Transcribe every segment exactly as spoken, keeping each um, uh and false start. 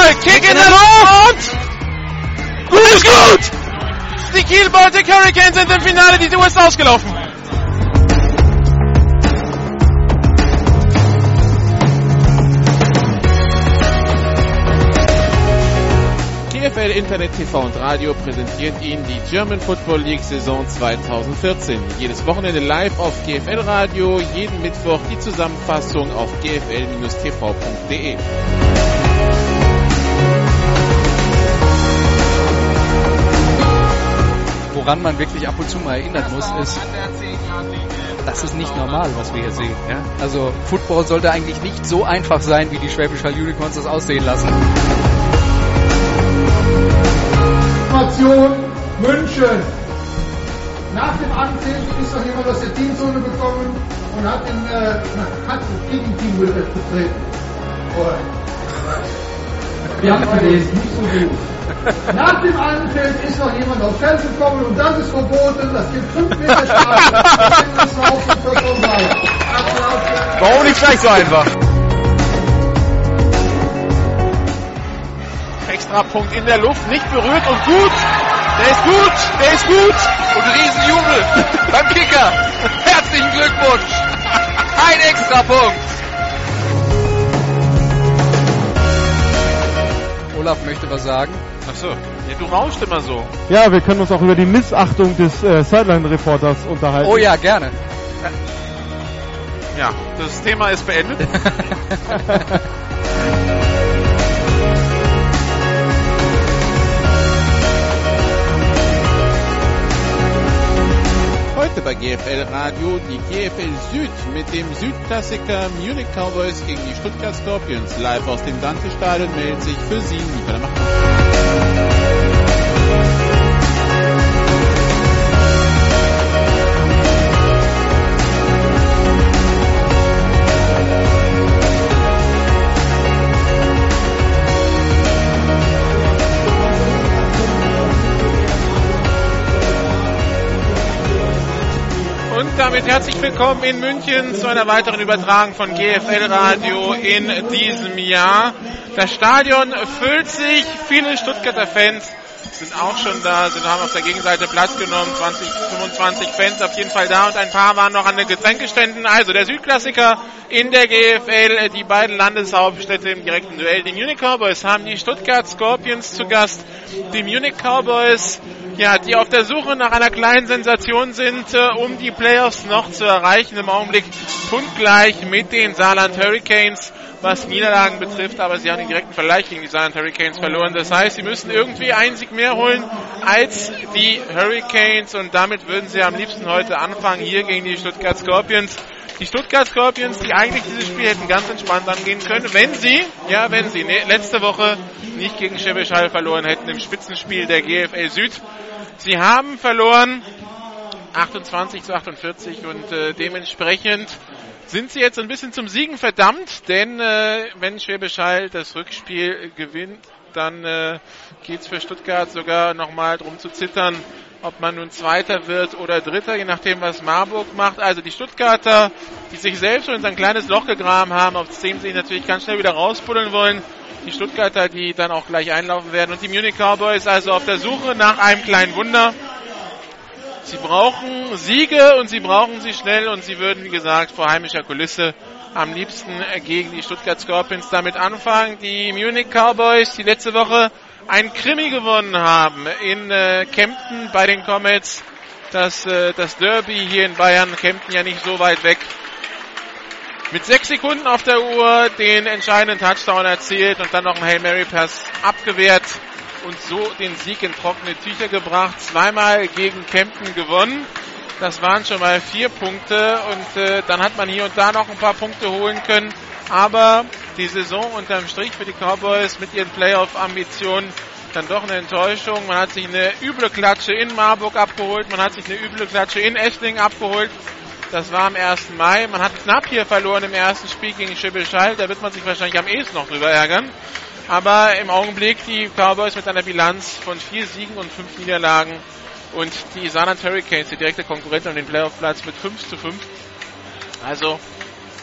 Kick in der Luft! Gut ist gut! Die Kiel Baltic Hurricanes sind im Finale, die Tour ist ausgelaufen. G F L Internet T V und Radio präsentiert Ihnen die German Football League Saison zweitausendvierzehn. Jedes Wochenende live auf G F L Radio, jeden Mittwoch die Zusammenfassung auf g f l Bindestrich t v punkt d e. Woran man wirklich ab und zu mal erinnern muss, ist, das ist nicht normal, was wir hier sehen. Ja? Also Football sollte eigentlich nicht so einfach sein, wie die Schwäbisch Hall Unicorns das aussehen lassen. Information München. Nach dem Anpfiff ist noch jemand aus der Teamzone gekommen und hat den äh, hat das Gegenteam betreten. Wir haben verlesen, nicht so gut. Nach dem Anpfiff ist noch jemand aufs Feld gekommen und das ist verboten. Das gibt fünf Meter Strafe. Warum nicht gleich so einfach? Extrapunkt in der Luft, nicht berührt und gut. Der ist gut, der ist gut. Und Riesenjubel beim Kicker. Herzlichen Glückwunsch. Ein Extrapunkt. Olaf möchte was sagen. Achso, ja, du rauscht immer so. Ja, wir können uns auch über die Missachtung des äh, Sideline-Reporters unterhalten. Oh ja, gerne. Ja, das Thema ist beendet. Heute bei G F L Radio die G F L Süd mit dem Südklassiker Munich Cowboys gegen die Stuttgart Scorpions. Live aus dem Dante-Stadion meldet sich für Sie Nicola Macher. Und damit herzlich willkommen in München zu einer weiteren Übertragung von G F L Radio in diesem Jahr. Das Stadion füllt sich, viele Stuttgarter Fans sind auch schon da, sind, haben auf der Gegenseite Platz genommen, zwanzig, fünfundzwanzig Fans auf jeden Fall da und ein paar waren noch an den Getränkeständen. Also der Südklassiker in der G F L, die beiden Landeshauptstädte im direkten Duell. Die Munich Cowboys haben die Stuttgart Scorpions zu Gast. Die Munich Cowboys, ja, die auf der Suche nach einer kleinen Sensation sind, äh, um die Playoffs noch zu erreichen. Im Augenblick punktgleich mit den Saarland Hurricanes, was Niederlagen betrifft, aber sie haben den direkten Vergleich gegen die Saarland Hurricanes verloren. Das heißt, sie müssen irgendwie einen Sieg mehr holen als die Hurricanes und damit würden sie am liebsten heute anfangen, hier gegen die Stuttgart Scorpions. Die Stuttgart Scorpions, die eigentlich dieses Spiel hätten ganz entspannt angehen können, wenn sie, ja, wenn sie ne, letzte Woche nicht gegen Schwäbisch Hall verloren hätten im Spitzenspiel der G F L Süd. Sie haben verloren, achtundzwanzig zu achtundvierzig und äh, dementsprechend sind sie jetzt ein bisschen zum Siegen verdammt, denn äh, wenn Schwäbisch Hall das Rückspiel gewinnt, dann äh, geht es für Stuttgart sogar nochmal drum zu zittern, ob man nun Zweiter wird oder Dritter, je nachdem, was Marburg macht. Also die Stuttgarter, die sich selbst schon in ein kleines Loch gegraben haben, aus dem sie natürlich ganz schnell wieder rausbuddeln wollen. Die Stuttgarter, die dann auch gleich einlaufen werden. Und die Munich Cowboys also auf der Suche nach einem kleinen Wunder. Sie brauchen Siege und sie brauchen sie schnell und sie würden, wie gesagt, vor heimischer Kulisse am liebsten gegen die Stuttgart Scorpions damit anfangen. Die Munich Cowboys, die letzte Woche ein Krimi gewonnen haben in äh, Kempten bei den Comets. Das, äh, das Derby hier in Bayern, Kempten ja nicht so weit weg. Mit sechs Sekunden auf der Uhr den entscheidenden Touchdown erzielt und dann noch einen Hail Mary Pass abgewehrt und so den Sieg in trockene Tücher gebracht. Zweimal gegen Kempten gewonnen. Das waren schon mal vier Punkte und äh, dann hat man hier und da noch ein paar Punkte holen können. Aber die Saison unterm Strich für die Cowboys mit ihren Playoff-Ambitionen dann doch eine Enttäuschung. Man hat sich eine üble Klatsche in Marburg abgeholt, man hat sich eine üble Klatsche in Esslingen abgeholt. Das war am ersten Mai. Man hat knapp hier verloren im ersten Spiel gegen Schwäbisch Hall. Da wird man sich wahrscheinlich am ehesten noch drüber ärgern. Aber im Augenblick die Cowboys mit einer Bilanz von vier Siegen und fünf Niederlagen. Und die Saarland Hurricanes, die direkte Konkurrenten um den Playoff-Platz mit fünf zu fünf. Also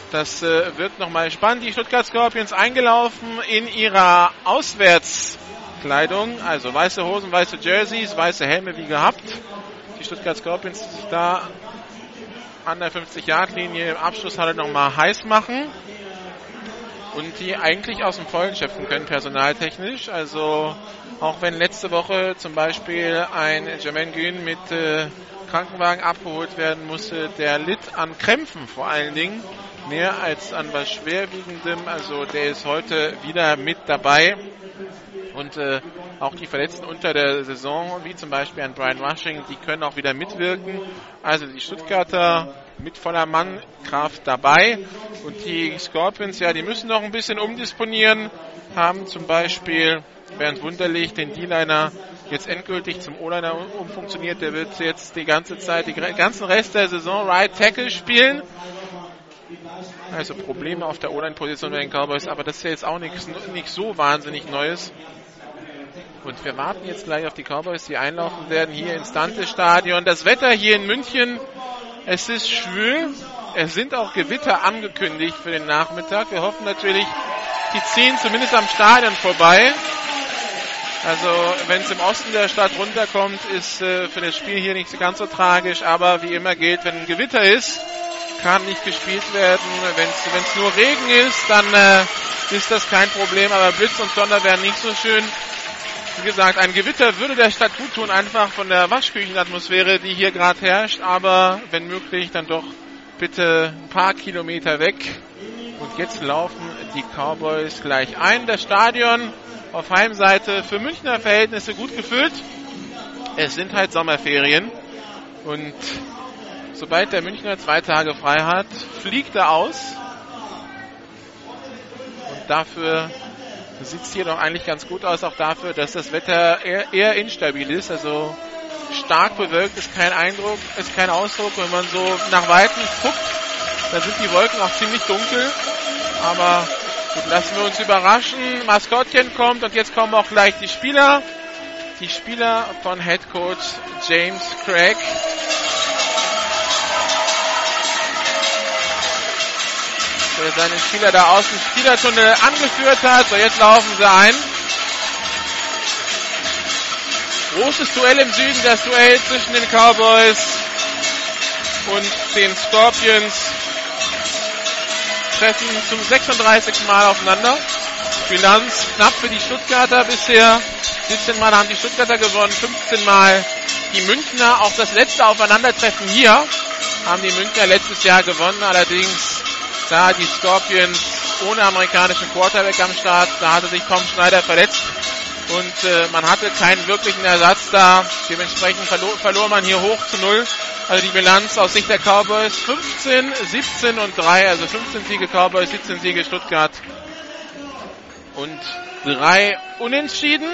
Das äh, wird nochmal spannend. Die Stuttgart Scorpions eingelaufen in ihrer Auswärtskleidung, also weiße Hosen, weiße Jerseys, weiße Helme wie gehabt. Die Stuttgart Scorpions, die sich da an der fünfzig-Yard-Linie im Abschlusshalle nochmal heiß machen und die eigentlich aus dem Vollen schöpfen können, personaltechnisch. Also auch wenn letzte Woche zum Beispiel ein Jermaine Green mit äh, Krankenwagen abgeholt werden musste, der litt an Krämpfen vor allen Dingen, mehr als an was Schwerwiegendem. Also der ist heute wieder mit dabei. Und äh, auch die Verletzten unter der Saison, wie zum Beispiel ein Brian Rushing, die können auch wieder mitwirken. Also die Stuttgarter mit voller Mannkraft dabei. Und die Scorpions, ja, die müssen noch ein bisschen umdisponieren. Haben zum Beispiel Bernd Wunderlich, den D-Liner, jetzt endgültig zum O-Liner umfunktioniert. Der wird jetzt die ganze Zeit, die ganzen Rest der Saison Right Tackle spielen. Also Probleme auf der O-Line-Position bei den Cowboys, aber das ist ja jetzt auch nichts nicht so wahnsinnig Neues. Und wir warten jetzt gleich auf die Cowboys, die einlaufen werden hier ins Dante-Stadion. Das Wetter hier in München, es ist schwül. Es sind auch Gewitter angekündigt für den Nachmittag. Wir hoffen natürlich, die ziehen zumindest am Stadion vorbei. Also wenn es im Osten der Stadt runterkommt, ist äh, für das Spiel hier nicht ganz so tragisch. Aber wie immer gilt, wenn ein Gewitter ist, kann nicht gespielt werden. Wenn es nur Regen ist, dann äh, ist das kein Problem. Aber Blitz und Donner wären nicht so schön. Wie gesagt, ein Gewitter würde der Stadt gut tun, einfach von der Waschküchenatmosphäre, die hier gerade herrscht. Aber wenn möglich, dann doch bitte ein paar Kilometer weg. Und jetzt laufen die Cowboys gleich ein. Das Stadion auf Heimseite für Münchner Verhältnisse gut gefüllt. Es sind halt Sommerferien. Und sobald der Münchner zwei Tage frei hat, fliegt er aus. Und dafür sieht es hier doch eigentlich ganz gut aus, auch dafür, dass das Wetter eher, eher instabil ist. Also stark bewölkt ist kein Eindruck, ist kein Ausdruck. Wenn man so nach Weitem guckt, da sind die Wolken auch ziemlich dunkel. Aber gut, lassen wir uns überraschen. Maskottchen kommt und jetzt kommen auch gleich die Spieler. Die Spieler von Head Coach James Craig. Der seine Spieler da aus dem Spielertunnel angeführt hat. So, jetzt laufen sie ein. Großes Duell im Süden, das Duell zwischen den Cowboys und den Scorpions. Treffen zum sechsunddreißigsten Mal aufeinander. Bilanz knapp für die Stuttgarter bisher. siebzehn Mal haben die Stuttgarter gewonnen, fünfzehn Mal die Münchner. Auch das letzte Aufeinandertreffen hier haben die Münchner letztes Jahr gewonnen. Allerdings da die Scorpions ohne amerikanischen Quarterback am Start. Da hatte sich Tom Schneider verletzt und äh, man hatte keinen wirklichen Ersatz da. Dementsprechend verlor, verlor man hier hoch zu null. Also die Bilanz aus Sicht der Cowboys fünfzehn, siebzehn und drei. Also fünfzehn Siege Cowboys, siebzehn Siege Stuttgart und drei Unentschieden.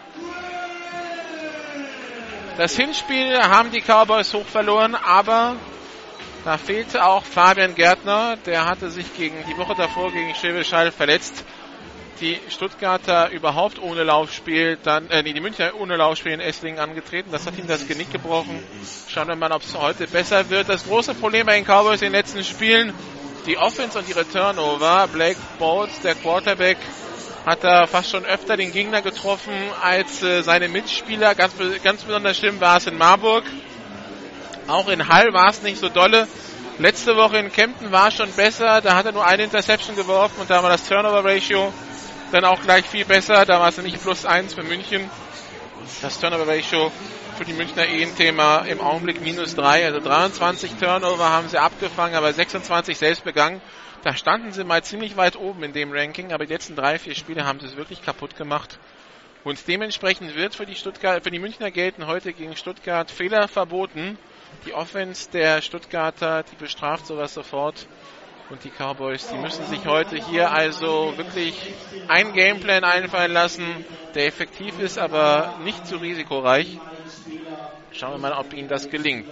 Das Hinspiel haben die Cowboys hoch verloren, aber da fehlte auch Fabian Gärtner, der hatte sich gegen die Woche davor gegen Schwäbisch Hall verletzt. Die Stuttgarter überhaupt ohne Laufspiel, dann äh, nee, die Münchner ohne Laufspiel in Esslingen angetreten. Das hat ihm das Genick gebrochen. Schauen wir mal, ob es heute besser wird. Das große Problem bei den Cowboys in den letzten Spielen, die Offense und ihre Turnover. Blake Bowles, der Quarterback, hat da fast schon öfter den Gegner getroffen als äh, seine Mitspieler. Ganz, ganz besonders schlimm war es in Marburg. Auch in Hall war es nicht so dolle. Letzte Woche in Kempten war es schon besser. Da hat er nur eine Interception geworfen und da war das Turnover-Ratio dann auch gleich viel besser. Da war es nämlich plus eins für München. Das Turnover-Ratio für die Münchner eh ein Thema. Im Augenblick minus drei. Also dreiundzwanzig Turnover haben sie abgefangen, aber sechsundzwanzig selbst begangen. Da standen sie mal ziemlich weit oben in dem Ranking. Aber die letzten drei, vier Spiele haben sie es wirklich kaputt gemacht. Und dementsprechend wird für die Stuttgart, für die Münchner gelten heute gegen Stuttgart Fehler verboten. Die Offense der Stuttgarter, die bestraft sowas sofort. Und die Cowboys, die müssen sich heute hier also wirklich ein Gameplan einfallen lassen, der effektiv ist, aber nicht zu risikoreich. Schauen wir mal, ob ihnen das gelingt.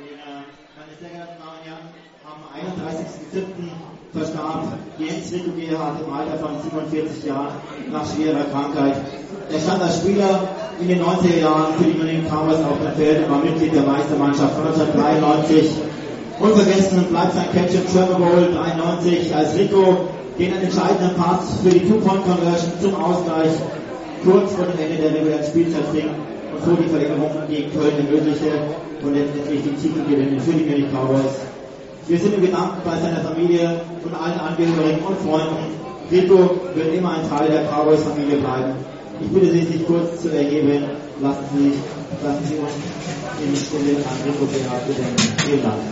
Am einunddreißigsten siebten verstarb Jens Rico Gerhardt im Alter von siebenundvierzig Jahren nach schwerer Krankheit. Er stand als Spieler in den neunziger Jahren für die München Cowboys auf dem Feld und war Mitglied der Meistermannschaft von neunzehnhundertdreiundneunzig Unvergessen bleibt sein Catch im Super Bowl dreiundneunzig, als Rico den entscheidenden Pass für die Two-Point-Conversion zum Ausgleich kurz vor dem Ende der regulären Spielzeit fing und vor die Verlängerung gegen Köln ermöglichte und letztendlich die Titelgewinne für die Munich Cowboys. Wir sind im Gedanken bei seiner Familie und allen Angehörigen und Freunden. Rico wird immer ein Teil der Cowboys-Familie bleiben. Ich bitte Sie, sich kurz zu erheben. Lassen Sie, sich, lassen Sie uns in Stunde an Rico Gerhard gedenken. Vielen Dank.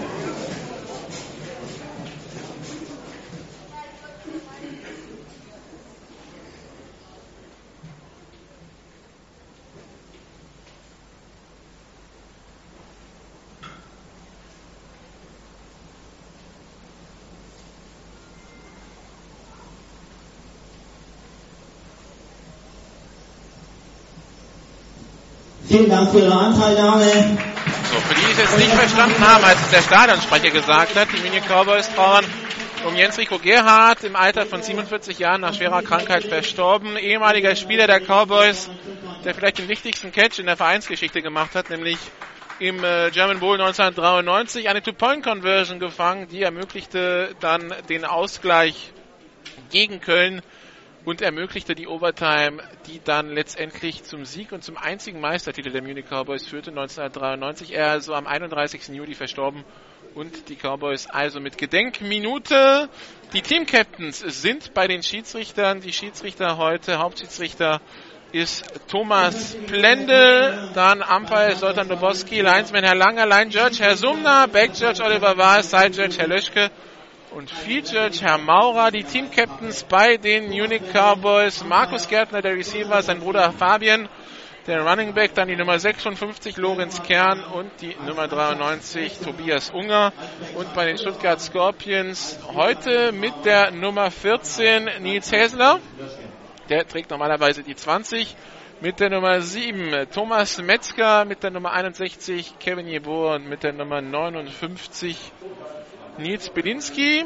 Vielen Dank für Ihre Anteilnahme. So, für die, die es jetzt nicht verstanden haben, als es der Stadionsprecher gesagt hat, die Munich Cowboys trauern um Jens Rico Gerhard, im Alter von siebenundvierzig Jahren nach schwerer Krankheit verstorben. Ehemaliger Spieler der Cowboys, der vielleicht den wichtigsten Catch in der Vereinsgeschichte gemacht hat, nämlich im äh, German Bowl neunzehnhundertdreiundneunzig eine Two-Point-Conversion gefangen, die ermöglichte dann den Ausgleich gegen Köln und ermöglichte die Overtime, die dann letztendlich zum Sieg und zum einzigen Meistertitel der Munich Cowboys führte, neunzehnhundertdreiundneunzig. Er also am einunddreißigsten Juli verstorben und die Cowboys also mit Gedenkminute. Die Team-Captains sind bei den Schiedsrichtern. Die Schiedsrichter heute, Hauptschiedsrichter ist Thomas Plendel, dann Umpire Zoltan Dobowski, Linesman Herr Langer, Line Judge Herr Sumner, Back Judge Oliver Wahl, Side Judge Herr Löschke und Field Judge Herr Maurer. Die Team Captains bei den Munich Cowboys: Markus Gärtner, der Receiver, sein Bruder Fabian, der Running Back, dann die Nummer sechsundfünfzig Lorenz Kern und die Nummer dreiundneunzig Tobias Unger. Und bei den Stuttgart Scorpions heute mit der Nummer vierzehn Nils Häsler, der trägt normalerweise die zwanzig, mit der Nummer sieben Thomas Metzger, mit der Nummer einundsechzig Kevin Jeboer und mit der Nummer neunundfünfzig Nils Belinski.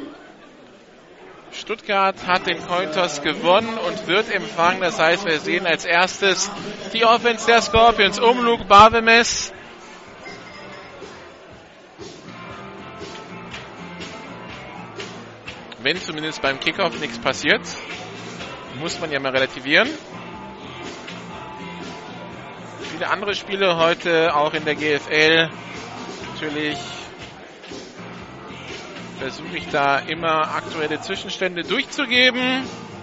Stuttgart hat den Cointoss gewonnen und wird empfangen. Das heißt, wir sehen als erstes die Offense der Scorpions um Luke Barvemes. Wenn zumindest beim Kickoff nichts passiert, muss man ja mal relativieren. Viele andere Spiele heute auch in der G F L. Natürlich versuche ich da immer aktuelle Zwischenstände durchzugeben.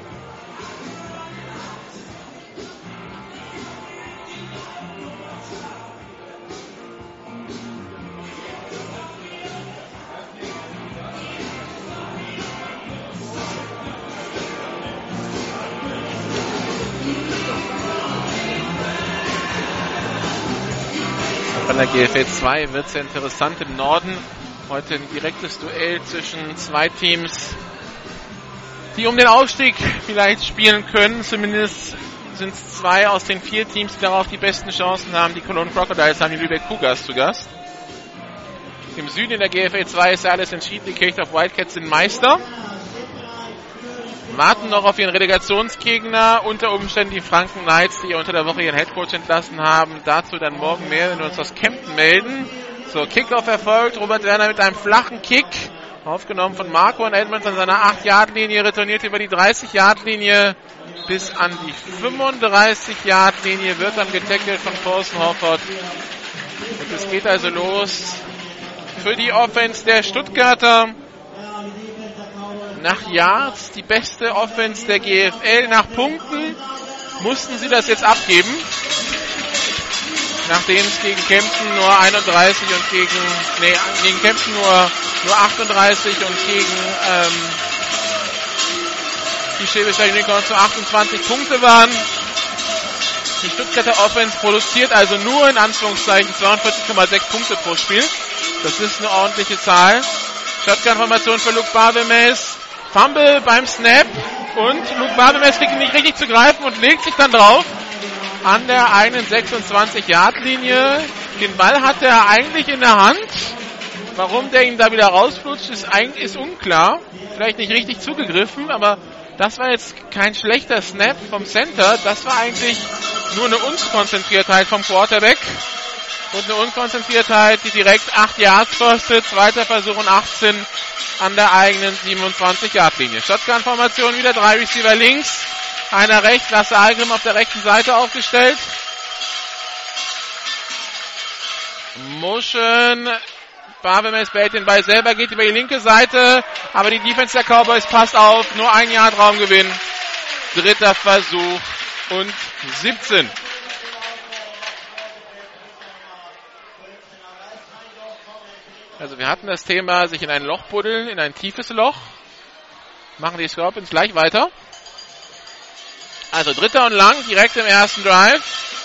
Bei der G F L zwei wird es ja interessant im Norden. Heute ein direktes Duell zwischen zwei Teams, die um den Aufstieg vielleicht spielen können. Zumindest sind es zwei aus den vier Teams, die darauf die besten Chancen haben. Die Cologne Crocodiles haben die Lübeck Cougars zu Gast. Im Süden in der G F L zwei ist ja alles entschieden. Die Kirchdorf Wildcats sind Meister. Warten noch auf ihren Relegationsgegner. Unter Umständen die Franken Knights, die unter der Woche ihren Headcoach entlassen haben. Dazu dann morgen mehr, wenn wir uns aus Kempten melden. So, Kickoff erfolgt. Robert Werner mit einem flachen Kick. Aufgenommen von Marco und Edmonds an seiner acht-Yard-Linie. Retourniert über die dreißig-Yard-Linie bis an die fünfunddreißig-Yard-Linie. Wird dann getackelt von Thorsten Hoffert. Und es geht also los für die Offense der Stuttgarter. Nach Yards die beste Offense der G F L. Nach Punkten mussten sie das jetzt abgeben. Nachdem es gegen Kempten nur einunddreißig und gegen, nee, gegen Kempten nur, nur achtunddreißig und gegen ähm, die Schwäbischer Unicorns nur achtundzwanzig Punkte waren. Die Stuttgarter Offense produziert also nur in Anführungszeichen zweiundvierzig Komma sechs Punkte pro Spiel. Das ist eine ordentliche Zahl. Shotgun-Formation für Luke Barvemes. Fumble beim Snap und Luke Barvemes kriegt ihn nicht richtig zu greifen und legt sich dann drauf an der eigenen sechsundzwanzig-Yard-Linie. Den Ball hat er eigentlich in der Hand. Warum der ihn da wieder rausflutscht, ist eigentlich ist unklar. Vielleicht nicht richtig zugegriffen, aber das war jetzt kein schlechter Snap vom Center. Das war eigentlich nur eine Unkonzentriertheit vom Quarterback. Und eine Unkonzentriertheit, die direkt acht Yards kostet. Zweiter Versuch und achtzehn an der eigenen siebenundzwanzig-Yard-Linie. Shotgun-Formation wieder, drei Receiver links, einer rechts, Lasse Algrim auf der rechten Seite aufgestellt. Motion, Barbemes behält den Ball selber, geht über die linke Seite, aber die Defense der Cowboys passt auf, nur ein Yard Raumgewinn. Dritter Versuch und siebzehn. Also wir hatten das Thema, sich in ein Loch buddeln, in ein tiefes Loch. Machen die Scorpions gleich weiter. Also dritter und lang, direkt im ersten Drive.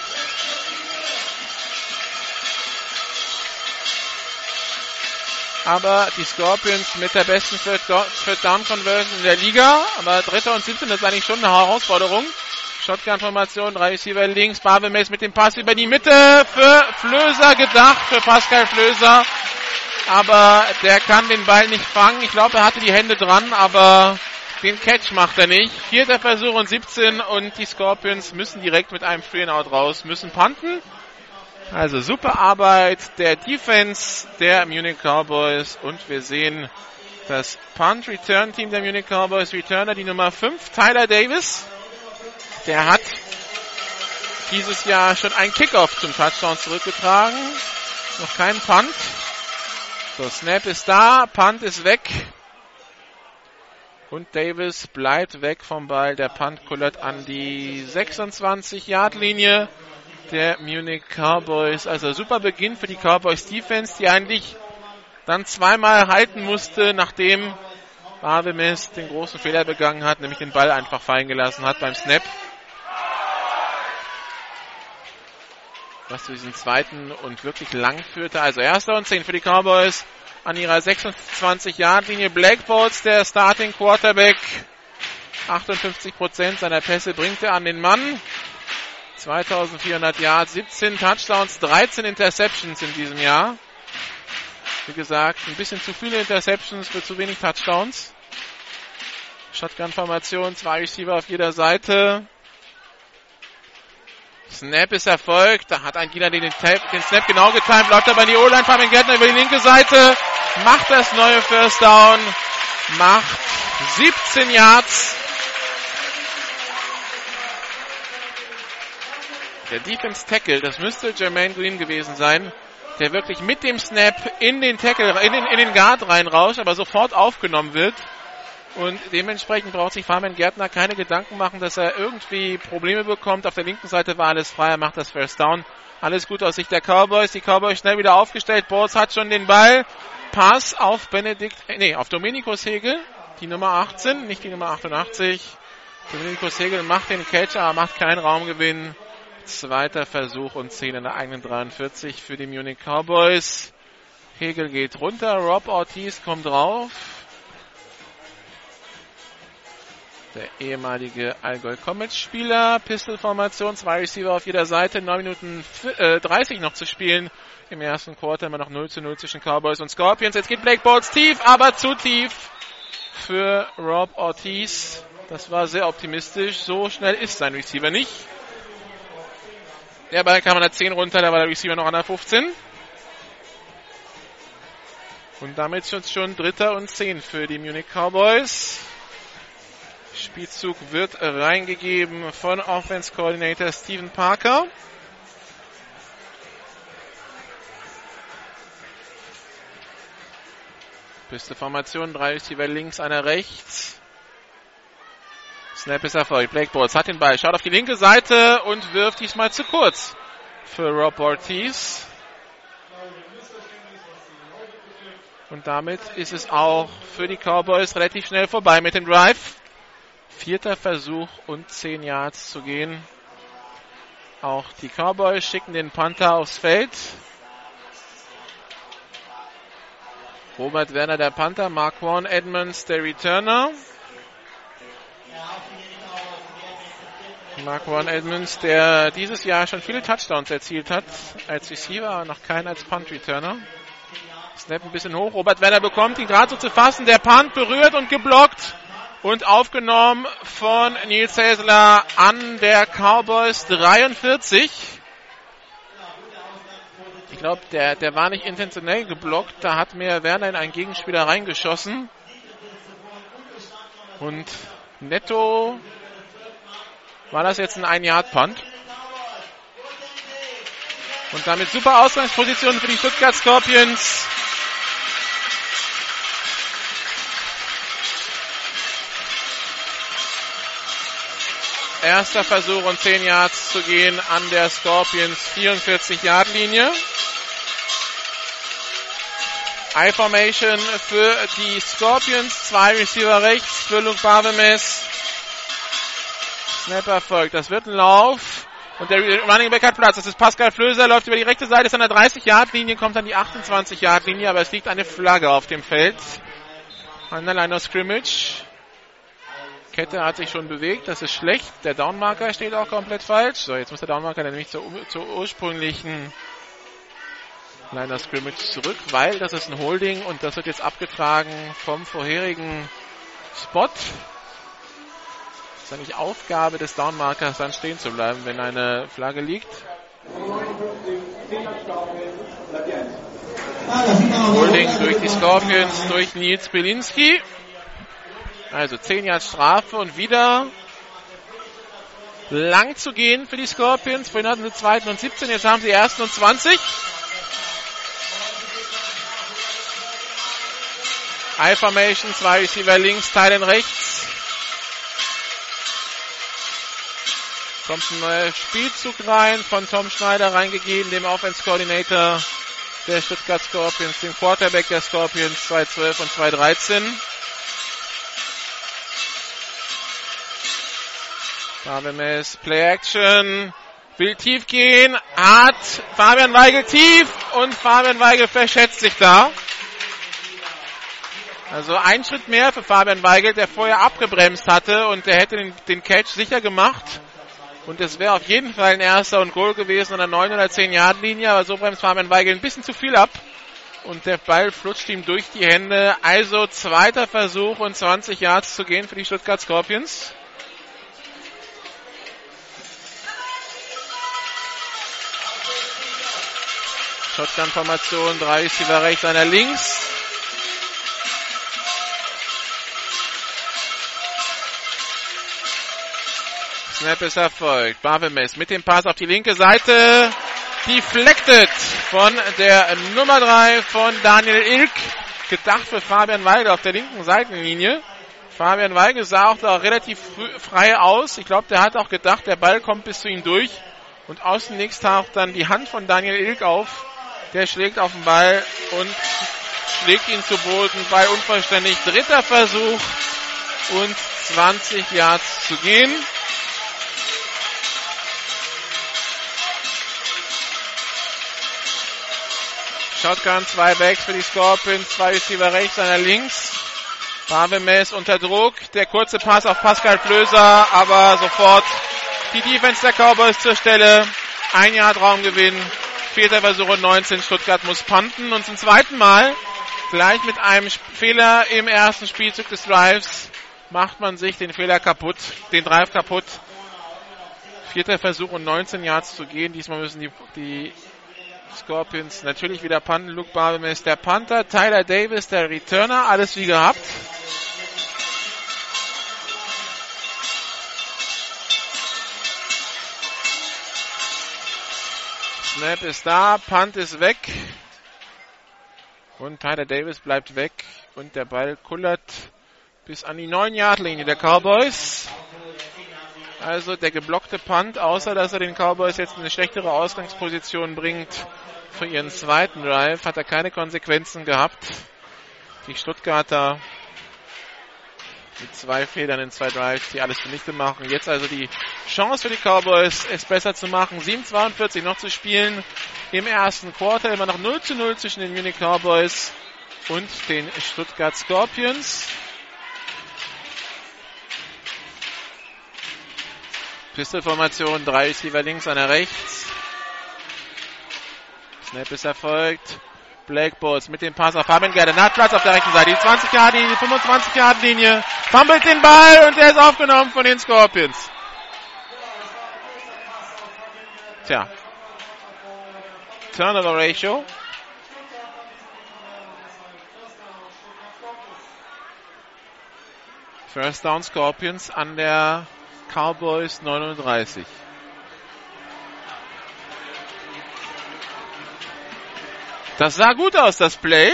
Aber die Scorpions mit der besten Third Down Conversion in der Liga. Aber dritter und siebzehn ist eigentlich schon eine Herausforderung. Shotgun-Formation, drei Receiver links, Barbemes mit dem Pass über die Mitte für Flöser gedacht, für Pascal Flöser. Aber der kann den Ball nicht fangen. Ich glaube, er hatte die Hände dran, aber den Catch macht er nicht. Vierter Versuch und siebzehn und die Scorpions müssen direkt mit einem Free and Out raus, müssen punten. Also super Arbeit der Defense der Munich Cowboys und wir sehen das Punt-Return-Team der Munich Cowboys. Returner die Nummer fünf, Tyler Davis. Der hat dieses Jahr schon einen Kickoff zum Touchdown zurückgetragen. Noch kein Punt. So, Snap ist da, Punt ist weg. Und Davis bleibt weg vom Ball. Der Punt kullert an die sechsundzwanzig-Yard-Linie der Munich Cowboys. Also super Beginn für die Cowboys Defense, die eigentlich dann zweimal halten musste, nachdem Barbemes den großen Fehler begangen hat, nämlich den Ball einfach fallen gelassen hat beim Snap. Was zu diesem zweiten und wirklich lang führte. Also erster und zehn für die Cowboys an ihrer sechsundzwanzig-Yard-Linie. Blake Bortles, der Starting Quarterback. achtundfünfzig Prozent seiner Pässe bringt er an den Mann. zweitausendvierhundert Yards, siebzehn Touchdowns, dreizehn Interceptions in diesem Jahr. Wie gesagt, ein bisschen zu viele Interceptions für zu wenig Touchdowns. Shotgun-Formation, zwei Receiver auf jeder Seite. Snap ist erfolgt. Da hat ein Kieler den, den Snap genau getimt. Läuft aber in die O-Line. Fabian Gärtner über die linke Seite. Macht das neue First Down. Macht siebzehn Yards. Der Defense Tackle, das müsste Jermaine Green gewesen sein, der wirklich mit dem Snap in den Tackle, in den, in den Guard reinrauscht, aber sofort aufgenommen wird. Und dementsprechend braucht sich Fabian Gärtner keine Gedanken machen, dass er irgendwie Probleme bekommt. Auf der linken Seite war alles frei, er macht das First Down. Alles gut aus Sicht der Cowboys. Die Cowboys schnell wieder aufgestellt. Bortles hat schon den Ball. Pass auf Benedikt, nee, auf Dominikus Hegel, die Nummer achtzehn, nicht die Nummer achtundachtzig. Dominikus Hegel macht den Catch, aber macht keinen Raumgewinn. Zweiter Versuch und zehn in der eigenen dreiundvierzig für die Munich Cowboys. Hegel geht runter, Rob Ortiz kommt drauf. Der ehemalige Allgäu Comets-Spieler. Pistol-Formation, zwei Receiver auf jeder Seite, neun Minuten dreißig noch zu spielen. Im ersten Quarter immer noch null zu null zwischen Cowboys und Scorpions. Jetzt geht Blake Bortles tief, aber zu tief für Rob Ortiz. Das war sehr optimistisch. So schnell ist sein Receiver nicht. Der Ball kam an der zehn runter, da war der Receiver noch an der fünfzehn. Und damit schon Dritter und zehn für die Munich Cowboys. Spielzug wird reingegeben von Offense Coordinator Steven Parker. Beste Formation, drei Receiver links, einer rechts. Snap ist erfolgt. Blake Bortles hat den Ball, schaut auf die linke Seite und wirft diesmal zu kurz für Rob Ortiz. Und damit ist es auch für die Cowboys relativ schnell vorbei mit dem Drive. Vierter Versuch und zehn Yards zu gehen. Auch die Cowboys schicken den Panther aufs Feld. Robert Werner der Panther, Marquand Edmonds der Returner. Marquand Edmonds, der dieses Jahr schon viele Touchdowns erzielt hat als Receiver, aber noch keinen als Punt-Returner. Snap ein bisschen hoch. Robert Werner bekommt ihn gerade so zu fassen. Der Punt berührt und geblockt. Und aufgenommen von Nils Häsler an der Cowboys dreiundvierzig. Die Ich glaube, der, der war nicht intentionell geblockt. Da hat mehr Werner in einen Gegenspieler reingeschossen. Und netto war das jetzt ein Ein-Yard-Punt. Und damit super Ausgangsposition für die Stuttgart Scorpions. Erster Versuch und zehn Yards zu gehen an der Scorpions vierundvierzig-Yard-Linie. I-Formation für die Scorpions. Zwei Receiver rechts für Luke Barbemes. Snap erfolgt. Das wird ein Lauf. Und der Running Back hat Platz. Das ist Pascal Flöser, läuft über die rechte Seite, ist an der dreißig-Yard-Linie, kommt an die achtundzwanzig-Yard-Linie, aber es liegt eine Flagge auf dem Feld. An der Line of Scrimmage. Kette hat sich schon bewegt, das ist schlecht. Der Downmarker steht auch komplett falsch. So, jetzt muss der Downmarker nämlich zur, zur ursprünglichen Line of Scrimmage zurück, weil das ist ein Holding und das wird jetzt abgetragen vom vorherigen Spot. Das ist eigentlich Aufgabe des Downmarkers, dann stehen zu bleiben, wenn eine Flagge liegt. Holding durch die Scorpions, durch Nils Bielinski. Also zehn Jahre Strafe und wieder lang zu gehen für die Scorpions. Vorhin hatten sie zweiten und siebzehn, jetzt haben sie ersten und zwanzig. I-Formation, zwei Receiver links, Teilen rechts. Kommt ein neuer Spielzug rein, von Tom Schneider reingegeben, dem Offense Coordinator der Stuttgart Scorpions, dem Quarterback der Scorpions, zwei zwölf und zwei dreizehn. Barbemes, Play Action, will tief gehen, hat Fabian Weigel tief und Fabian Weigel verschätzt sich da. Also ein Schritt mehr für Fabian Weigel, der vorher abgebremst hatte und der hätte den, den Catch sicher gemacht. Und es wäre auf jeden Fall ein erster und Goal gewesen an der neun oder zehn Yard Linie, aber so bremst Fabian Weigel ein bisschen zu viel ab. Und der Ball flutscht ihm durch die Hände. Also zweiter Versuch und zwanzig Yards zu gehen für die Stuttgart Scorpions. Shotgun-Formation, drei Receiver rechts, einer links. Snap ist erfolgt. Barbemes mit dem Pass auf die linke Seite. Deflected von der Nummer drei von Daniel Ilk. Gedacht für Fabian Weigel auf der linken Seitenlinie. Fabian Weigel sah auch da relativ frei aus. Ich glaube, der hat auch gedacht, der Ball kommt bis zu ihm durch. Und außen links taucht dann die Hand von Daniel Ilk auf. Der schlägt auf den Ball und schlägt ihn zu Boden. Ball unvollständig. Dritter Versuch und zwanzig Yards zu gehen. Shotgun, zwei Backs für die Scorpions, zwei Receiver rechts, einer links. Barbemes unter Druck, der kurze Pass auf Pascal Flöser, aber sofort die Defense der Cowboys zur Stelle. Ein Yard Raumgewinn, vierter Versuch und neunzehn, Stuttgart muss punten und zum zweiten Mal, gleich mit einem Fehler im ersten Spielzug des Drives, macht man sich den Fehler kaputt, den Drive kaputt. Vierter Versuch und neunzehn Yards zu gehen, diesmal müssen die, die Scorpions natürlich wieder punten. Luke Barbemes der Panther, Tyler Davis der Returner, alles wie gehabt. Snap ist da, Punt ist weg. Und Tyler Davis bleibt weg. Und der Ball kullert bis an die neun Yard Linie der Cowboys. Also der geblockte Punt, außer dass er den Cowboys jetzt in eine schlechtere Ausgangsposition bringt für ihren zweiten Drive, hat er keine Konsequenzen gehabt. Die Stuttgarter mit zwei Fehlern in zwei Drives, die alles zunichte machen. Jetzt also die Chance für die Cowboys, es besser zu machen. sieben zweiundvierzig noch zu spielen im ersten Quarter. Immer noch null zu null zwischen den Munich Cowboys und den Stuttgart Scorpions. Pistol-Formation, drei Receiver links, einer rechts. Snap ist erfolgt. Blake Bowles mit dem Pass auf Fabian Gerden. Hat Platz auf der rechten Seite. Die zwanzig Yard Linie, die fünfundzwanzig Yard Linie. Fummelt den Ball und der ist aufgenommen von den Scorpions. Tja. Turnover Ratio. First Down Scorpions an der Cowboys neununddreißig. Das sah gut aus, das Play.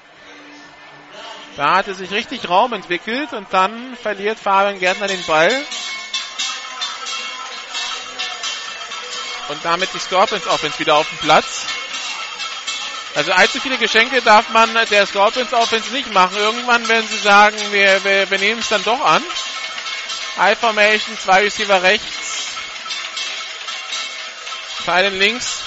Da hatte sich richtig Raum entwickelt und dann verliert Fabian Gärtner den Ball. Und damit die Scorpions Offense wieder auf dem Platz. Also allzu viele Geschenke darf man der Scorpions Offense nicht machen. Irgendwann werden sie sagen, wir, wir, wir nehmen es dann doch an. I-Formation, zwei Receiver rechts. Teilen links.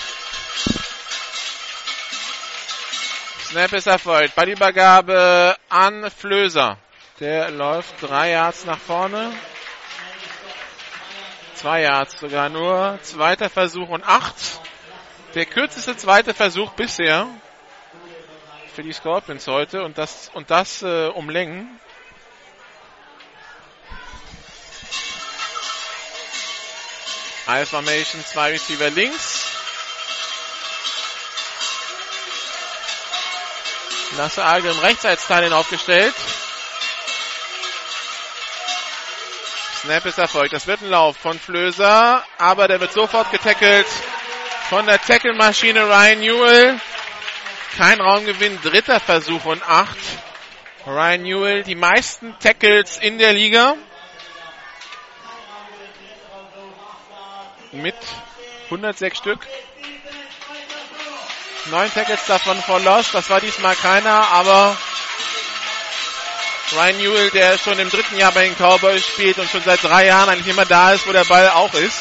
Snap ist erfolgt. Ballübergabe an Flöser. Der läuft drei Yards nach vorne. Zwei Yards sogar nur. Zweiter Versuch und acht. Der kürzeste zweite Versuch bisher für die Scorpions heute. Und das, und das äh, um Längen. I-Formation, zwei Receiver links. Lasse Agel im Rechtsseitsteil aufgestellt. Snap ist erfolgt. Das wird ein Lauf von Flöser, aber der wird sofort getackelt von der Tackle-Maschine Ryan Newell. Kein Raumgewinn, dritter Versuch und acht. Ryan Newell, die meisten Tackles in der Liga. Mit hundertsechs Stück. Neun Tackles davon for loss. Das war diesmal keiner, aber Ryan Newell, der schon im dritten Jahr bei den Cowboys spielt und schon seit drei Jahren eigentlich immer da ist, wo der Ball auch ist.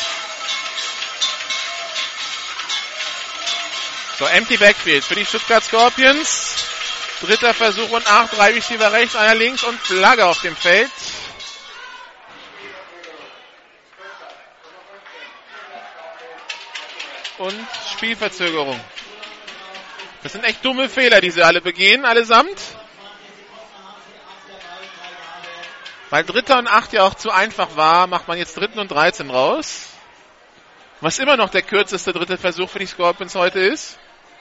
So, empty Backfield für die Stuttgart Scorpions. Dritter Versuch und acht. Drei Receiver rechts, einer links und Flagge auf dem Feld. Und Spielverzögerung. Das sind echt dumme Fehler, die sie alle begehen, allesamt. Weil Dritter und Acht ja auch zu einfach war, macht man jetzt Dritten und dreizehn raus. Was immer noch der kürzeste dritte Versuch für die Scorpions heute ist.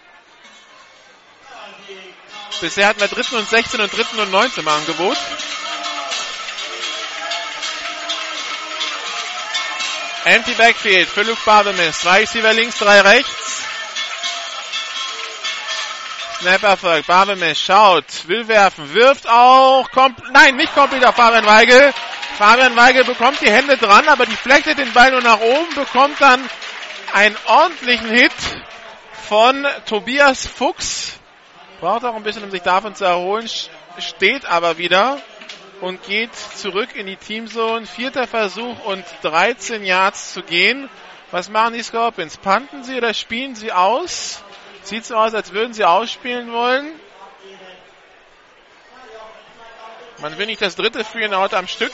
Bisher hatten wir Dritten und sechzehn und Dritten und neunzehn im Angebot. Empty Backfield für Luke Barbemis. Zwei Receiver links, drei rechts. Snap Erfolg. Barbemis schaut, will werfen, wirft auch. Komp- Nein, nicht komplett auf Fabian Weigel. Fabian Weigel bekommt die Hände dran, aber die flechtet den Ball nur nach oben, bekommt dann einen ordentlichen Hit von Tobias Fuchs. Braucht auch ein bisschen, um sich davon zu erholen, steht aber wieder und geht zurück in die Teamzone. Vierter Versuch und dreizehn Yards zu gehen. Was machen die Scorpions? Punten sie oder spielen sie aus? Sieht so aus, als würden sie ausspielen wollen. Man will nicht das dritte Free and Out am Stück.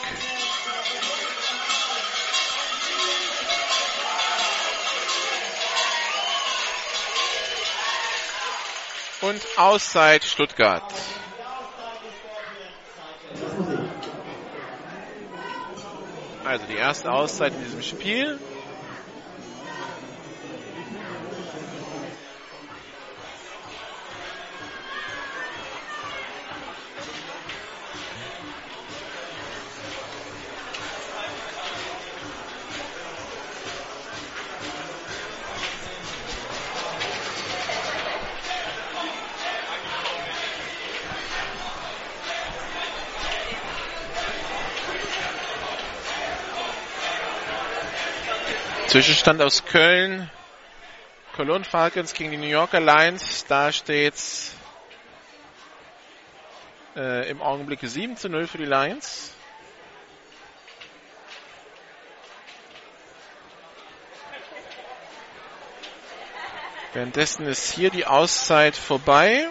Und Auszeit Stuttgart. Also die erste Auszeit in diesem Spiel. Zwischenstand aus Köln. Cologne Falcons gegen die New Yorker Lions. Da steht's äh, im Augenblick sieben zu null für die Lions. Währenddessen ist hier die Auszeit vorbei.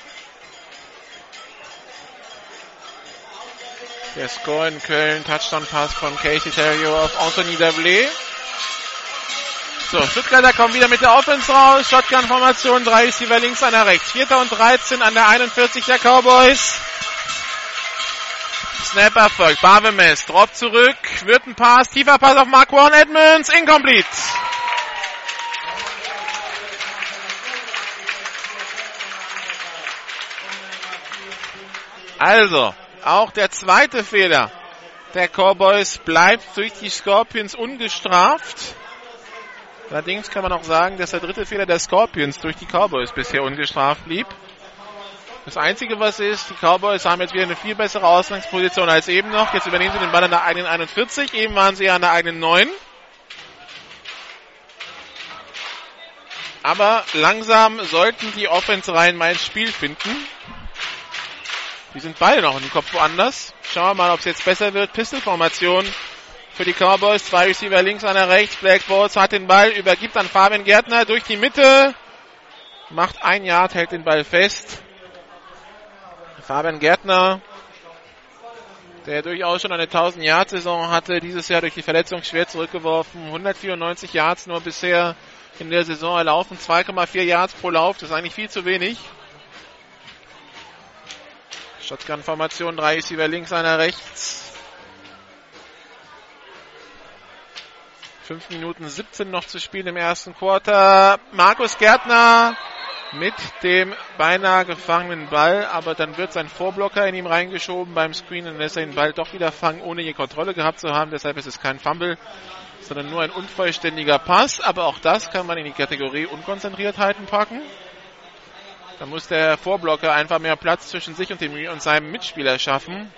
Der Score in Köln, Touchdown-Pass von Casey Terrio auf Anthony Dablé. So, Stuttgarter kommen wieder mit der Offense raus. Shotgun-Formation, drei Receiver links, einer rechts. Vierter und dreizehn an der einundvierzig der Cowboys. Snap erfolgt. Barbemes, Drop zurück. Wird ein Pass, tiefer Pass auf Marquan Edmonds. Incomplete. Also, auch der zweite Fehler der Cowboys bleibt durch die Scorpions ungestraft. Allerdings kann man auch sagen, dass der dritte Fehler der Scorpions durch die Cowboys bisher ungestraft blieb. Das Einzige, was ist, die Cowboys haben jetzt wieder eine viel bessere Ausgangsposition als eben noch. Jetzt übernehmen sie den Ball an der eigenen einundvierzig. Eben waren sie an der eigenen neun. Aber langsam sollten die Offense-Reihen mal ins Spiel finden. Die sind beide noch im Kopf woanders. Schauen wir mal, ob es jetzt besser wird. Pistol-Formation für die Cowboys. Zwei Receiver links, einer rechts. Blake Bortles hat den Ball, übergibt an Fabian Gärtner durch die Mitte. Macht ein Yard, hält den Ball fest. Fabian Gärtner, der durchaus schon eine tausend-Yard-Saison hatte, dieses Jahr durch die Verletzung schwer zurückgeworfen. hundertvierundneunzig Yards nur bisher in der Saison erlaufen. zwei Komma vier Yards pro Lauf, das ist eigentlich viel zu wenig. Shotgun-Formation, drei Receiver links, einer rechts. fünf Minuten siebzehn noch zu spielen im ersten Quarter. Markus Gärtner mit dem beinahe gefangenen Ball, aber dann wird sein Vorblocker in ihm reingeschoben beim Screen und lässt er den Ball doch wieder fangen, ohne je Kontrolle gehabt zu haben. Deshalb ist es kein Fumble, sondern nur ein unvollständiger Pass. Aber auch das kann man in die Kategorie Unkonzentriertheiten packen. Da muss der Vorblocker einfach mehr Platz zwischen sich und, dem, und seinem Mitspieler schaffen,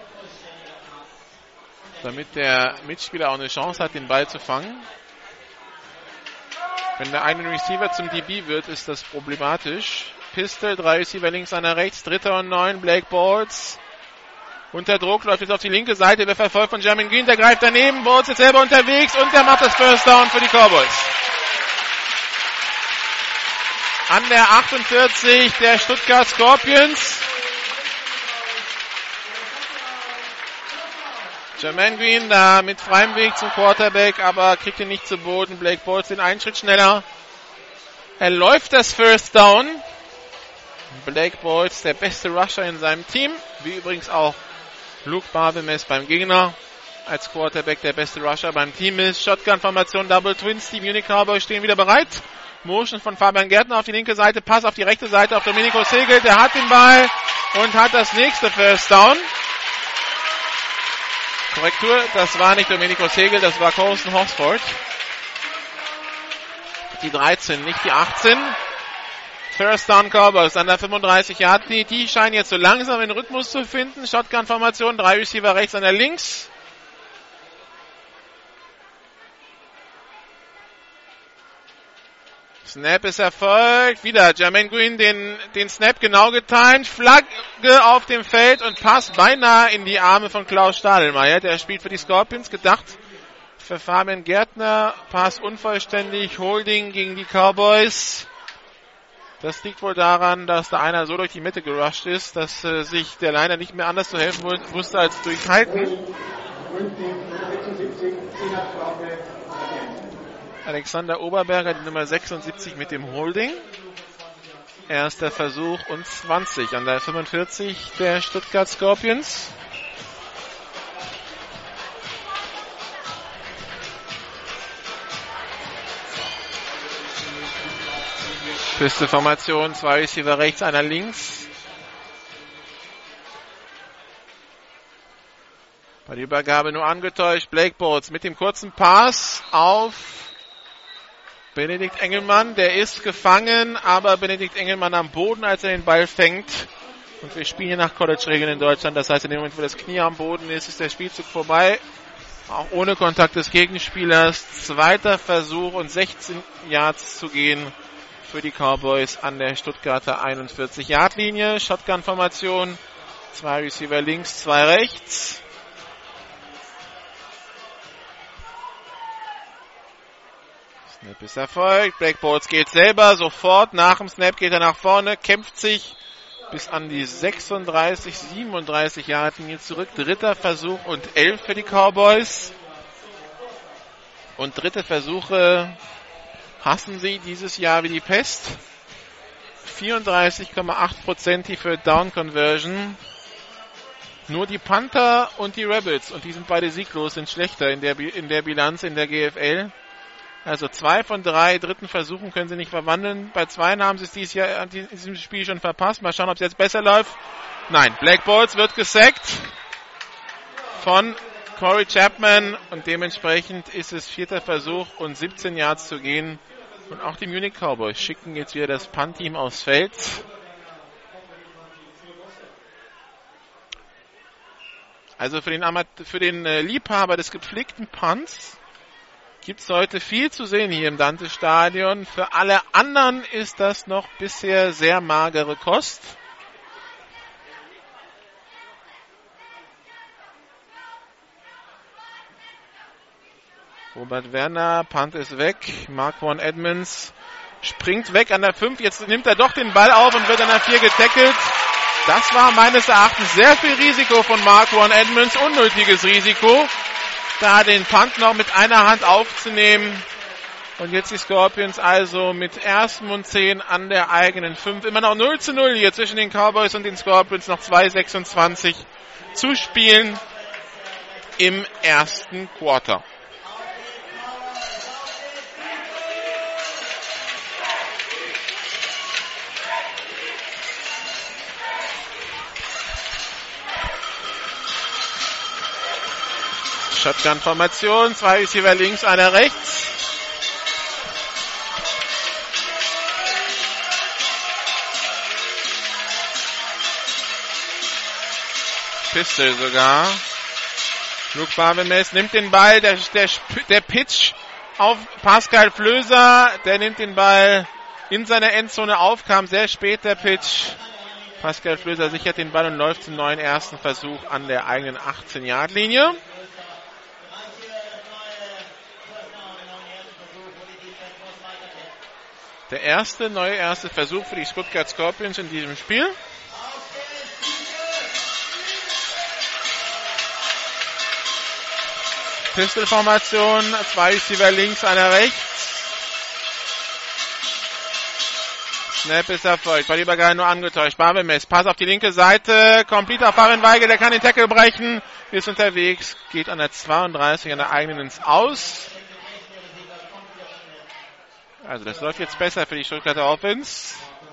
damit der Mitspieler auch eine Chance hat, den Ball zu fangen. Wenn der eine Receiver zum D B wird, ist das problematisch. Pistol, drei Receiver links, einer rechts, dritter und neun, Blake Bortles. Unter Druck, läuft jetzt auf die linke Seite, wird verfolgt von Jermaine Green, der greift daneben, Bortles ist selber unterwegs und der macht das First Down für die Cowboys. An der achtundvierzig der Stuttgart Scorpions. Jermaine Green da mit freiem Weg zum Quarterback, aber kriegt ihn nicht zu Boden. Blake Bortles den einen Schritt schneller. Er läuft das First Down. Blake Bortles, der beste Rusher in seinem Team, wie übrigens auch Luke Barbemes beim Gegner. Als Quarterback der beste Rusher beim Team ist. Shotgun-Formation, Double Twins, die Munich Cowboys stehen wieder bereit. Motion von Fabian Gärtner auf die linke Seite, Pass auf die rechte Seite auf Domenico Segel, der hat den Ball und hat das nächste First Down. Korrektur, das war nicht Domenico Segel, das war Colson Horsford. Die dreizehn, nicht die achtzehn. First Down Cowboys an der fünfunddreißig Yard Linie, die scheinen jetzt so langsam den Rhythmus zu finden. Shotgun-Formation, drei Receiver rechts, einer links. Snap ist erfolgt. Wieder Jermaine Green den, den Snap genau getimt. Flagge auf dem Feld und Pass beinahe in die Arme von Klaus Stadelmeier. Der spielt für die Scorpions. Gedacht für Fabian Gärtner. Pass unvollständig. Holding gegen die Cowboys. Das liegt wohl daran, dass da einer so durch die Mitte gerusht ist, dass äh, sich der Liner nicht mehr anders zu helfen wusste als durch Halten. Alexander Oberberger, die Nummer sechsundsiebzig mit dem Holding. Erster Versuch und zwanzig an der fünfundvierzig der Stuttgart Scorpions. Piste-Formation, zwei Receiver rechts, einer links. Bei der Übergabe nur angetäuscht. Blake Bortles mit dem kurzen Pass auf Benedikt Engelmann, der ist gefangen, aber Benedikt Engelmann am Boden, als er den Ball fängt. Und wir spielen hier nach College-Regeln in Deutschland. Das heißt, in dem Moment, wo das Knie am Boden ist, ist der Spielzug vorbei. Auch ohne Kontakt des Gegenspielers. Zweiter Versuch und sechzehn Yards zu gehen für die Cowboys an der Stuttgarter einundvierzig Yard Linie. Shotgun-Formation. Zwei Receiver links, zwei rechts. Snap ist erfolgt. Blake Bortles geht selber sofort. Nach dem Snap geht er nach vorne, kämpft sich bis an die sechsunddreißig, siebenunddreißig Yard Linie zurück. Dritter Versuch und elf für die Cowboys. Und dritte Versuche hassen sie dieses Jahr wie die Pest. vierunddreißig Komma acht Prozent die Third Down Conversion. Nur die Panther und die Rebels, und die sind beide sieglos, sind schlechter in der, in der Bilanz in der G F L. Also zwei von drei dritten Versuchen können sie nicht verwandeln. Bei zweien haben sie es dieses Jahr in diesem Spiel schon verpasst. Mal schauen, ob es jetzt besser läuft. Nein, Black Balls wird gesackt von Corey Chapman und dementsprechend ist es vierter Versuch und siebzehn Yards zu gehen. Und auch die Munich Cowboys schicken jetzt wieder das Punt-Team aufs Feld. Also für den, Amat- für den äh, Liebhaber des gepflegten Punts gibt es heute viel zu sehen hier im Dante-Stadion. Für alle anderen ist das noch bisher sehr magere Kost. Robert Werner, Punt ist weg. Marquand Edmonds springt weg an der fünf. Jetzt nimmt er doch den Ball auf und wird an der vier getackelt. Das war meines Erachtens sehr viel Risiko von Marquand Edmonds. Unnötiges Risiko, da den Punt noch mit einer Hand aufzunehmen. Und jetzt die Scorpions also mit ersten und zehn an der eigenen fünf. Immer noch null zu null hier zwischen den Cowboys und den Scorpions. Noch zwei sechsundzwanzig zu spielen im ersten Quarter. Shotgun-Formation, zwei Receiver links, einer rechts. Pistol sogar. Luke Barbemes nimmt den Ball, der, der, der Pitch auf Pascal Flöser, der nimmt den Ball in seiner Endzone auf, kam sehr spät der Pitch. Pascal Flöser sichert den Ball und läuft zum neuen ersten Versuch an der eigenen achtzehn-Yard-Linie. Der erste, neue erste Versuch für die Stuttgart Scorpions in diesem Spiel. Pistol-Formation, zwei Receiver links, einer rechts. Snap ist erfolgt, Ballübergabe nur angetäuscht. Barbemes, Pass auf die linke Seite, komplett auf Farin Weigel, der kann den Tackle brechen. Ist unterwegs, geht an der zweiunddreißig an der eigenen ins Aus. Also das läuft jetzt besser für die Stuttgarter Offense.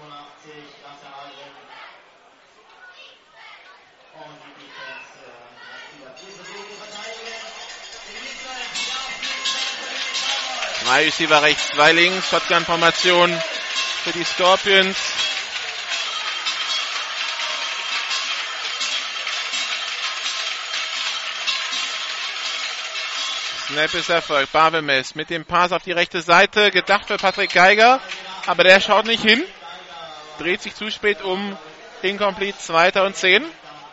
Zwei Receiver rechts, zwei links, Shotgun-Formation für die Scorpions. Snap ist erfolgt. Barbemes mit dem Pass auf die rechte Seite. Gedacht für Patrick Geiger. Aber der schaut nicht hin. Dreht sich zu spät um. Incomplete. Zweiter und zehn.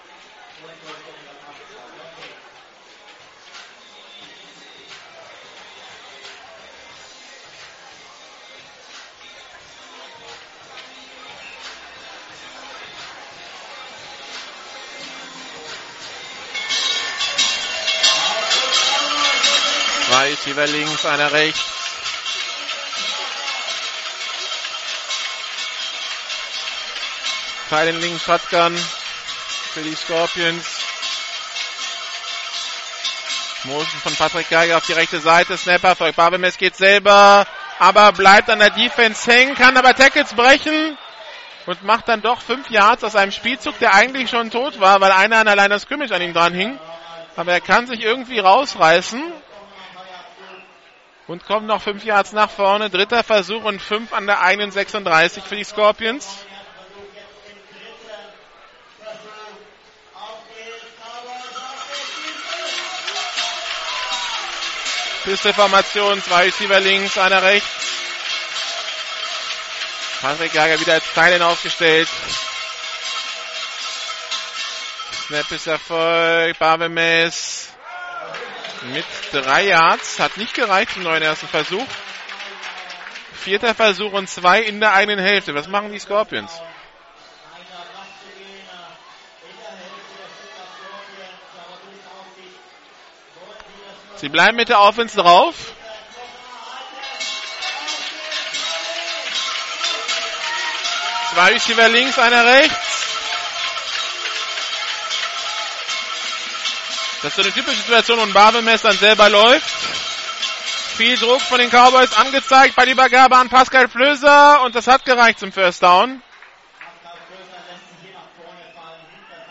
Zwei Receiver links, einer rechts. Teilen links Shotgun für die Scorpions. Motion von Patrick Geiger auf die rechte Seite. Snapper folgt. Barbemes geht selber, aber bleibt an der Defense hängen, kann aber Tackles brechen und macht dann doch fünf Yards aus einem Spielzug, der eigentlich schon tot war, weil einer an der Line of Scrimmage an ihm dran hing. Aber er kann sich irgendwie rausreißen. Und kommt noch fünf Yards nach vorne. Dritter Versuch und fünf an der eigenen sechsunddreißig für die Scorpions. Pistol-Formation, zwei Receiver links, einer rechts. Patrick Geiger wieder als Teilen aufgestellt. Snap ist erfolgt. Barbemes mit drei Yards. Hat nicht gereicht zum neuen ersten Versuch. Vierter Versuch und zwei in der eigenen Hälfte. Was machen die Scorpions? Sie bleiben mit der Offense drauf. Zwei Receiver links, einer rechts. Das ist so eine typische Situation, wo ein Barbemes dann selber läuft. Viel Druck von den Cowboys angezeigt bei der Übergabe an Pascal Flöser und das hat gereicht zum First Down.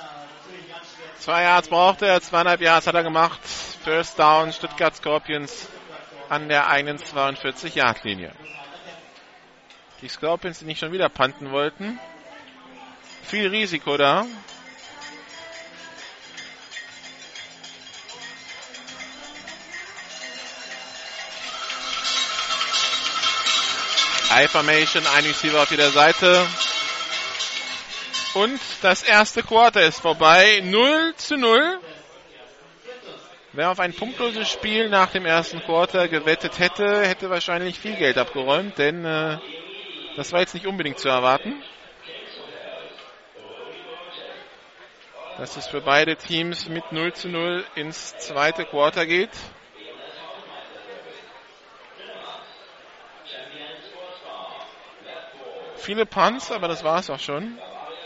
Zwei Yards brauchte er, zweieinhalb Yards hat er gemacht. First Down, Stuttgart Scorpions an der eigenen zweiundvierzig-Yard-Linie. Die Scorpions, die nicht schon wieder punten wollten. Viel Risiko da. I-Formation, ein Receiver auf jeder Seite. Und das erste Quarter ist vorbei. null zu null. Wer auf ein punktloses Spiel nach dem ersten Quarter gewettet hätte, hätte wahrscheinlich viel Geld abgeräumt, denn äh, das war jetzt nicht unbedingt zu erwarten. Dass es für beide Teams mit null zu null ins zweite Quarter geht. Viele Punts, aber das war es auch schon.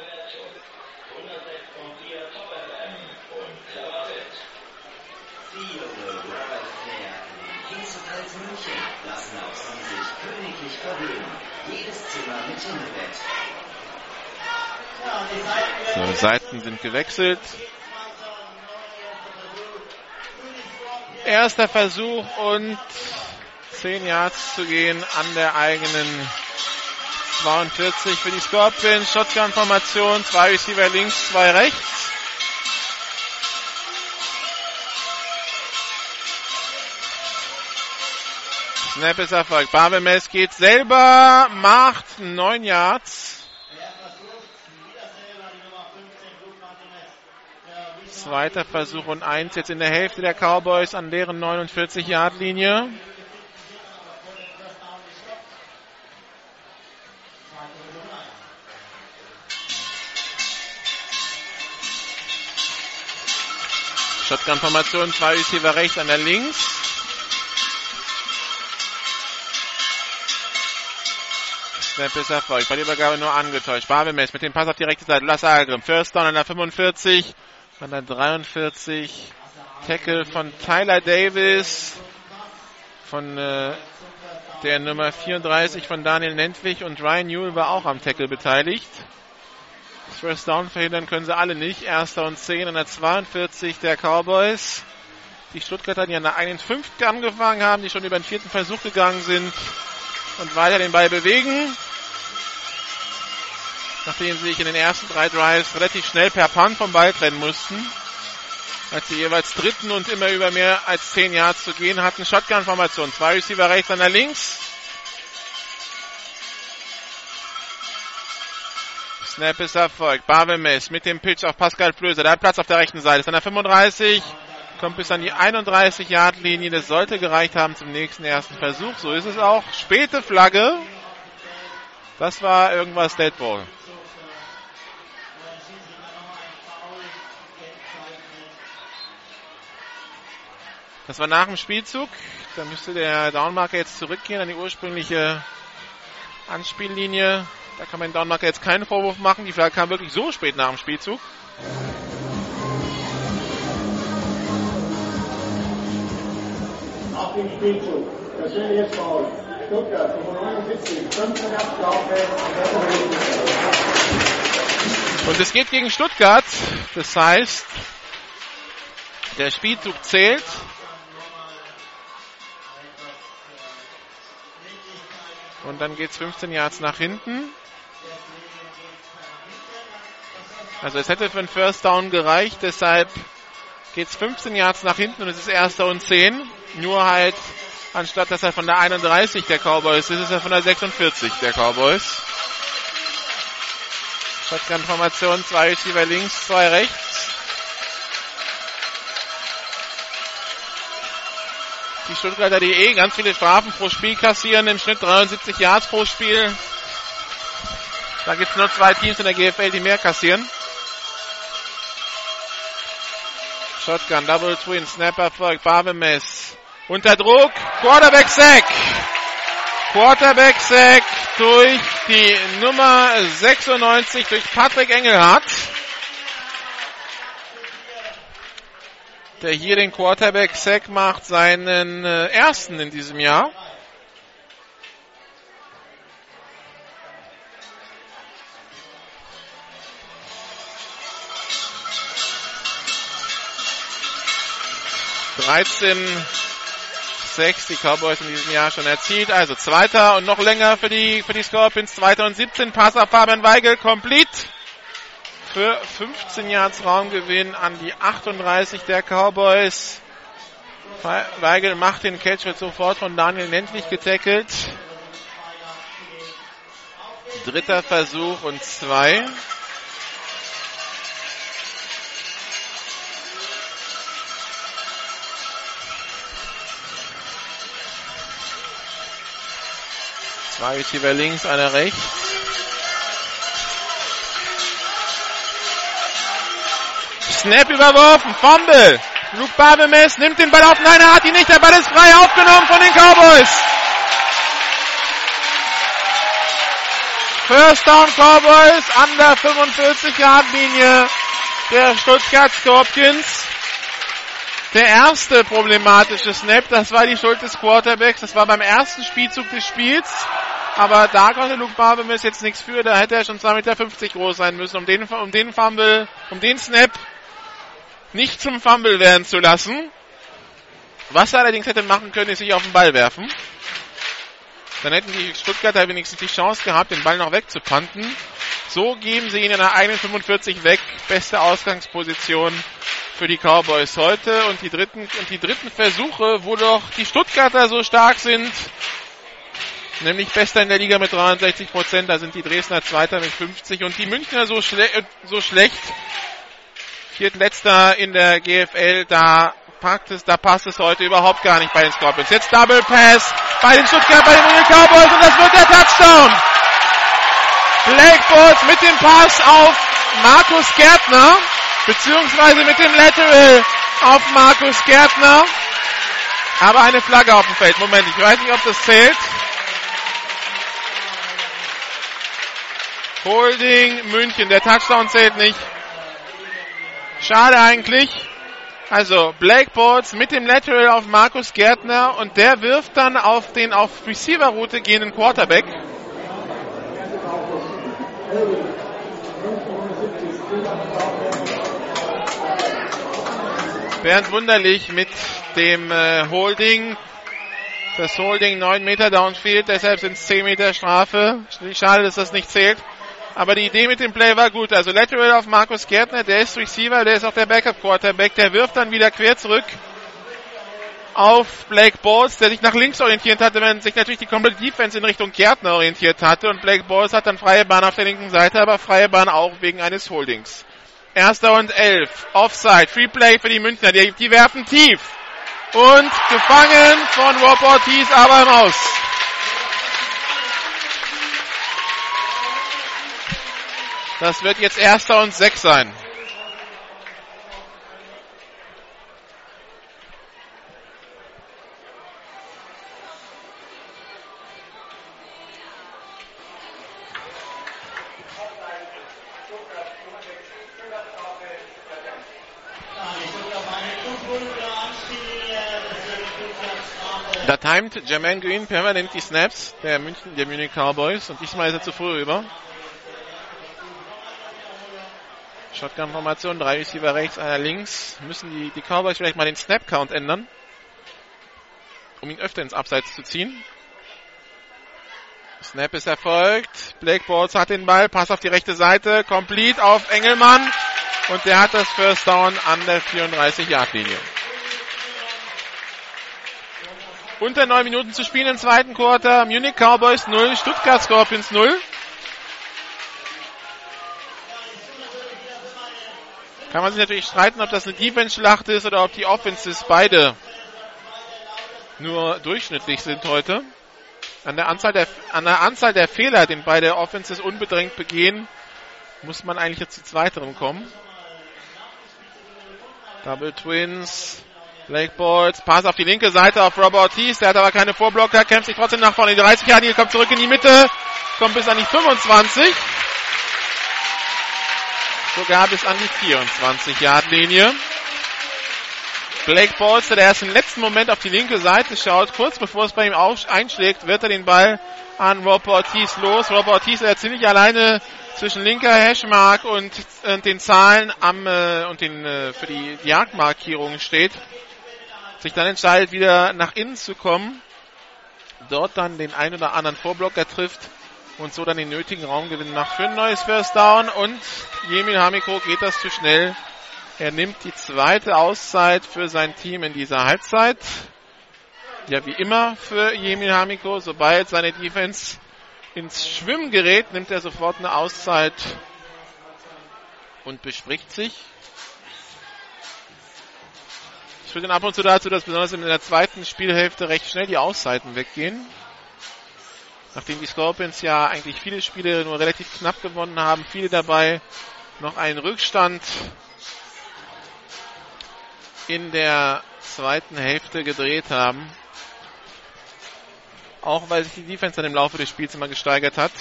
So, Seiten sind gewechselt. Erster Versuch und zehn Yards zu gehen an der eigenen zweiundvierzig für die Scorpions. Shotgun-Formation, zwei Receiver links, zwei rechts. Snap ist erfolgt. Barbemes geht selber, macht neun Yards. Zweiter Versuch und eins jetzt in der Hälfte der Cowboys an deren neunundvierzig-Yard-Linie. Shotgun-Formation, zwei Receiver rechts, einer links. Snap ist erfolgt. Bei der Übergabe nur angetäuscht. Barbemes mit dem Pass auf die rechte Seite. Lasse Agrim. First Down an der fünfundvierzig. An der dreiundvierzig. Tackle von Tyler Davis. Von äh, der Nummer vierunddreißig von Daniel Nentwich. Und Ryan Newell war auch am Tackle beteiligt. Das First Down verhindern können sie alle nicht. Erster und zehn an der zweiundvierzig der Cowboys. Die Stuttgarter, die an der eigenen fünften angefangen haben, die schon über den vierten Versuch gegangen sind und weiter den Ball bewegen. Nachdem sie sich in den ersten drei Drives relativ schnell per Punt vom Ball trennen mussten. Als sie jeweils dritten und immer über mehr als zehn Yards zu gehen hatten. Shotgun-Formation. Zwei Receiver rechts, einer links. Snap ist erfolgt. Barbemes mit dem Pitch auf Pascal Flöser. Der hat Platz auf der rechten Seite. Ist an der fünfunddreißig. Kommt bis an die einunddreißig-Yard-Linie. Das sollte gereicht haben zum nächsten ersten Versuch. So ist es auch. Späte Flagge. Das war irgendwas Dead Ball. Das war nach dem Spielzug. Da müsste der Downmarker jetzt zurückgehen an die ursprüngliche Anspiellinie. Da kann man den Downmarker jetzt keinen Vorwurf machen. Die Flagge kam wirklich so spät nach dem Spielzug. Nach dem Spielzug. Persönliches Foul. Stuttgart fünfundneunzig, fünfhundert Strafe. Und es geht gegen Stuttgart. Das heißt, der Spielzug zählt. Und dann geht es fünfzehn Yards nach hinten. Also es hätte für einen First Down gereicht, deshalb geht es fünfzehn Yards nach hinten und es ist erster und zehn. Nur halt, anstatt dass er von der einunddreißig der Cowboys ist, ist er von der sechsundvierzig der Cowboys. Shotgun-Formation, zwei Receiver links, zwei rechts. Die Stuttgarter, die eh ganz viele Strafen pro Spiel kassieren, im Schnitt dreiundsiebzig Yards pro Spiel. Da gibt es nur zwei Teams in der G F L, die mehr kassieren. Shotgun, Double Twin, Snap Erfolg, Barbemes. Unter Druck, Quarterback Sack. Quarterback Sack durch die Nummer sechsundneunzig, durch Patrick Engelhardt, der hier den Quarterback Sack macht, seinen äh, ersten in diesem Jahr. dreizehn sechs die Cowboys in diesem Jahr schon erzielt. Also zweiter und noch länger für die, für die Scorpions. Zweiter und siebzehn. Pass auf Fabian Weigel. Complete. Für fünfzehn Yards Raumgewinn an die achtunddreißig der Cowboys. Weigel macht den Catch, wird sofort von Daniel Nentlich getackelt. Dritter Versuch und zwei. Zwei Receiver links, einer rechts. Snap überworfen, Fumble. Luke Barbemes nimmt den Ball auf. Nein, er hat ihn nicht. Der Ball ist frei aufgenommen von den Cowboys. First Down Cowboys an der fünfundvierzig Yard Linie der Stuttgart Scorpions. Der erste problematische Snap, das war die Schuld des Quarterbacks. Das war beim ersten Spielzug des Spiels. Aber da konnte Luke Barbemes jetzt nichts für. Da hätte er schon zwei Meter fünfzig groß sein müssen, um den, um den Fumble, um den Snap nicht zum Fumble werden zu lassen. Was er allerdings hätte machen können, ist sich auf den Ball werfen. Dann hätten die Stuttgarter wenigstens die Chance gehabt, den Ball noch wegzupanten. So geben sie ihn in der eigenen fünfundvierzig weg. Beste Ausgangsposition für die Cowboys heute. Und die dritten, und die dritten Versuche, wo doch die Stuttgarter so stark sind, nämlich bester in der Liga mit dreiundsechzig Prozent, da sind die Dresdner Zweiter mit fünfzig und die Münchner so, schle- so schlecht. Viertletzter in der G F L, da packt es, da passt es heute überhaupt gar nicht bei den Scorpions. Jetzt Double Pass bei den Stuttgart, bei den München Cowboys und das wird der Touchdown. Blake Bortles mit dem Pass auf Markus Gärtner, beziehungsweise mit dem Lateral auf Markus Gärtner. Aber eine Flagge auf dem Feld. Moment, ich weiß nicht, ob das zählt. Holding München, der Touchdown zählt nicht. Schade eigentlich. Also Blake Bortles mit dem Lateral auf Markus Gärtner und der wirft dann auf den auf Receiver-Route gehenden Quarterback. Bernd Wunderlich mit dem äh, Holding. Das Holding neun Meter Downfield, deshalb sind es zehn Meter Strafe. Schade, dass das nicht zählt. Aber die Idee mit dem Play war gut. Also Lateral auf Markus Gärtner, der ist Receiver, der ist auch der Backup-Quarterback. Der wirft dann wieder quer zurück auf Blake Bortles, der sich nach links orientiert hatte, wenn sich natürlich die komplette Defense in Richtung Gärtner orientiert hatte. Und Blake Bortles hat dann freie Bahn auf der linken Seite, aber freie Bahn auch wegen eines Holdings. Erster und elf. Offside. Free Play für die Münchner. Die, die werfen tief. Und gefangen von Rob Ortiz, aber im Aus. Das wird jetzt Erster und sechs sein. Da timet Jermaine Green permanent die Snaps der München, der Munich Cowboys und diesmal ist er zu früh rüber. Shotgun-Formation, drei Receiver rechts, einer links. Müssen die, die Cowboys vielleicht mal den Snap-Count ändern, um ihn öfter ins Abseits zu ziehen. Snap ist erfolgt. Blake Bortles hat den Ball, Pass auf die rechte Seite, complete auf Engelmann und der hat das First Down an der vierunddreißig Yard Linie. Unter neun Minuten zu spielen im zweiten Quarter. Munich Cowboys null, Stuttgart Scorpions null. Kann man sich natürlich streiten, ob das eine Defense-Schlacht ist oder ob die Offenses beide nur durchschnittlich sind heute. An der Anzahl der, an der Anzahl der Fehler, den beide Offenses unbedingt begehen, muss man eigentlich jetzt zu zweiterem kommen. Double Twins. Blake Bortles, Pass auf die linke Seite auf Robert Ortiz, der hat aber keine Vorblocker, kämpft sich trotzdem nach vorne. Die dreißig Yard Linie, kommt zurück in die Mitte, kommt bis an die fünfundzwanzig. Sogar bis an die vierundzwanzig Yard Linie. Blake Bortles, der erst im letzten Moment auf die linke Seite schaut, kurz bevor es bei ihm einschlägt, wird er den Ball an Robert Ortiz los. Robert Ortiz, der ziemlich alleine zwischen linker Hashmark und, und den Zahlen am äh, und den äh, für die Jagdmarkierungen steht. sich dann entscheidet, wieder nach innen zu kommen, dort dann den ein oder anderen Vorblocker trifft und so dann den nötigen Raumgewinn macht für ein neues First Down. Und Jemil Hamiko geht das zu schnell. Er nimmt die zweite Auszeit für sein Team in dieser Halbzeit. Ja, wie immer für Jemil Hamiko, sobald seine Defense ins Schwimmen gerät, nimmt er sofort eine Auszeit und bespricht sich. Es führt dann ab und zu dazu, dass besonders in der zweiten Spielhälfte recht schnell die Auszeiten weggehen. Nachdem die Scorpions ja eigentlich viele Spiele nur relativ knapp gewonnen haben, viele dabei noch einen Rückstand in der zweiten Hälfte gedreht haben. Auch weil sich die Defense dann im Laufe des Spiels immer gesteigert hat.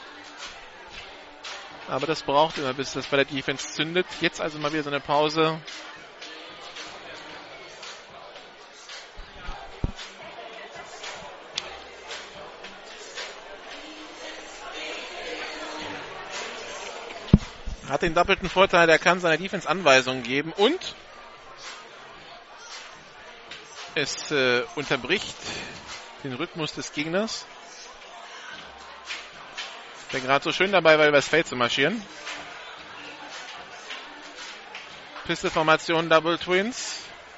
Aber das braucht immer, bis das bei der Defense zündet. Jetzt also mal wieder so eine Pause. Hat den doppelten Vorteil, er kann seiner Defense Anweisungen geben und es äh, unterbricht den Rhythmus des Gegners, der gerade so schön dabei war, übers Feld zu marschieren. Pistol-Formation Double Twins.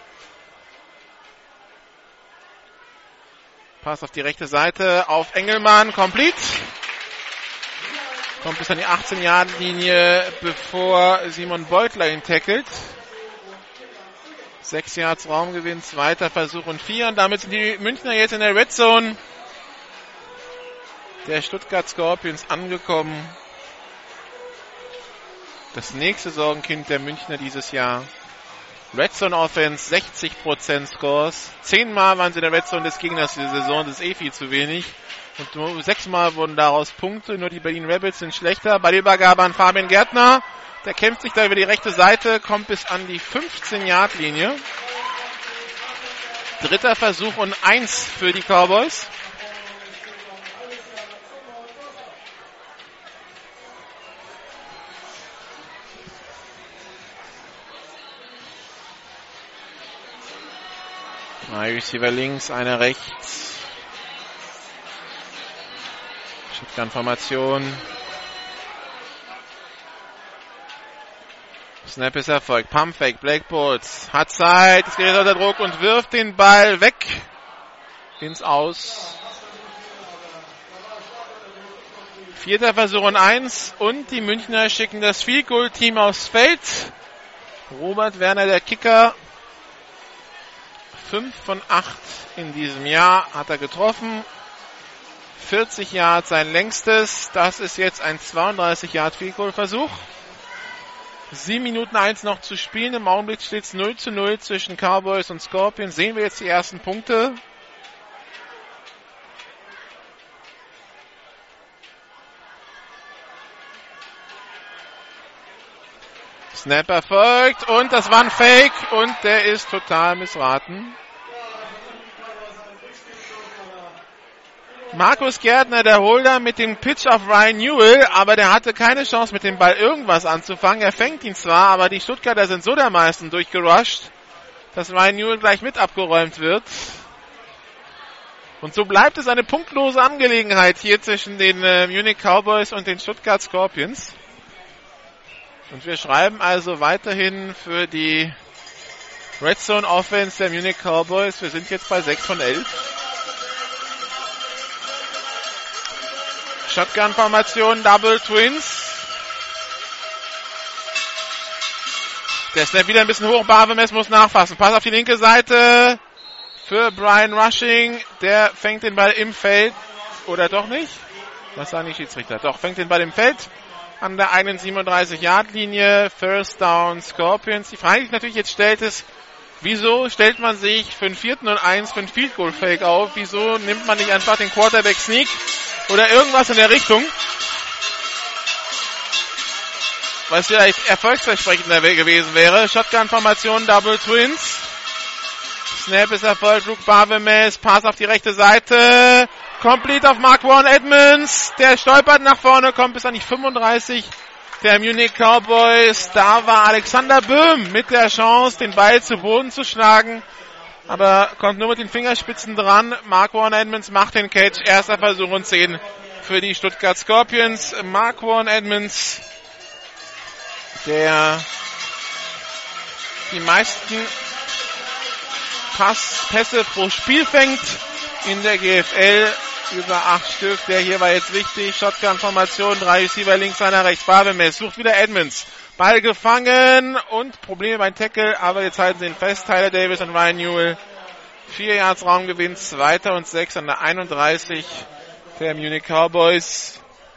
Pass auf die rechte Seite auf Engelmann, complete. Kommt bis an die achtzehn-Yard-Linie, bevor Simon Beutler ihn tackelt. Sechs Yards Raumgewinn, zweiter Versuch und vier. Und damit sind die Münchner jetzt in der Red Zone der Stuttgart Scorpions angekommen. Das nächste Sorgenkind der Münchner dieses Jahr. Red Zone Offense, sechzig Prozent Scores. Zehnmal waren sie in der Red Zone des Gegners diese Saison, das ist eh viel zu wenig. Und nur sechsmal wurden daraus Punkte, nur die Berlin Rebels sind schlechter. Ballübergabe an Fabian Gärtner. Der kämpft sich da über die rechte Seite, kommt bis an die fünfzehn-Yard-Linie. Dritter Versuch und eins für die Cowboys. Drei Receiver links, einer rechts. Shotgun-Formation. Snap ist erfolgt. Pumpfake, Blake Bolts hat Zeit, es gerät unter Druck und wirft den Ball weg ins Aus. Vierter Versuch und eins und die Münchner schicken das Field Goal Team aufs Feld. Robert Werner, der Kicker. Fünf von acht in diesem Jahr hat er getroffen. vierzig Yards sein längstes. Das ist jetzt ein zweiunddreißig Yard Field Goal Versuch. sieben Minuten eins noch zu spielen. Im Augenblick steht es null zu null zwischen Cowboys und Scorpions. Sehen wir jetzt die ersten Punkte. Snap erfolgt und das war ein Fake und der ist total missraten. Markus Gärtner, der Holder mit dem Pitch auf Ryan Newell, aber der hatte keine Chance mit dem Ball irgendwas anzufangen. Er fängt ihn zwar, aber die Stuttgarter sind so dermaßen durchgerusht, dass Ryan Newell gleich mit abgeräumt wird. Und so bleibt es eine punktlose Angelegenheit hier zwischen den äh, Munich Cowboys und den Stuttgart Scorpions. Und wir schreiben also weiterhin für die Red Zone Offense der Munich Cowboys. Wir sind jetzt bei sechs von elf. Shotgun-Formation, Double Twins. Der Snap wieder ein bisschen hoch. Barvemes muss nachfassen. Pass auf die linke Seite für Brian Rushing. Der fängt den Ball im Feld. Oder doch nicht? Was sagen die Schiedsrichter? Doch, fängt den Ball im Feld. An der eigenen siebenunddreißig Yard Linie. First Down Scorpions. Die Frage, die sich natürlich jetzt stellt, ist, wieso stellt man sich für einen vierten und eins für einen Field Goal Fake auf? Wieso nimmt man nicht einfach den Quarterback Sneak? Oder irgendwas in der Richtung, was vielleicht erfolgsversprechender gewesen wäre. Shotgun-Formation, Double Twins. Snap ist erfolgt, Luke Barvemes, Pass auf die rechte Seite. Complete auf Marquan Edmonds. Der stolpert nach vorne, kommt bis an die fünfunddreißig der Munich Cowboys. Da war Alexander Böhm mit der Chance, den Ball zu Boden zu schlagen. aber kommt nur mit den Fingerspitzen dran. Marquand Edmonds macht den Catch. Erster Versuch und zehn für die Stuttgart Scorpions. Marquand Edmonds, der die meisten Pass, Pässe pro Spiel fängt in der G F L. Über acht Stück. Der hier war jetzt wichtig. Shotgun-Formation. Drei Receiver links, einer rechts. Barbemes sucht wieder Edmonds. Ball gefangen und Probleme beim Tackle, aber jetzt halten sie ihn fest. Tyler Davis und Ryan Newell. Vier Yards Raumgewinn, zweiter und sechs an der einunddreißig der Munich Cowboys.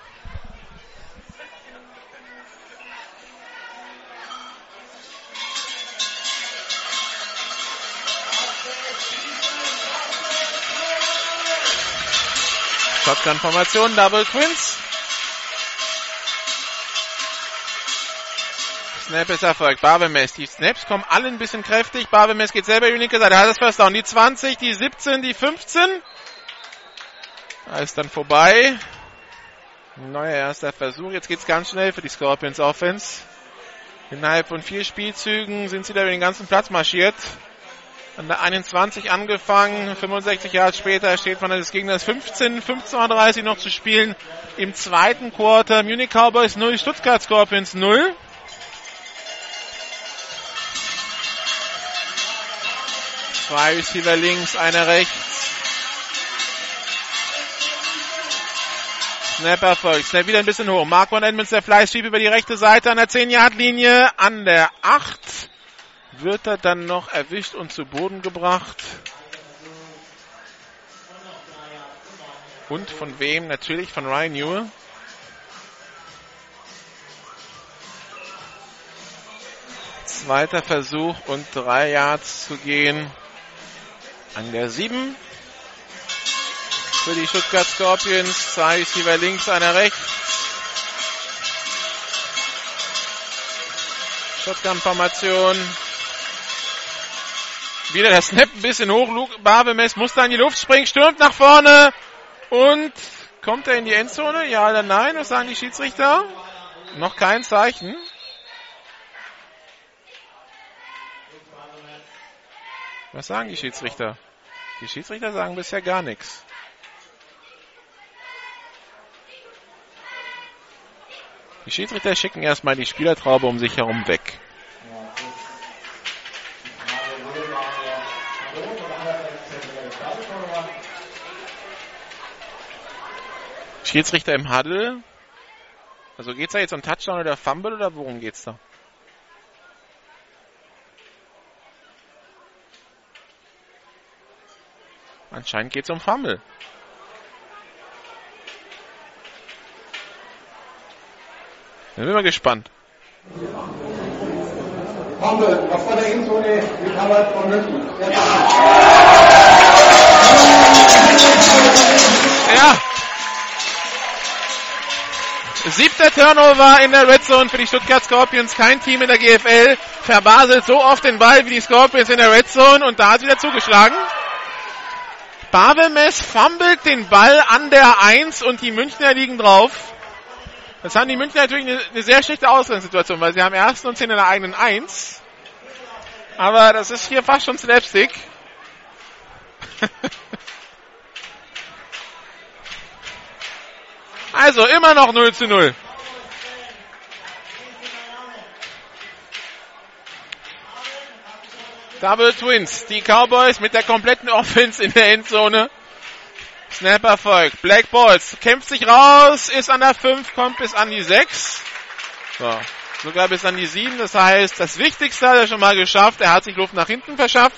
Shotgun-Formation, Double Twins. Snap ist erfolgt. Barbemes. Die Snaps kommen alle ein bisschen kräftig. Barbemes geht selber über die linke Seite. Hat das First Down. Die zwanzig, die siebzehn, die fünfzehn. Da ist dann vorbei. Neuer erster Versuch. Jetzt geht's ganz schnell für die Scorpions Offense. Innerhalb von vier Spielzügen sind sie da über den ganzen Platz marschiert. An der einundzwanzig angefangen, fünfundsechzig Jahre später steht von des Gegners fünfzehn, fünfzehn Uhr dreißig noch zu spielen im zweiten Quarter. Munich Cowboys null, Stuttgart Scorpions null. Zwei Receiver links, einer rechts. Snap erfolgt, Snap wieder ein bisschen hoch. Marquand Edmonds, der Fleißschieb über die rechte Seite an der zehn-Yard-Linie, an der acht. Wird er dann noch erwischt und zu Boden gebracht. Und von wem? Natürlich von Ryan Newell. Zweiter Versuch und drei Yards zu gehen. An der sieben. Für die Stuttgart Scorpions. Zwei Receiver links, einer rechts. Shotgun-Formation. Wieder der Snap ein bisschen hoch. Luke Barbemes muss da in die Luft springen, stürmt nach vorne und kommt er in die Endzone? Ja oder nein? Was sagen die Schiedsrichter? Noch kein Zeichen. Was sagen die Schiedsrichter? Die Schiedsrichter sagen bisher gar nichts. Die Schiedsrichter schicken erstmal die Spielertraube um sich herum weg. Schiedsrichter im Huddle. Also geht's da jetzt um Touchdown oder Fumble oder worum geht's da? Anscheinend geht's um Fumble. Dann bin ich mal gespannt. Fumble, was war der Endzone? Recovered von München. Ja. Siebter Turnover in der Red Zone für die Stuttgart Scorpions. Kein Team in der G F L verbaselt so oft den Ball wie die Scorpions in der Red Zone. Und da hat es wieder zugeschlagen. Barbemes fummelt den Ball an der eins und die Münchner liegen drauf. Das haben die Münchner natürlich eine, eine sehr schlechte Ausgangssituation, weil sie haben ersten und zehn in der eigenen eins. Aber das ist hier fast schon Slapstick. Also immer noch null zu null. Double Twins. Die Cowboys mit der kompletten Offense in der Endzone. Snap erfolgt. Black Balls kämpft sich raus, ist an der fünf, kommt bis an die sechs. So, sogar bis an die sieben. Das heißt, das Wichtigste hat er schon mal geschafft. Er hat sich Luft nach hinten verschafft.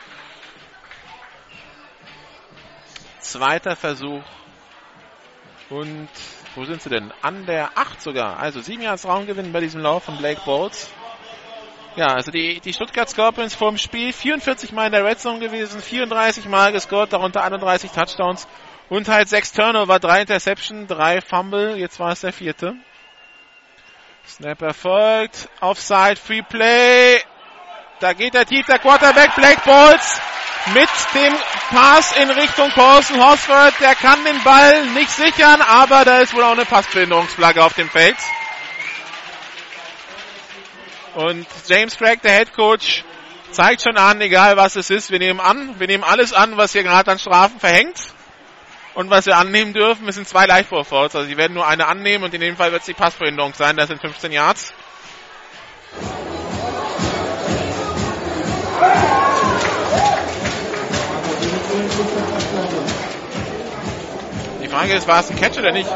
Zweiter Versuch. Und wo sind sie denn? An der acht sogar. Also sieben Yards Raumgewinn bei diesem Lauf von Blake Balls. Ja, also die, die Stuttgart Scorpions vor dem Spiel vierundvierzig Mal in der Red Zone gewesen, vierunddreißig Mal gescored, darunter einunddreißig Touchdowns und halt sechs Turnover, drei Interception, drei Fumble, jetzt war es der vierte. Snap erfolgt, Offside, Free Play, da geht der tief, der Quarterback, Blake Balls mit dem Pass in Richtung Paulson Horsford, der kann den Ball nicht sichern, aber da ist wohl auch eine Passbehinderungsflagge auf dem Feld. Und James Craig, der Head Coach, zeigt schon an, egal was es ist, wir nehmen an, wir nehmen alles an, was hier gerade an Strafen verhängt und was wir annehmen dürfen. Es sind zwei Leichtwurf-Fouls, also sie werden nur eine annehmen und in dem Fall wird es die Passverhinderung sein, das sind fünfzehn Yards. Die Frage ist, war es ein Catch oder nicht?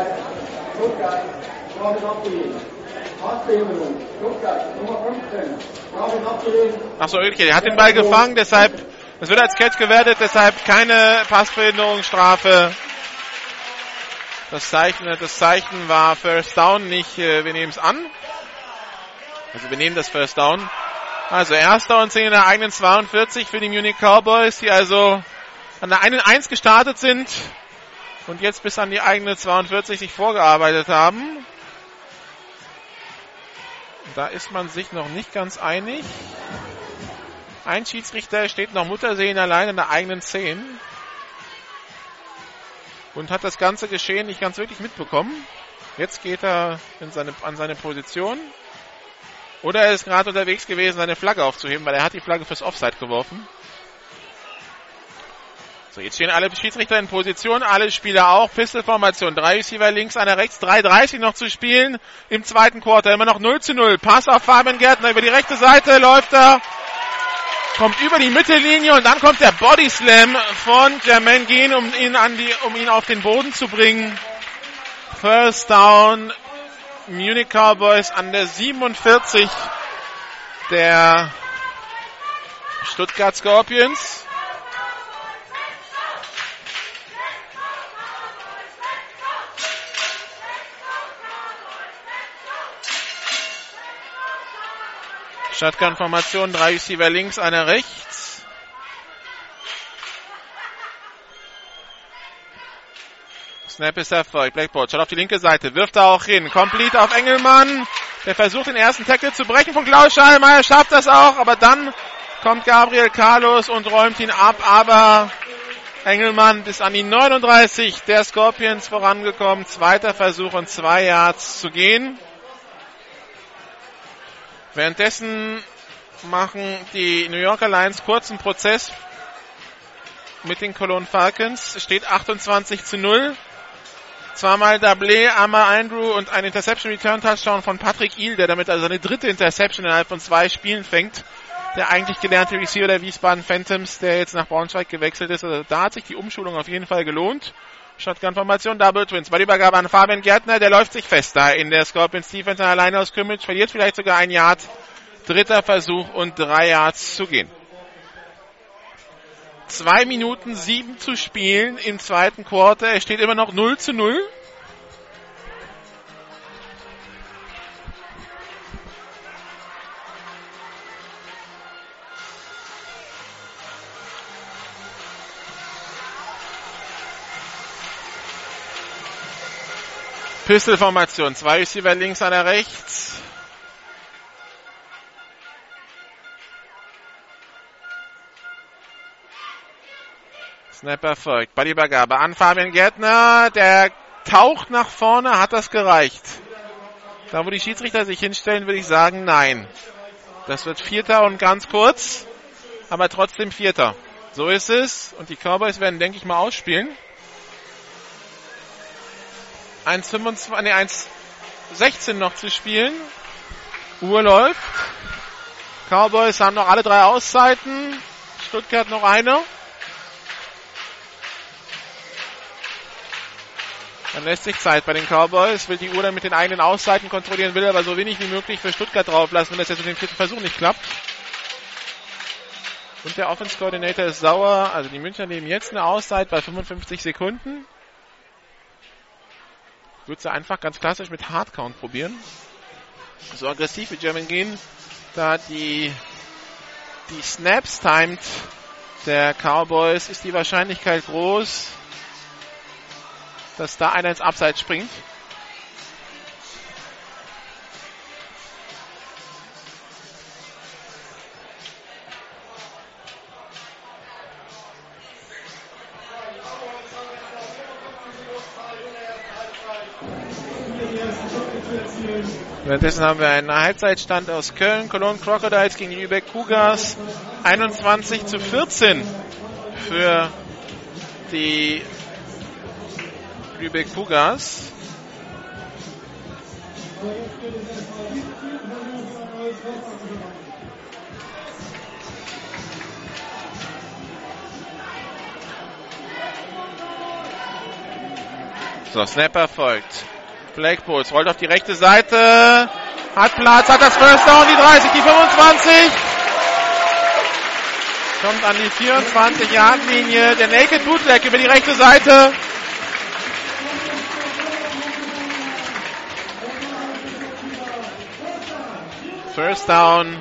Achso, okay, der hat den Ball gefangen, deshalb, es wird als Catch gewertet, deshalb keine Passverhinderungsstrafe. Das Zeichen, das Zeichen war First Down, nicht, wir nehmen es an. Also wir nehmen das First Down. Also erster und zehn in der eigenen zweiundvierzig für die Munich Cowboys, die also an der einen eins gestartet sind und jetzt bis an die eigene zweiundvierzig sich vorgearbeitet haben. Da ist man sich noch nicht ganz einig. Ein Schiedsrichter steht noch Muttersehen allein in der eigenen zehn und hat das ganze Geschehen nicht ganz wirklich mitbekommen. Jetzt geht er in seine, an seine Position. Oder er ist gerade unterwegs gewesen, seine Flagge aufzuheben, weil er hat die Flagge fürs Offside geworfen. So, jetzt stehen alle Schiedsrichter in Position, alle Spieler auch. Pistol-Formation, drei Receiver links, einer rechts, drei dreißig noch zu spielen im zweiten Quarter. Immer noch null zu null. Pass auf Fabian Gärtner über die rechte Seite, läuft er, kommt über die Mittellinie und dann kommt der Bodyslam von Jermaine Ginn, um ihn an die, um ihn auf den Boden zu bringen. First Down, Munich Cowboys an der siebenundvierzig der Stuttgart Scorpions. Shotgun-Formation, drei Receiver links, einer rechts. Snap ist erfolgt. Blackboard schaut auf die linke Seite, wirft da auch hin. Complete auf Engelmann. Der versucht den ersten Tackle zu brechen von Klaus Schallmeier, schafft das auch, aber dann kommt Gabriel Carlos und räumt ihn ab. Aber Engelmann bis an die neununddreißig der Scorpions vorangekommen. Zweiter Versuch und zwei Yards zu gehen. Währenddessen machen die New Yorker Lions kurzen Prozess mit den Cologne Falcons. Es steht achtundzwanzig zu null. Zweimal Dablé, einmal Andrew und ein Interception Return Touchdown von Patrick Ihl, der damit also seine dritte Interception innerhalb von zwei Spielen fängt. Der eigentlich gelernte Receiver der Wiesbaden Phantoms, der jetzt nach Braunschweig gewechselt ist. Also da hat sich die Umschulung auf jeden Fall gelohnt. Shotgun-Formation, Double Twins. Bei der Übergabe an Fabian Gärtner, der läuft sich fest da in der Scorpions Defense alleine aus Scrimmage, verliert vielleicht sogar ein Yard. Dritter Versuch und drei Yards zu gehen. Zwei Minuten sieben zu spielen im zweiten Quarter. Es steht immer noch null zu null. Pistol-Formation, zwei Receiver links, einer rechts. Snap erfolgt. Ballübergabe an Fabian Gärtner. Der taucht nach vorne. Hat das gereicht? Da, wo die Schiedsrichter sich hinstellen, würde ich sagen, nein. Das wird Vierter und ganz kurz. Aber trotzdem Vierter. So ist es. Und die Cowboys werden, denke ich mal, ausspielen. eins fünfundzwanzig, nee, eins sechzehn noch zu spielen. Uhr läuft. Cowboys haben noch alle drei Auszeiten. Stuttgart noch eine. Dann lässt sich Zeit bei den Cowboys. Will die Uhr dann mit den eigenen Auszeiten kontrollieren, will aber so wenig wie möglich für Stuttgart drauflassen, wenn das jetzt mit dem vierten Versuch nicht klappt. Und der Offense Coordinator ist sauer. Also die Münchner nehmen jetzt eine Auszeit bei fünfundfünfzig Sekunden. Würde sie einfach ganz klassisch mit Hardcount probieren. So aggressiv wie Jermaine Ginn da die, die Snaps timet der Cowboys, ist die Wahrscheinlichkeit groß, dass da einer ins Abseits springt. Währenddessen haben wir einen Halbzeitstand aus Köln. Cologne Crocodiles gegen die Lübeck Cougars. einundzwanzig zu vierzehn für die Lübeck Cougars. So, Snap erfolgt. Blake Bulls rollt auf die rechte Seite. Hat Platz, hat das First Down, die dreißig, die fünfundzwanzig. Kommt an die vierundzwanzig-Yard-Linie. Der Naked Bootleg über die rechte Seite. First Down.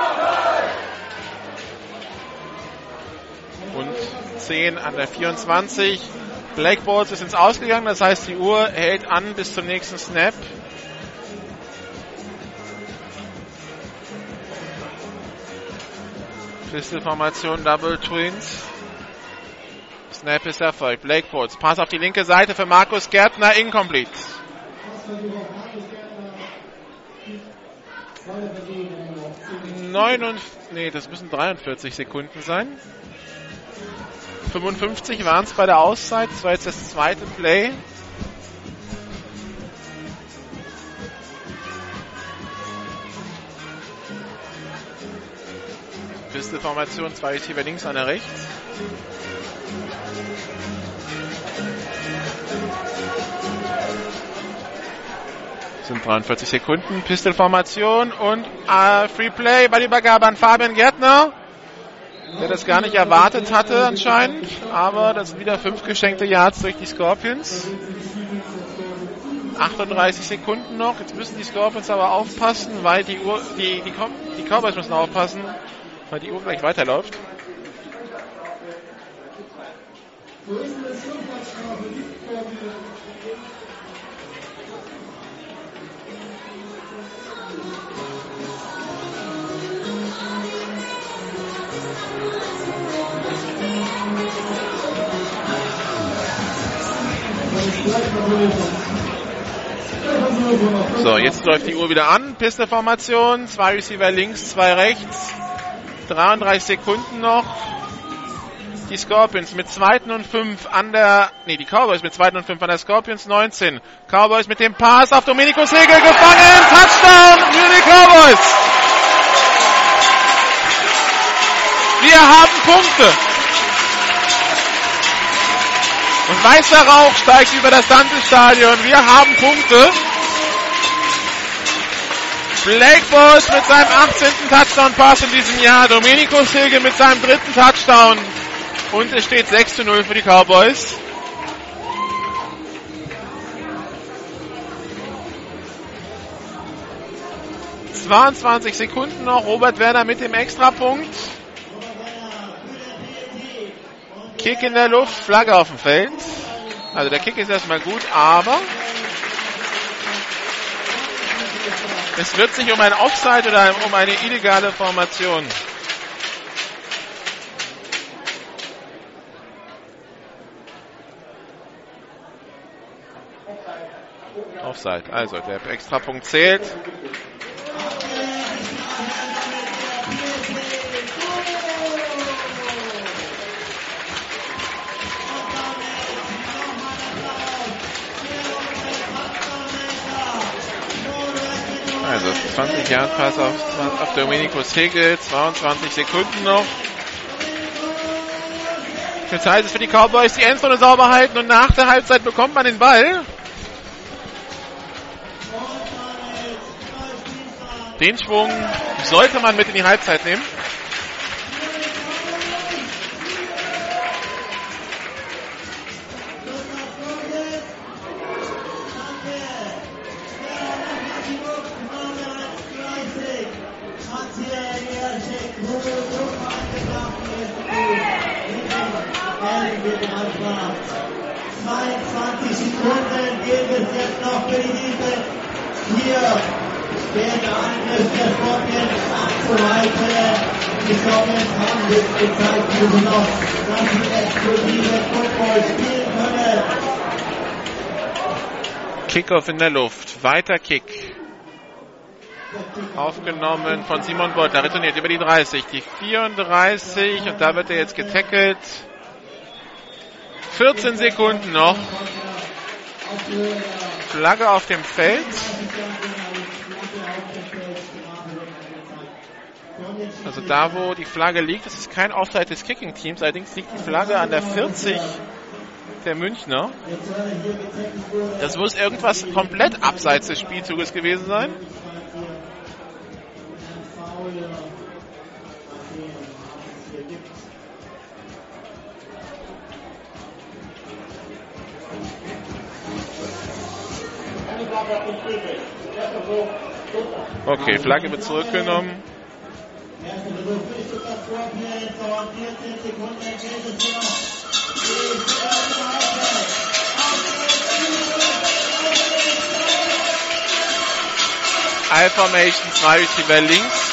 Und zehn an der vierundzwanzig. Blake Bulls ist ins Ausgegangen, das heißt, die Uhr hält an bis zum nächsten Snap. Pistol-Formation, Double Twins. Snap ist erfolgt. Blake Bulls, Pass auf die linke Seite für Markus Gärtner, incomplete. Neun und, nee, das müssen dreiundvierzig Sekunden sein. fünfundfünfzig waren es bei der Auszeit. Das war jetzt das zweite Play. Pistol-Formation, zwei Receiver links, einer rechts. Das sind dreiundvierzig Sekunden. Pistol-Formation und äh, Free Play bei der Übergabe an Fabian Gärtner, der das gar nicht erwartet hatte anscheinend, aber das sind wieder fünf geschenkte Yards durch die Scorpions. achtunddreißig Sekunden noch, jetzt müssen die Scorpions aber aufpassen, weil die Uhr, die, die, die Cowboys müssen aufpassen, weil die Uhr gleich weiterläuft. So, jetzt läuft die Uhr wieder an. Pistol-Formation, zwei Receiver links, zwei rechts. dreiunddreißig Sekunden noch. Die Scorpions mit zweiten und fünf an der, nee, die Cowboys mit zweiten und fünf an der Scorpions neunzehn. Cowboys mit dem Pass auf Domenico Segel gefangen. Touchdown für die Cowboys. Wir haben Punkte. Und weißer Rauch steigt über das Dante-Stadion. Wir haben Punkte. Blake Bulls mit seinem achtzehnten Touchdown-Pass in diesem Jahr. Domenico Segel mit seinem dritten Touchdown. Und es steht sechs zu null für die Cowboys. zweiundzwanzig Sekunden noch. Robert Werner mit dem Extrapunkt. Kick in der Luft, Flagge auf dem Feld. Also der Kick ist erstmal gut, aber es wird sich um ein Offside oder um eine illegale Formation. Offside, also der Extrapunkt zählt. Also zwanzig Yard Pass auf, auf Domenico Segel, zweiundzwanzig Sekunden noch. Jetzt heißt es für die Cowboys, die Endzone sauber halten und nach der Halbzeit bekommt man den Ball. Den Schwung sollte man mit in die Halbzeit nehmen. zweiundzwanzig Sekunden gilt es jetzt noch für die Defense. Hier steht der Angriff der Scorpions abzuhalten. Die Scorpions haben jetzt gezeigt, wie sie noch das explosive Football spielen können. Kickoff in der Luft. Weiter Kick. Aufgenommen von Simon Beutler, retourniert über die dreißig, die vierunddreißig und da wird er jetzt getackelt. vierzehn Sekunden noch. Flagge auf dem Feld. Also da, wo die Flagge liegt, das ist kein Offside des Kicking-Teams, allerdings liegt die Flagge an der vierzig der Münchner. Das muss irgendwas komplett abseits des Spielzuges gewesen sein. Okay, Flagge wird zurückgenommen. I-Formation, zwei Receiver links.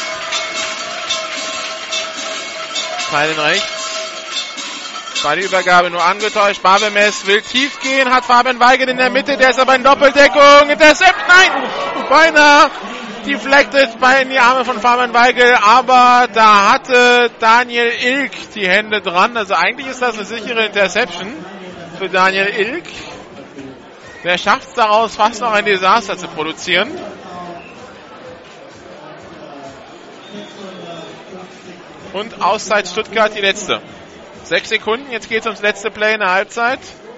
Teilen rechts. Ballübergabe nur angetäuscht. Babelmess will tief gehen, hat Fabian Weigel in der Mitte, der ist aber in Doppeldeckung. Intercept, nein, beinahe deflected bei in die Arme von Fabian Weigel, aber da hatte Daniel Ilk die Hände dran. Also eigentlich ist das eine sichere Interception für Daniel Ilk. Der schafft es daraus, fast noch ein Desaster zu produzieren. Und Auszeit Stuttgart, die letzte. Sechs Sekunden, jetzt geht es ums letzte Play in der Halbzeit.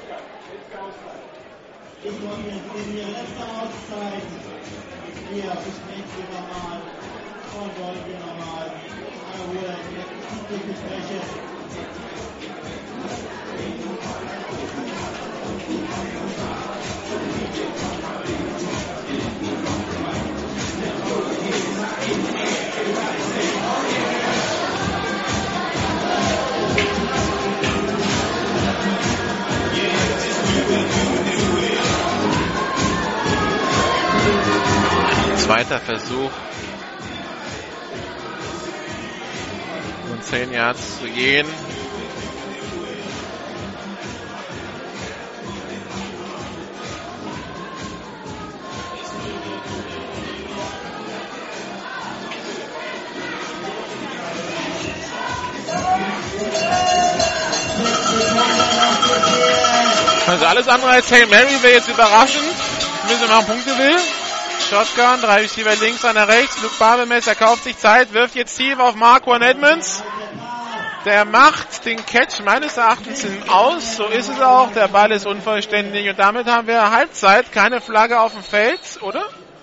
Zweiter Versuch. Und zehn Yards zu gehen. Also alles andere als Hail Mary wäre jetzt überraschend. Müssen wir machen Punkte will. Shotgun, drei Receiver links, einer rechts. Luke Babelmess, er kauft sich Zeit, wirft jetzt tief auf Marquand Edmonds. Der macht den Catch meines Erachtens aus. So ist es auch. Der Ball ist unvollständig. Und damit haben wir Halbzeit. Keine Flagge auf dem Feld, oder?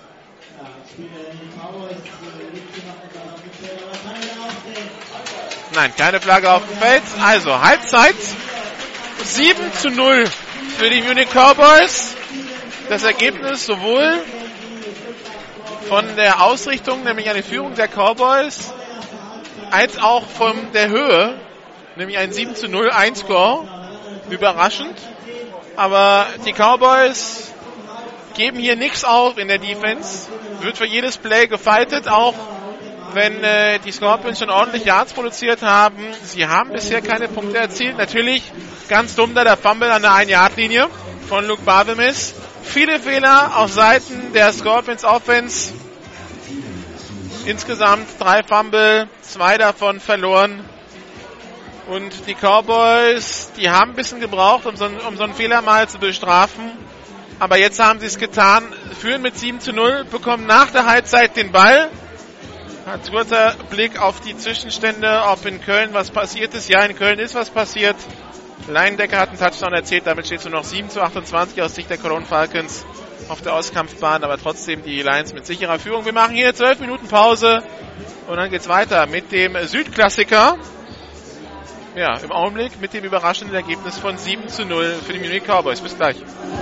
Nein, keine Flagge auf dem Feld. Also Halbzeit. sieben zu null für die Munich Cowboys. Das Ergebnis sowohl von der Ausrichtung, nämlich eine Führung der Cowboys, als auch von der Höhe, nämlich ein sieben zu null, ein Score. Überraschend. Aber die Cowboys geben hier nichts auf in der Defense. Wird für jedes Play gefightet, auch wenn äh, die Scorpions schon ordentlich Yards produziert haben. Sie haben bisher keine Punkte erzielt. Natürlich ganz dumm da der Fumble an der ein-Yard-Linie von Luke Babelmess. Viele Fehler auf Seiten der Scorpions Offense. Insgesamt drei Fumble, zwei davon verloren. Und die Cowboys, die haben ein bisschen gebraucht, um so, um so einen Fehler mal zu bestrafen. Aber jetzt haben sie es getan. Führen mit sieben zu null, bekommen nach der Halbzeit den Ball. Ein kurzer Blick auf die Zwischenstände, ob in Köln was passiert ist. Ja, in Köln ist was passiert. Leindecker hat einen Touchdown erzielt, damit steht es nur noch sieben zu achtundzwanzig aus Sicht der Cologne Falcons auf der Auskampfbahn, aber trotzdem die Lions mit sicherer Führung. Wir machen hier zwölf Minuten Pause und dann geht's weiter mit dem Südklassiker. Ja, im Augenblick mit dem überraschenden Ergebnis von sieben zu null für die Munich Cowboys. Bis gleich.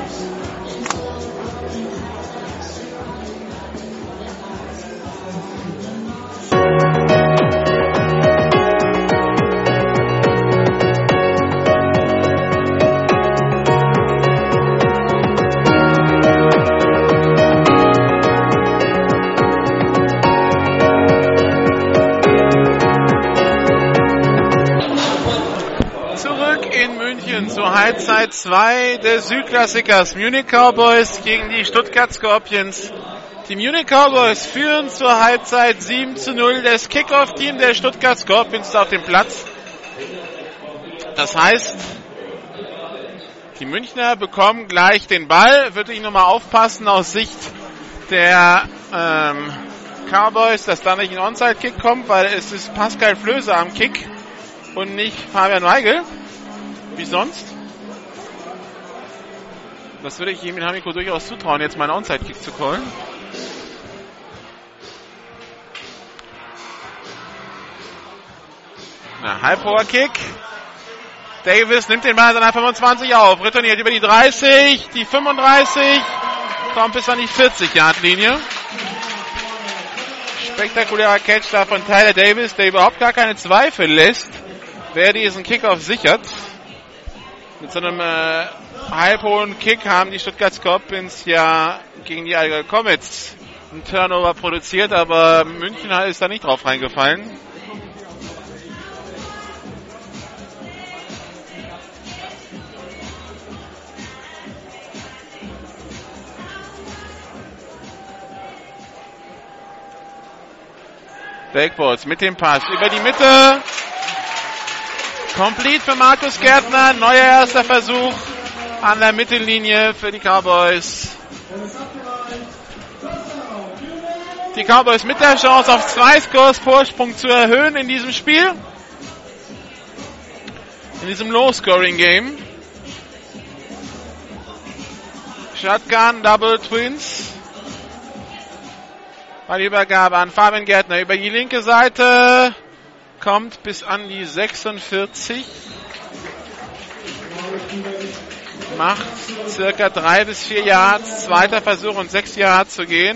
Zur Halbzeit zwei des Südklassikers. Munich Cowboys gegen die Stuttgart Scorpions. Die Munich Cowboys führen zur Halbzeit sieben zu null. Das Kickoff-Team der Stuttgart Scorpions auf dem Platz. Das heißt, die Münchner bekommen gleich den Ball. Würde ich nochmal aufpassen aus Sicht der ähm, Cowboys, dass da nicht ein Onside-Kick kommt, weil es ist Pascal Flöse am Kick und nicht Fabian Weigel. Wie sonst. Das würde ich ihm in Hamiko durchaus zutrauen, jetzt mal einen Onside-Kick zu callen. Na, halbhoher Kick. Davis nimmt den Ball an seiner fünfundzwanzig auf, retourniert über die dreißig, die fünfunddreißig, kommt bis an die vierzig-Yard-Linie. Spektakulärer Catch da von Tyler Davis, der überhaupt gar keine Zweifel lässt, wer diesen Kickoff sichert. Mit so einem äh, halbhohen Kick haben die Stuttgart Scorpions ja gegen die Allgäu Comets einen Turnover produziert, aber München ist da nicht drauf reingefallen. Blackboards mit dem Pass über die Mitte. Complete für Markus Gärtner. Neuer erster Versuch an der Mittellinie für die Cowboys. Die Cowboys mit der Chance auf zwei Scores Vorsprung zu erhöhen in diesem Spiel. In diesem Low-Scoring-Game. Shotgun, Double Twins. Die Übergabe an Fabian Gärtner über die linke Seite. Kommt bis an die sechsundvierzig. Macht circa drei bis vier Yards. Zweiter Versuch und sechs Yards zu gehen.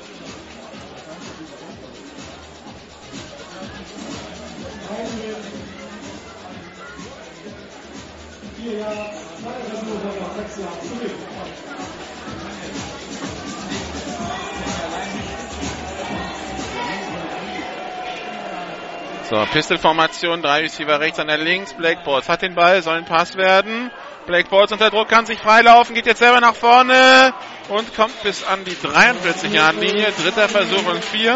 So, Pistol-Formation, drei Receiver rechts, an der links. Blake Bortz hat den Ball, soll ein Pass werden. Blake Bortz unter Druck, kann sich freilaufen, geht jetzt selber nach vorne und kommt bis an die dreiundvierzig-Yard-Linie. Dritter Versuch und vier.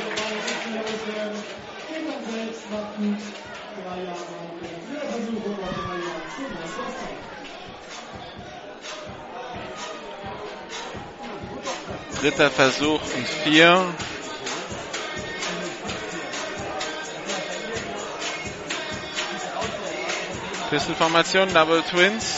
Dritter Versuch und vier. Pistol-Formation, Double Twins.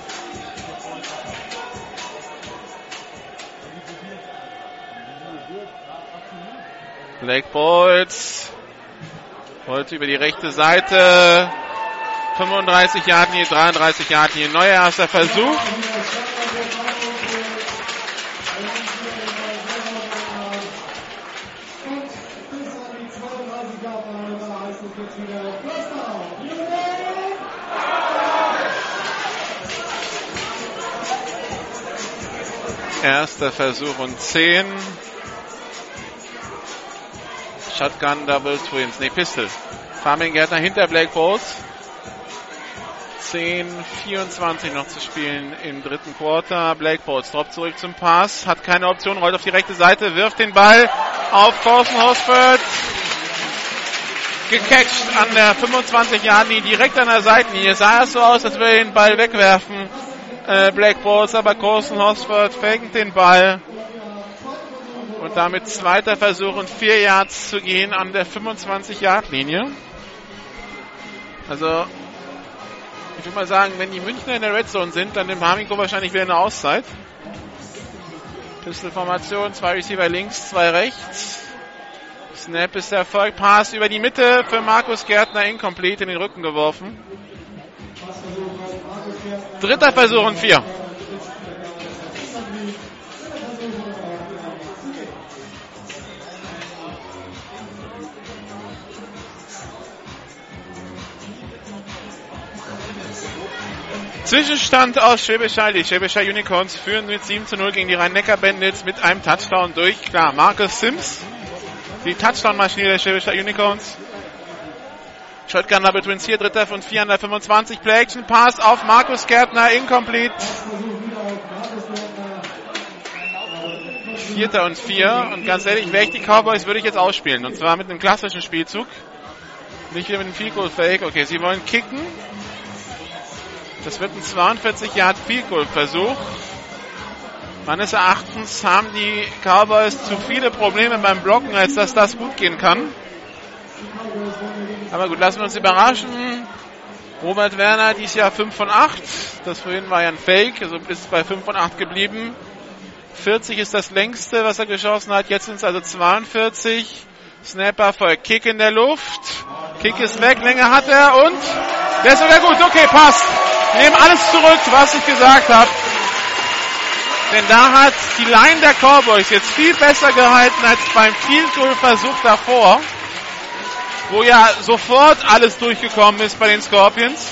Blake Bortz wollte über die rechte Seite. fünfunddreißig Yard Linie, dreiunddreißig Yard Linie. Neuer erster Versuch. Erster Versuch und zehn. Shotgun, Double Twins. Ne, Pistol. Fabian Gärtner hinter Blake Bortz. zehn vierundzwanzig noch zu spielen im dritten Quarter. Blake Bortz droppt zurück zum Pass. Hat keine Option, rollt auf die rechte Seite, wirft den Ball auf Carson Hosford. Gecatcht an der fünfundzwanzig Yard Linie, direkt an der Seitenlinie. Es sah es so aus, als würde er den Ball wegwerfen. Äh, Blake Bortz, aber Carson Hosford fängt den Ball. Und damit zweiter Versuch und vier Yards zu gehen an der fünfundzwanzig Yard Linie. Also, ich würde mal sagen, wenn die Münchner in der Red Zone sind, dann nimmt Hamiko wahrscheinlich wieder eine Auszeit. Pistol-Formation, zwei Receiver links, zwei rechts. Snap ist erfolgt. Pass über die Mitte für Markus Gärtner, incomplete, in den Rücken geworfen. Dritter Versuch und vier. Zwischenstand aus Schwäbisch Hall. Die Schwäbisch Hall Unicorns führen mit sieben zu null gegen die Rhein-Neckar Bandits mit einem Touchdown durch. Klar, Marcus Sims, die Touchdown-Maschine der Schwäbisch Hall Unicorns. Shotgun Double Twins hier, dritter von vier an der fünfundzwanzig. Play Action Pass auf Markus Gärtner, incomplete. Vierter und vier. Und ganz ehrlich, wäre ich die Cowboys, würde ich jetzt ausspielen. Und zwar mit einem klassischen Spielzug. Nicht wieder mit einem Field Goal Fake. Okay, sie wollen kicken. Das wird ein zweiundvierzig Yard Field Goal Versuch. Meines Erachtens haben die Cowboys zu viele Probleme beim Blocken, als dass das gut gehen kann. Aber gut, lassen wir uns überraschen. Robert Werner dieses Jahr fünf von acht. Das vorhin war ja ein Fake, also ist bei fünf von acht geblieben. vierzig ist das längste, was er geschossen hat. Jetzt sind es also zweiundvierzig. Snapper für Kick in der Luft. Kick ist weg, Länge hat er und der ist sogar gut. Okay, passt. Wir nehmen alles zurück, was ich gesagt habe. Denn da hat die Line der Cowboys jetzt viel besser gehalten als beim Field Goal Versuch davor, wo ja sofort alles durchgekommen ist bei den Scorpions.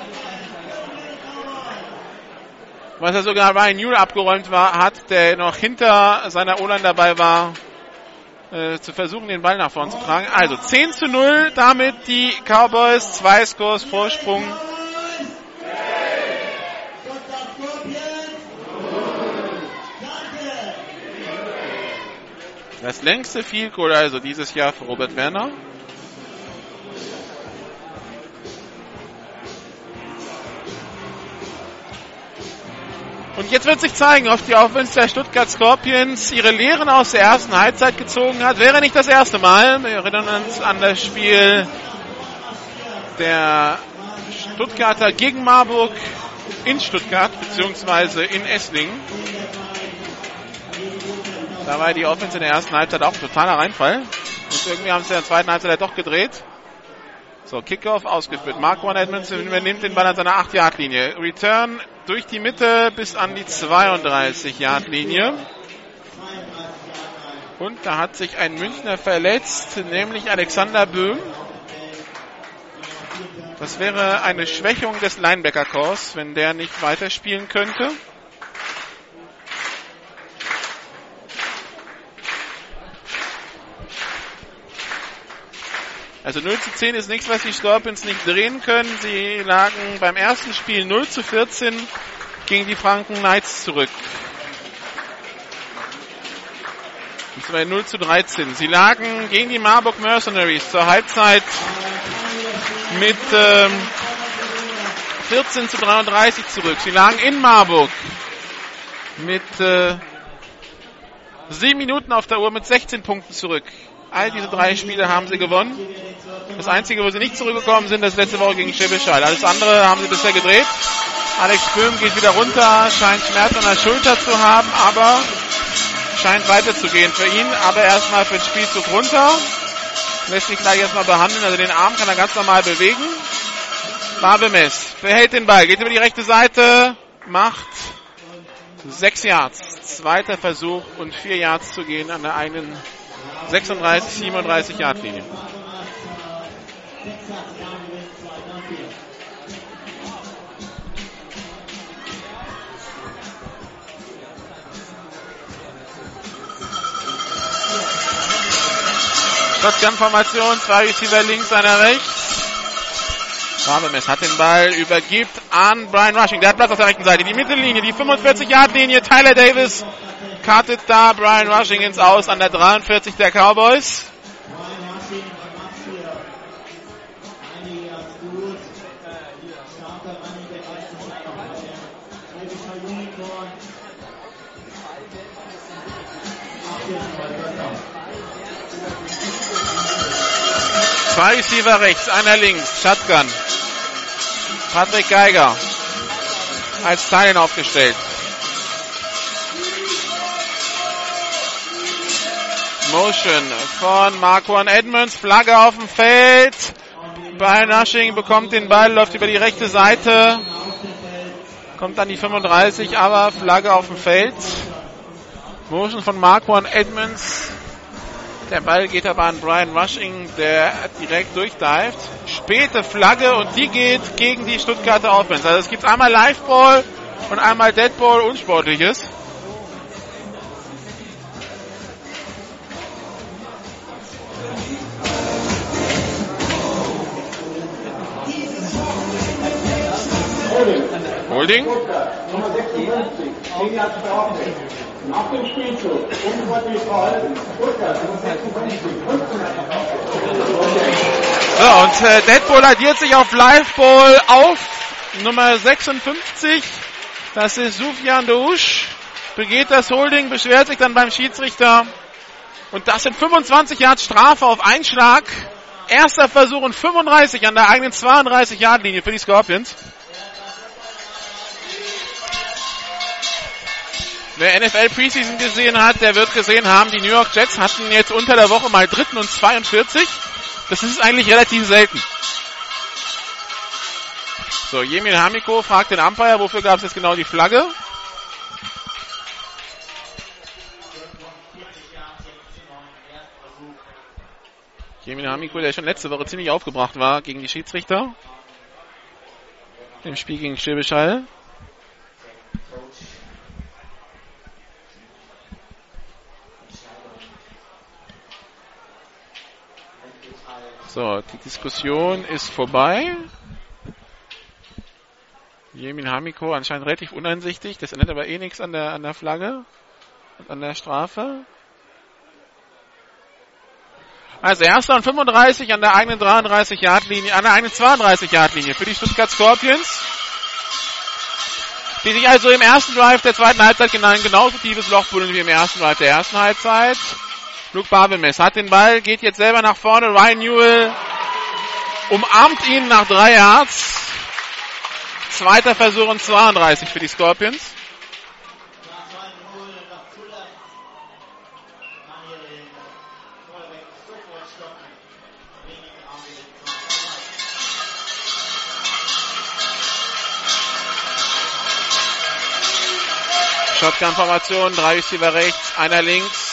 Was ja sogar Ryan Newell abgeräumt war, hat, der noch hinter seiner O-Line dabei war, äh, zu versuchen, den Ball nach vorne zu tragen. Also zehn zu null, damit die Cowboys, zwei Scores Vorsprung. Das längste Field Goal also dieses Jahr für Robert Werner. Und jetzt wird sich zeigen, ob die Offense der Stuttgart Scorpions ihre Lehren aus der ersten Halbzeit gezogen hat. Wäre nicht das erste Mal. Wir erinnern uns an das Spiel der Stuttgarter gegen Marburg in Stuttgart, beziehungsweise in Esslingen. Da war die Offense in der ersten Halbzeit auch totaler Reinfall. Und irgendwie haben sie in der zweiten Halbzeit ja doch gedreht. So, Kickoff ausgeführt. Marquand Edmonds übernimmt den Ball an seiner acht Yard Linie. Return durch die Mitte bis an die zweiunddreißig Yard Linie. Und da hat sich ein Münchner verletzt, nämlich Alexander Böhm. Das wäre eine Schwächung des Linebacker-Cores, wenn der nicht weiterspielen könnte. Also null zu zehn ist nichts, was die Scorpions nicht drehen können. Sie lagen beim ersten Spiel null zu vierzehn gegen die Franken Knights zurück. Das war null zu dreizehn. Sie lagen gegen die Marburg Mercenaries zur Halbzeit mit ähm, vierzehn zu dreiunddreißig zurück. Sie lagen in Marburg mit äh, sieben Minuten auf der Uhr mit sechzehn Punkten zurück. All diese drei Spiele haben sie gewonnen. Das Einzige, wo sie nicht zurückgekommen sind, das letzte Woche gegen Schäbischal. Alles andere haben sie bisher gedreht. Alex Böhm geht wieder runter, scheint Schmerz an der Schulter zu haben, aber scheint weiterzugehen für ihn. Aber erstmal für den Spielzug runter. Lässt sich gleich erstmal behandeln. Also den Arm kann er ganz normal bewegen. Barbemes behält den Ball, geht über die rechte Seite, macht sechs Yards. Zweiter Versuch und vier Yards zu gehen an der eigenen sechsunddreißig, siebenunddreißig Yard Linie. Shotgun-Formation, zwei Receiver links, einer rechts. Barbemes hat den Ball, übergibt an Brian Rushing. Der hat Platz auf der rechten Seite. Die Mittellinie, die fünfundvierzig Yard Linie. Tyler Davis kartet da Brian Rushing ins Aus an der dreiundvierzig der Cowboys. Zwei Receiver rechts, einer links, Shotgun. Patrick Geiger als Teilen aufgestellt. Motion von Marquand Edmonds, Flagge auf dem Feld. Brian Rushing bekommt den Ball, läuft über die rechte Seite, kommt an die fünfunddreißig, aber Flagge auf dem Feld. Motion von Marquand Edmonds. Der Ball geht aber an Brian Rushing, der direkt durchdived. Späte Flagge und die geht gegen die Stuttgarter Offense. Also es gibt einmal Live-Ball und einmal Dead-Ball, Unsportliches. Holding. Holding. Nummer sechsundfünfzig. zehn Yards Strafe. Auf dem Spielzug, unsportlich verhalten. Stuttgart fünfundsechzig, So, und äh, Deadpool addiert sich auf Liveball auf Nummer sechsundfünfzig. Das ist Sufjan Douche. Begeht das Holding, beschwert sich dann beim Schiedsrichter. Und das sind fünfundzwanzig Yards Strafe auf Einschlag. Erster Versuch und fünfunddreißig an der eigenen zweiunddreißig Yard Linie für die Scorpions. Wer N F L Preseason gesehen hat, der wird gesehen haben, die New York Jets hatten jetzt unter der Woche mal dritten und zweiundvierzig. Das ist eigentlich relativ selten. So, Jemin Hamiko fragt den Umpire, wofür gab es jetzt genau die Flagge? Jemin Hamiko, der schon letzte Woche ziemlich aufgebracht war gegen die Schiedsrichter. Im Spiel gegen Schwäbisch Hall. So, die Diskussion ist vorbei. Jemin Hamiko anscheinend relativ uneinsichtig. Das ändert aber eh nichts an der, an der Flagge und an der Strafe. Also erster und fünfunddreißig an der eigenen dreiunddreißig Yard Linie, an der eigenen zweiunddreißig Yard Linie für die Stuttgart Scorpions. Die sich also im ersten Drive der zweiten Halbzeit genauso tiefes Loch buddeln wie im ersten Drive der ersten Halbzeit. Luke Barbemes hat den Ball, geht jetzt selber nach vorne. Ryan Newell umarmt ihn nach drei Yards. Zweiter Versuch und zweiunddreißig für die Scorpions. Shotgun-Formation, drei Receiver rechts, einer links.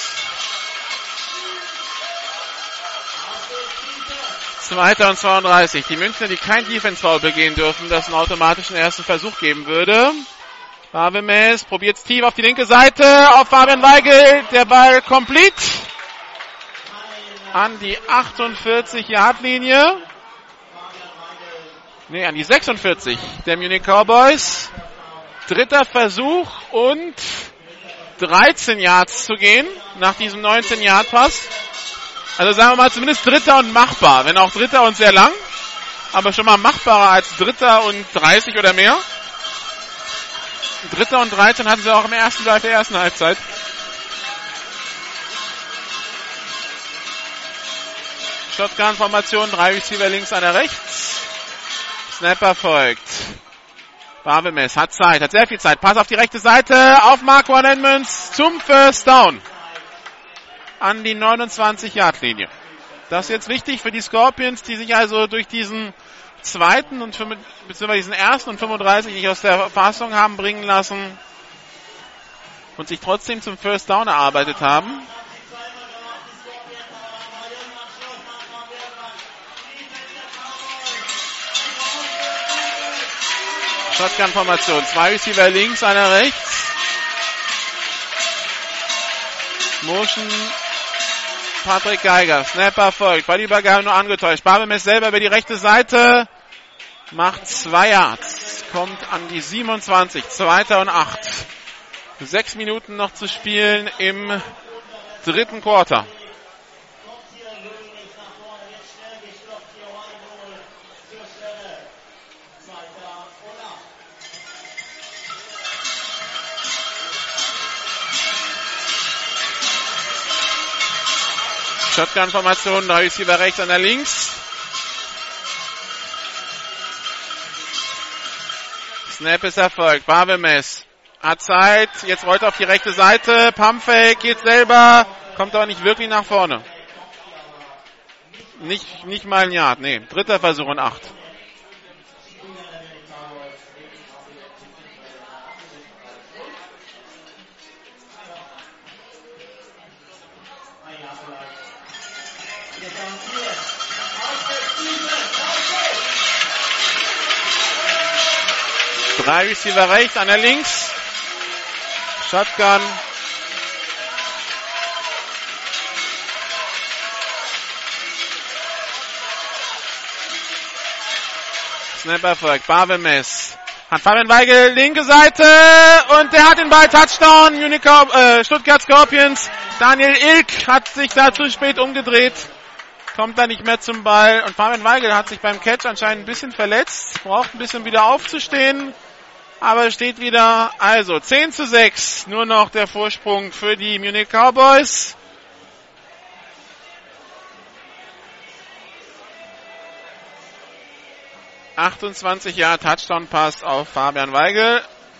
Zweiter und zweiunddreißig. Die Münchner, die kein Defense-Foul begehen dürfen, das einen automatischen ersten Versuch geben würde. Barbemes probiert es tief auf die linke Seite, auf Fabian Weigel, der Ball complete. An die achtundvierzig Yard Linie. Ne, an die sechsundvierzig der Munich Cowboys. Dritter Versuch und dreizehn Yards zu gehen nach diesem neunzehn Yard Pass. Also sagen wir mal zumindest Dritter und machbar, wenn auch Dritter und sehr lang, aber schon mal machbarer als Dritter und dreißig oder mehr. Dritter und dreizehn hatten sie auch im ersten Drive der ersten Halbzeit. Shotgun-Formation, drei Receiver links, einer rechts. Snapper folgt. Barbemes hat Zeit, hat sehr viel Zeit. Pass auf die rechte Seite, auf Marquand Edmonds zum First Down. An die neunundzwanzig Yard Linie. Das ist jetzt wichtig für die Scorpions, die sich also durch diesen zweiten und beziehungsweise diesen ersten und fünfunddreißig nicht aus der Fassung haben bringen lassen und sich trotzdem zum First Down erarbeitet haben. Shotgun-Formation. Zwei Receiver links, einer rechts. Motion. Patrick Geiger. Snapper folgt. Ballübergabe nur angetäuscht. Barbemes selber über die rechte Seite. Macht zwei Yards. Kommt an die siebenundzwanzig. Zweiter und acht. Sechs Minuten noch zu spielen im dritten Quarter. Shotgun-Formation, drei Receiver rechts, einer links. Snap ist erfolgt. Barbemes hat Zeit, jetzt rollt er auf die rechte Seite. Pumpfake, geht selber, kommt aber nicht wirklich nach vorne. Nicht, nicht mal ein Yard, nee. Dritter Versuch und acht. Drei Receiver rechts, einer links. Shotgun. Snapper folgt. Barbemes Hat Fabian Weigel linke Seite und der hat den Ball. Touchdown, Munich, äh, Stuttgart Scorpions. Daniel Ilk hat sich da zu spät umgedreht. Kommt da nicht mehr zum Ball. Und Fabian Weigel hat sich beim Catch anscheinend ein bisschen verletzt. Braucht ein bisschen wieder aufzustehen. Aber steht wieder. Also zehn zu sechs. Nur noch der Vorsprung für die Munich Cowboys. achtundzwanzig Jahre Touchdown-Pass auf Fabian Weigel.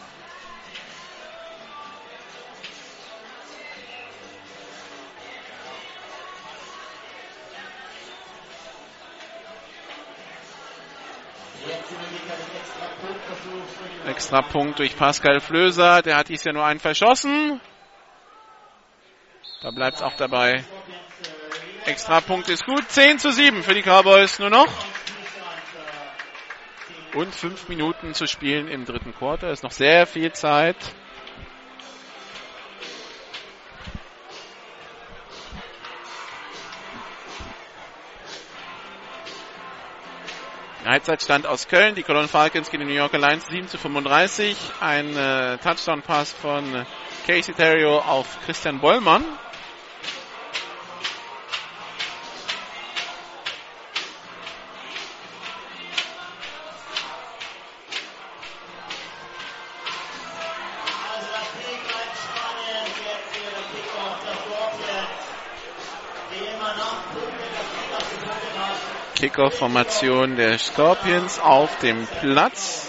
Extra Punkt durch Pascal Flöser. Der hat dies ja nur einen verschossen. Da bleibt es auch dabei. Extra Punkt ist gut. zehn zu sieben für die Cowboys nur noch. Und fünf Minuten zu spielen im dritten Quarter. Ist noch sehr viel Zeit. Halbzeitstand aus Köln. Die Cologne Falcons gegen die New York Lions sieben zu fünfunddreißig. Ein äh, Touchdown-Pass von äh, Casey Terrio auf Christian Bollmann. Kickoff-Formation der Scorpions auf dem Platz.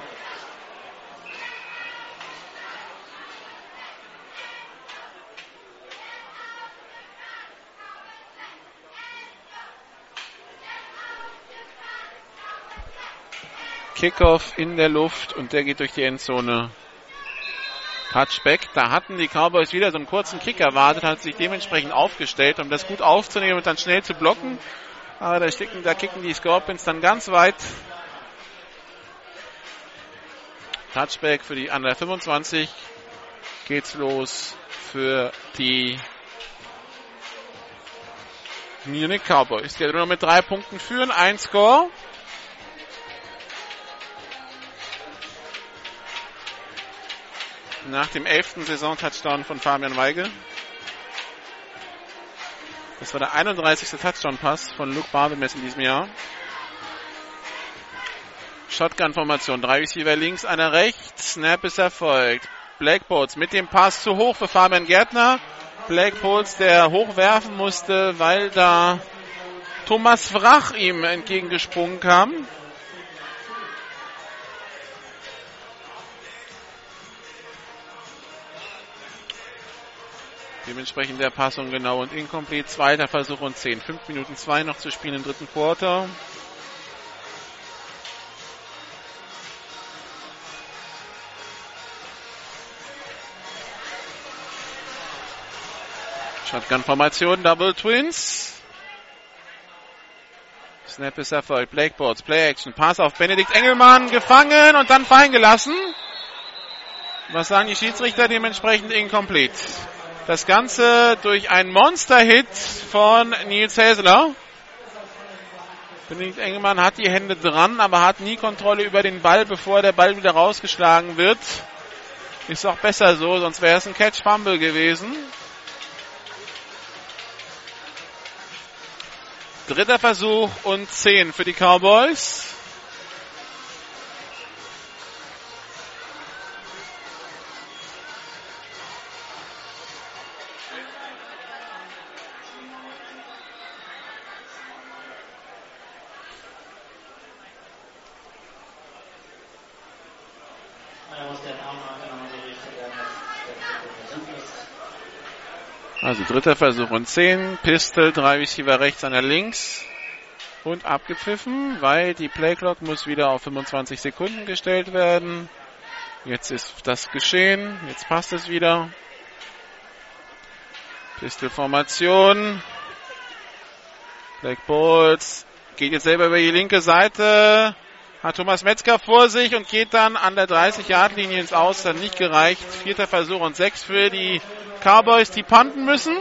Kickoff in der Luft und der geht durch die Endzone. Touchback. Da hatten die Cowboys wieder so einen kurzen Kick erwartet, hat sich dementsprechend aufgestellt, um das gut aufzunehmen und dann schnell zu blocken. Aber da, sticken, da kicken die Scorpions dann ganz weit. Touchback für die Under fünfundzwanzig. Geht's los für die Munich Cowboys. Die nur noch mit drei Punkten führen. Ein Score. Nach dem elften Saison-Touchdown von Fabian Weigel. Das war der einunddreißigste Touchdown-Pass von Luke Barbemes in diesem Jahr. Shotgun-Formation. Drei Receiver links, einer rechts. Snap ist erfolgt. Blake Bolts mit dem Pass zu hoch für Fabian Gärtner. Blake Bolts, der hochwerfen musste, weil da Thomas Wrach ihm entgegengesprungen kam. Dementsprechend der Passung genau und incomplete. Zweiter Versuch und zehn. fünf Minuten zwei noch zu spielen im dritten Quarter. Shotgun-Formation, Double Twins. Snap ist erfolgt. Blake Bolts, Play Action. Pass auf Benedikt Engelmann. Gefangen und dann fallen gelassen. Was sagen die Schiedsrichter? Dementsprechend incomplete. Das Ganze durch einen Monster-Hit von Nils Häsler. Benedikt Engelmann hat die Hände dran, aber hat nie Kontrolle über den Ball, bevor der Ball wieder rausgeschlagen wird. Ist auch besser so, sonst wäre es ein Catch-Fumble gewesen. Dritter Versuch und zehn für die Cowboys. Also dritter Versuch und zehn. Pistol, drei Receiver rechts, einer links. Und abgepfiffen, weil die Playclock muss wieder auf fünfundzwanzig Sekunden gestellt werden. Jetzt ist das geschehen. Jetzt passt es wieder. Pistol-Formation. Blake Bolts geht jetzt selber über die linke Seite. Hat Thomas Metzger vor sich und geht dann an der dreißig-Yard-Linie ins Aus. Dann nicht gereicht. Vierter Versuch und sechs für die Cowboys, die punten müssen.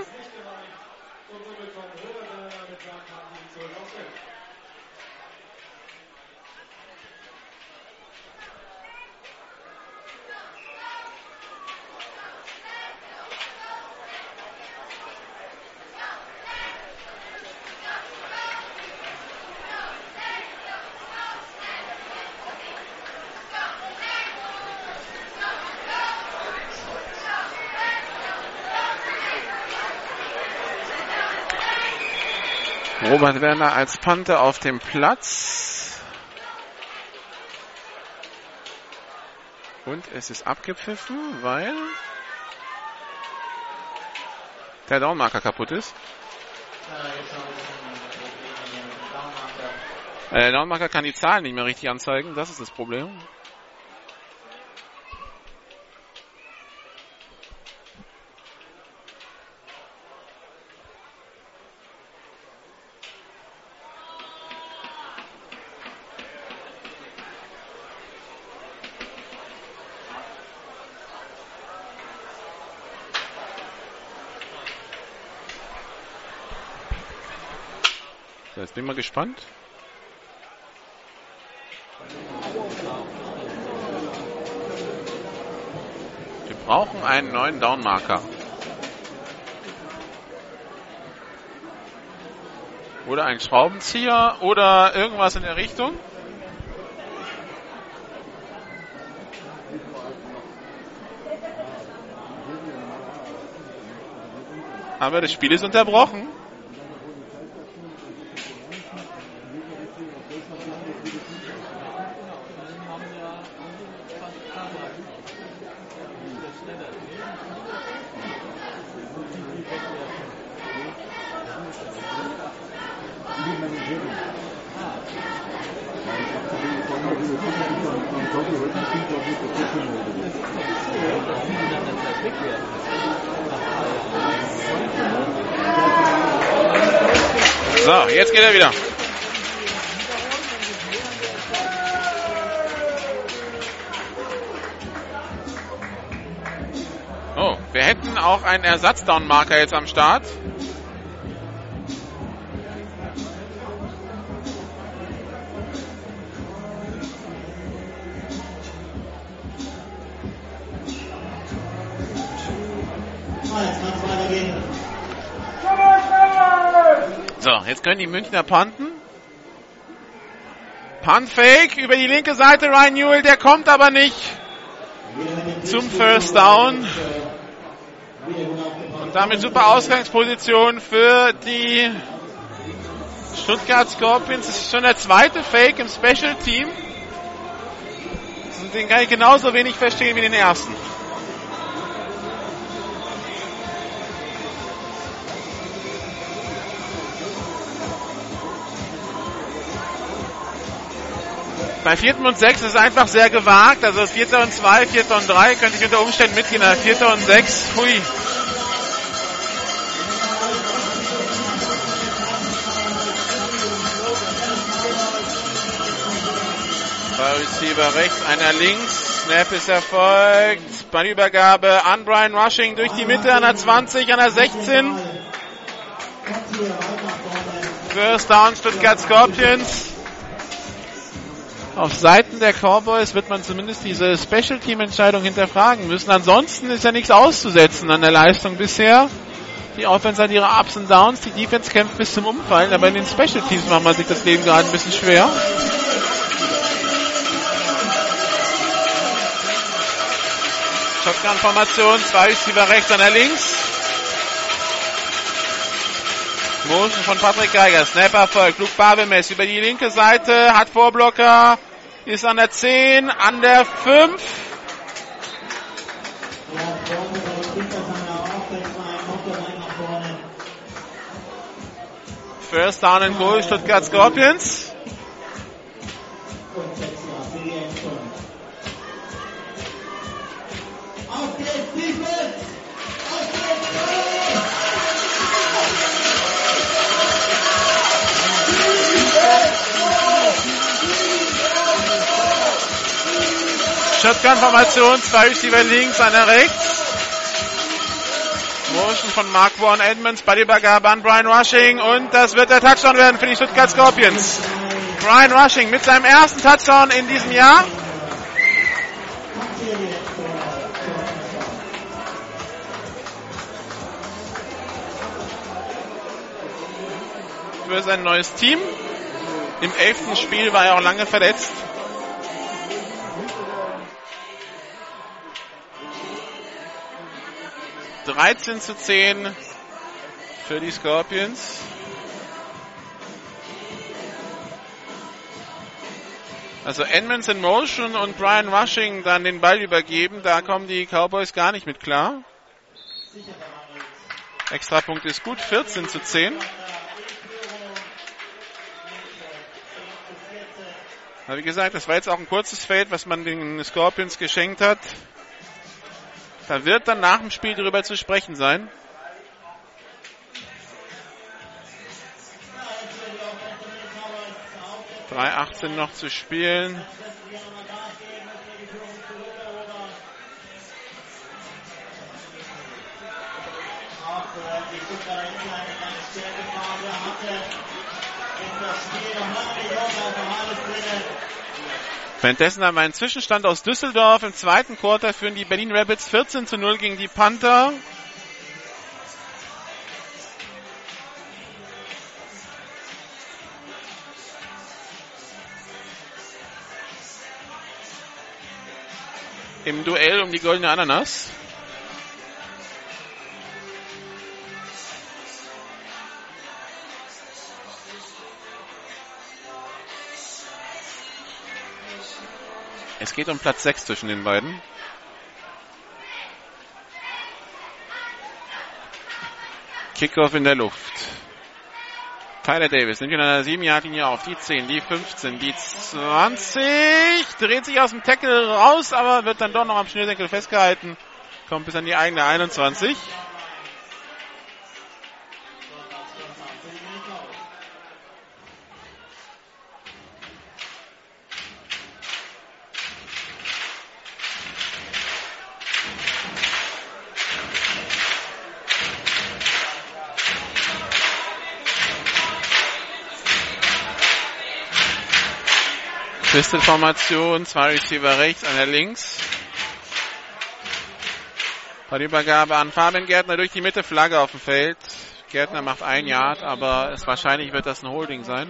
Robert Werner als Panther auf dem Platz. Und es ist abgepfiffen, weil der Downmarker kaputt ist. Der Downmarker kann die Zahlen nicht mehr richtig anzeigen, das ist das Problem. So, jetzt bin ich mal gespannt. Wir brauchen einen neuen Downmarker. Oder einen Schraubenzieher oder irgendwas in der Richtung. Aber das Spiel ist unterbrochen. So, jetzt geht er wieder. Oh, wir hätten auch einen Ersatz-Downmarker jetzt am Start. So, jetzt können die Münchner punten. Punt-Fake über die linke Seite. Ryan Newell, der kommt aber nicht zum First Down. Und damit super Ausgangsposition für die Stuttgart Scorpions. Das ist schon der zweite Fake im Special Team. Und den kann ich genauso wenig verstehen wie den ersten. Bei vierten und sechs ist es einfach sehr gewagt. Also vierter und zwei, vierter und drei könnte ich unter Umständen mitgehen. Aber vierter und sechs, hui. Zwei Receiver rechts, einer links. Snap ist erfolgt. Ballübergabe an Brian Rushing durch die Mitte an der zwanzig, an der sechzehn. First Down Stuttgart Scorpions. Auf Seiten der Cowboys wird man zumindest diese Special-Team-Entscheidung hinterfragen müssen. Ansonsten ist ja nichts auszusetzen an der Leistung bisher. Die Offense hat ihre Ups und Downs, die Defense kämpft bis zum Umfallen, aber in den Special-Teams macht man sich das Leben gerade ein bisschen schwer. Shotgun-Formation, zwei Receiver rechts, einer links. Motion von Patrick Geiger, Snap erfolgt, Luke Barbemes über die linke Seite, hat Vorblocker, ist an der zehn, an der fünf. First Down and Goal, Stuttgart Scorpions. Shotgun-Formation, zwei Receiver links, einer rechts. Motion von Mark Warren Edmonds, Ballübergabe an Brian Rushing und das wird der Touchdown werden für die Stuttgart Scorpions. Brian Rushing mit seinem ersten Touchdown in diesem Jahr. Für sein neues Team. Im elften Spiel war er auch lange verletzt. dreizehn zu zehn für die Scorpions. Also Edmonds in Motion und Brian Rushing dann den Ball übergeben. Da kommen die Cowboys gar nicht mit klar. Extrapunkt ist gut, vierzehn zu zehn. Aber wie gesagt, das war jetzt auch ein kurzes Feld, was man den Scorpions geschenkt hat. Da wird dann nach dem Spiel darüber zu sprechen sein. drei achtzehn noch zu spielen. Währenddessen haben wir einen Zwischenstand aus Düsseldorf. Im zweiten Quarter führen die Berlin Rapids vierzehn zu null gegen die Panther. Im Duell um die goldene Ananas. Es geht um Platz sechs zwischen den beiden. Kickoff in der Luft. Tyler Davis nimmt ihn an der sieben-Yard-Linie auf. Die zehn, die fünfzehn, die zwanzig. Dreht sich aus dem Tackle raus, aber wird dann doch noch am Schnürsenkel festgehalten. Kommt bis an die eigene einundzwanzig. Pistol-Formation, zwei Receiver rechts, einer links. Bei der Übergabe an Fabian Gärtner durch die Mitte, Flagge auf dem Feld. Gärtner macht ein Yard, aber es wahrscheinlich wird das ein Holding sein.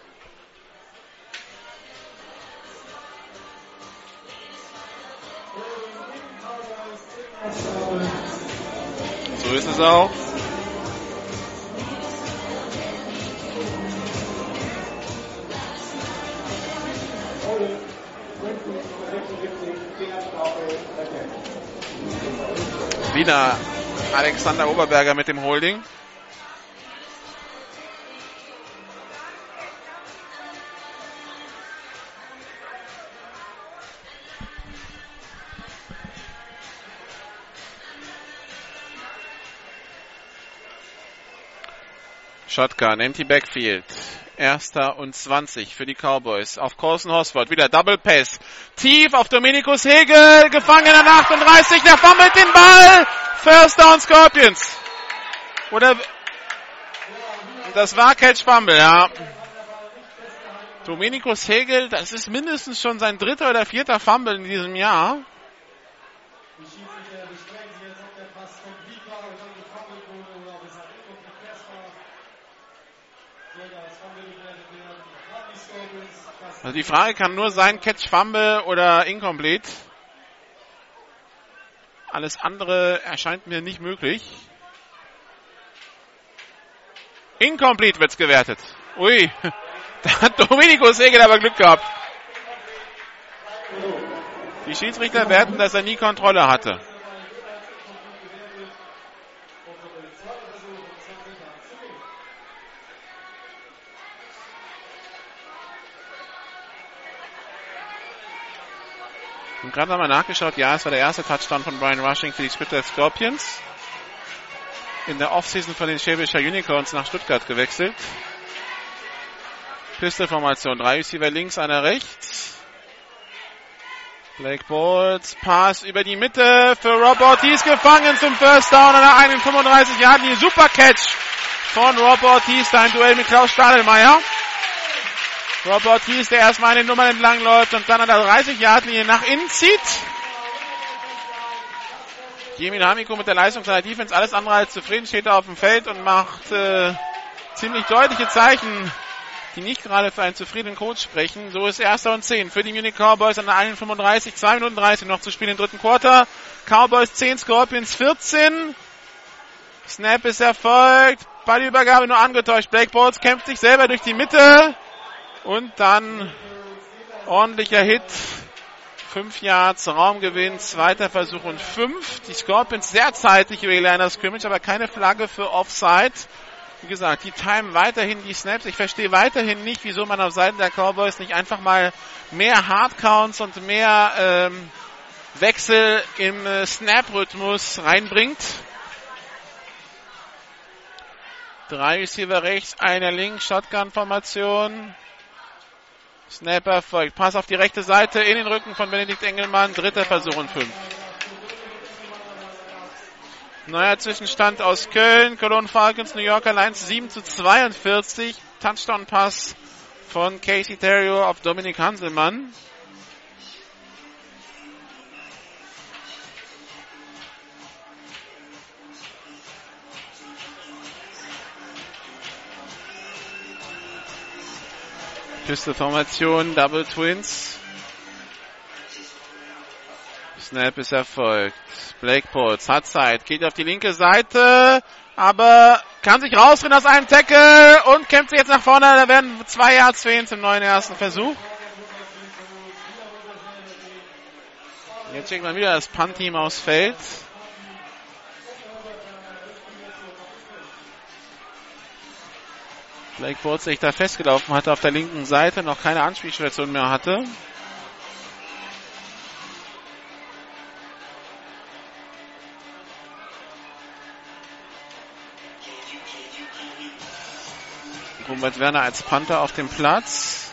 So ist es auch. Wieder Alexander Oberberger mit dem Holding. Shotgun, empty backfield. Erster und zwanzig für die Cowboys. Auf Colson Hosford. Wieder Double Pass. Tief auf Dominikus Hegel. Gefangen an achtunddreißig. Der fummelt den Ball. First down Scorpions. Oder, das war Catch Fumble, ja. Dominikus Hegel, das ist mindestens schon sein dritter oder vierter Fumble in diesem Jahr. Also die Frage kann nur sein, Catch Fumble oder Incomplete. Alles andere erscheint mir nicht möglich. Incomplete wird's gewertet. Ui, da hat Dominikus Hegel aber Glück gehabt. Die Schiedsrichter werten, dass er nie Kontrolle hatte. Und gerade haben wir nachgeschaut, ja, es war der erste Touchdown von Brian Rushing für die Stuttgart Scorpions. In der Offseason von den Schwäbischer Unicorns nach Stuttgart gewechselt. Pistol-Formation, drei Receiver links, einer rechts. Blake Bolts, Pass über die Mitte für Rob Ortiz, gefangen zum First Down an der einundsechzig Yard Linie. Super Catch von Rob Ortiz, da ein Duell mit Klaus Stadelmeier. Rob Ortiz, der erstmal an den Nummern entlang läuft und dann an der dreißig Yard Linie nach innen zieht. Jimmy Hamiko mit der Leistung seiner Defense alles andere als zufrieden, steht da auf dem Feld und macht äh, ziemlich deutliche Zeichen, die nicht gerade für einen zufriedenen Coach sprechen. So ist erster und zehn für die Munich Cowboys an der einundfünfzig, zwei Minuten dreißig noch zu spielen im dritten Quarter. Cowboys zehn, Scorpions vierzehn. Snap ist erfolgt. Ballübergabe nur angetäuscht. Blake Bolts kämpft sich selber durch die Mitte. Und dann Ordentlicher Hit. Fünf Yards, Raumgewinn, zweiter Versuch und fünf. Die Scorpions sehr zeitig über die Line of Scrimmage, aber keine Flagge für Offside. Wie gesagt, die timen weiterhin die Snaps. Ich verstehe weiterhin nicht, wieso man auf Seiten der Cowboys nicht einfach mal mehr Hardcounts und mehr ähm, Wechsel im äh, Snap-Rhythmus reinbringt. Drei Receiver rechts, einer links, Shotgun-Formation. Snap erfolgt. Pass auf die rechte Seite in den Rücken von Benedikt Engelmann. Dritter Versuch und fünf. Neuer Zwischenstand aus Köln. Cologne Falcons, New Yorker Lions sieben zu zweiundvierzig. Touchdown-Pass von Casey Terrio auf Dominik Hanselmann. Pistol-Formation, Double Twins. Snap ist erfolgt. Blake Potts hat Zeit, geht auf die linke Seite, aber kann sich rausrennen aus einem Tackle und kämpft sich jetzt nach vorne. Da werden zwei Yards fehlen zum neuen ersten Versuch. Jetzt schickt man wieder das Punt-Team aufs Feld. Blake Potts sich da festgelaufen hatte auf der linken Seite, noch keine Anspielstation mehr hatte. Robert Werner als Panther auf dem Platz.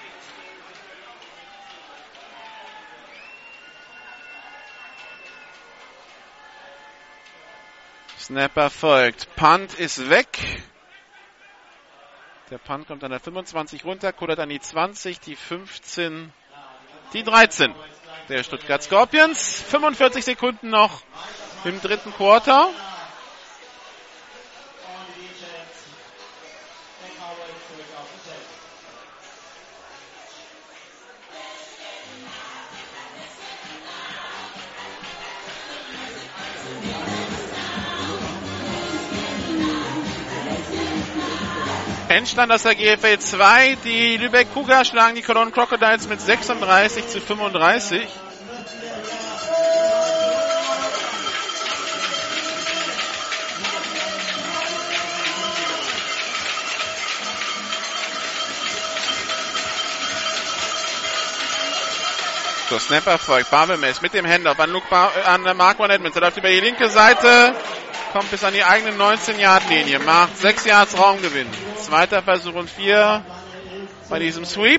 Snapper folgt. Punt ist weg. Der Punt kommt an der fünfundzwanzig runter, kullert an die zwanzig, die fünfzehn, die dreizehn. Der Stuttgart Scorpions. fünfundvierzig Sekunden noch im dritten Quarter. Endstand aus der G F L zwei. Die Lübeck Cougar schlagen die Cologne Crocodiles mit sechsunddreißig zu fünfunddreißig. So, Snapper folgt. Barbemes mit dem Handoff an, Luke Bar- äh, an Marquand Edmonds. Er läuft über die linke Seite, kommt bis an die eigene neunzehn-Yard-Linie, macht sechs Yards Raumgewinn. Zweiter Versuch und vier bei diesem Sweep.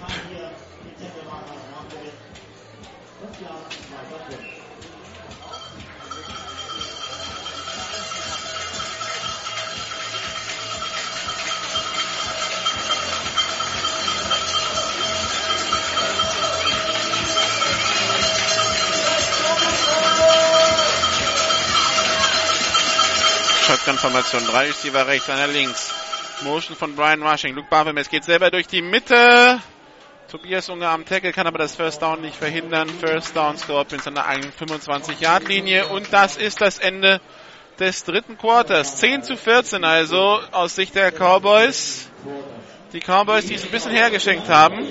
Shotgun-Formation, drei Receiver rechts, einer links. Motion von Brian Rushing. Luke Barbemes geht selber durch die Mitte. Tobias Unger am Tackle, kann aber das First Down nicht verhindern. First Down Scorpions an der eigenen fünfundzwanzig-Yard-Linie. Und das ist das Ende des dritten Quarters. zehn zu vierzehn also aus Sicht der Cowboys. Die Cowboys, die es ein bisschen hergeschenkt haben.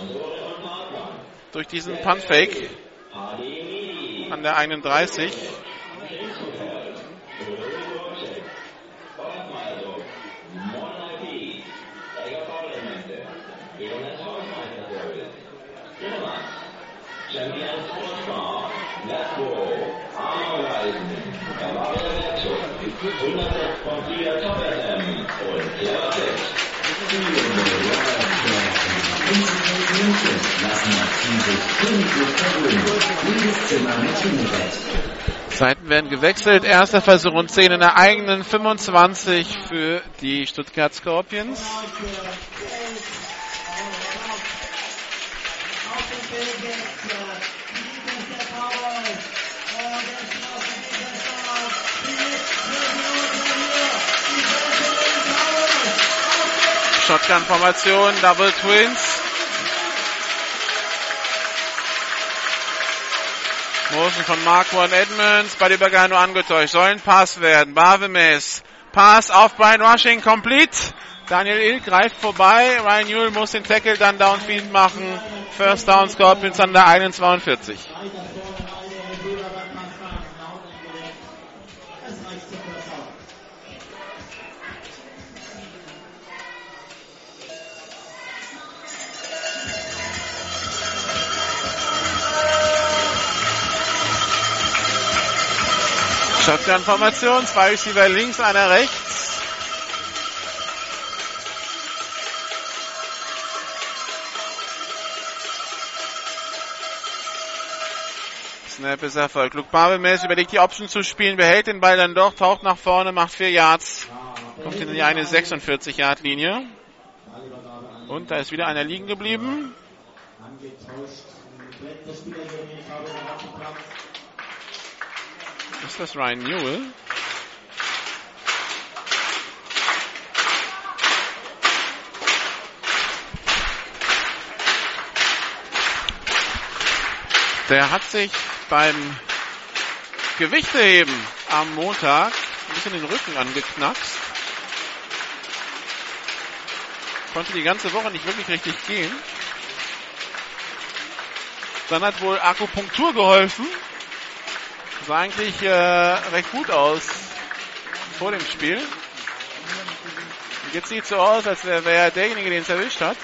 Durch diesen Punt-Fake an der einunddreißig. Seiten werden gewechselt. Erster Versuch und zehn in der eigenen fünfundzwanzig für die Stuttgart Scorpions. Shotgun-Formation, Double Twins. Motion von Marquand Edmonds, bei der Übergabe nur angetäuscht. Soll ein Pass werden. Barbemes. Pass auf Brian Rushing, complete. Daniel Ill greift vorbei. Ryan Newell muss den Tackle dann downfield machen. First Down, Scorpions an der einundzwanzig. Shotgun-Formation, zwei Receiver links, einer rechts. Snap ist erfolgt. Luke Babelmes überlegt die Option zu spielen, behält den Ball dann doch, taucht nach vorne, macht vier Yards. Kommt in die eine sechsundvierzig-Yard-Linie. Und da ist wieder einer liegen geblieben. Ist das Ryan Newell? Der hat sich beim Gewichteheben am Montag ein bisschen den Rücken angeknackst. Konnte die ganze Woche nicht wirklich richtig gehen. Dann hat wohl Akupunktur geholfen. Sah eigentlich äh, recht gut aus vor dem Spiel. Und jetzt sieht es so aus, als wäre er derjenige, den es erwischt hat.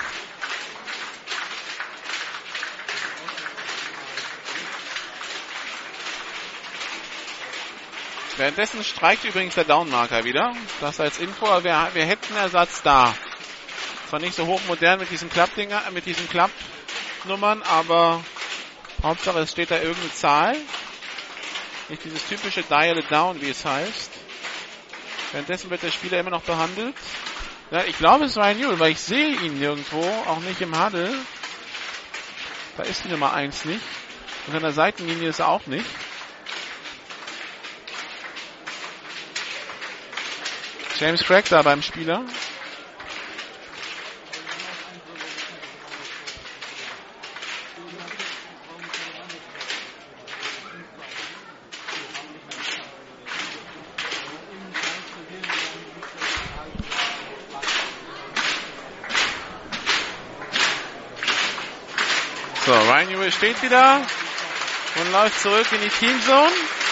Währenddessen streikt übrigens der Downmarker wieder. Das als Info, aber wir, wir hätten Ersatz da. Zwar nicht so hochmodern mit diesen Klappdinger, mit diesen Klappnummern, aber Hauptsache es steht da irgendeine Zahl. Nicht dieses typische Dial it down, wie es heißt. Währenddessen wird der Spieler immer noch behandelt. Ja, ich glaube, es war ein Newell, weil ich sehe ihn nirgendwo, auch nicht im Huddle. Da ist die Nummer eins nicht. Und an der Seitenlinie ist er auch nicht. James Craig da beim Spieler. So, Ryan Newell steht wieder und läuft zurück in die Teamzone.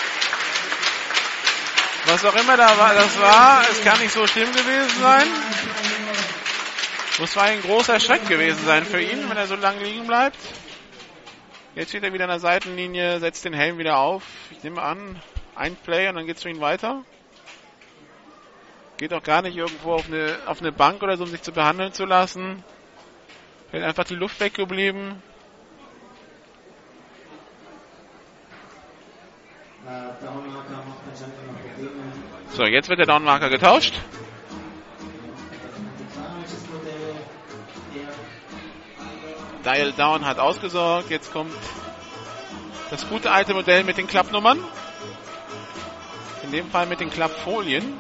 Was auch immer da war, das war, es kann nicht so schlimm gewesen sein. Muss war ein großer Schreck gewesen sein für ihn, wenn er so lange liegen bleibt. Jetzt steht er wieder an der Seitenlinie, setzt den Helm wieder auf. Ich nehme an, ein Play und dann geht's für ihn weiter. Geht auch gar nicht irgendwo auf eine, auf eine Bank oder so, um sich zu behandeln zu lassen. Fällt einfach die Luft weggeblieben. So, jetzt wird der Downmarker getauscht. Dial Down hat ausgesorgt. Jetzt kommt das gute alte Modell mit den Klappnummern. In dem Fall mit den Klappfolien.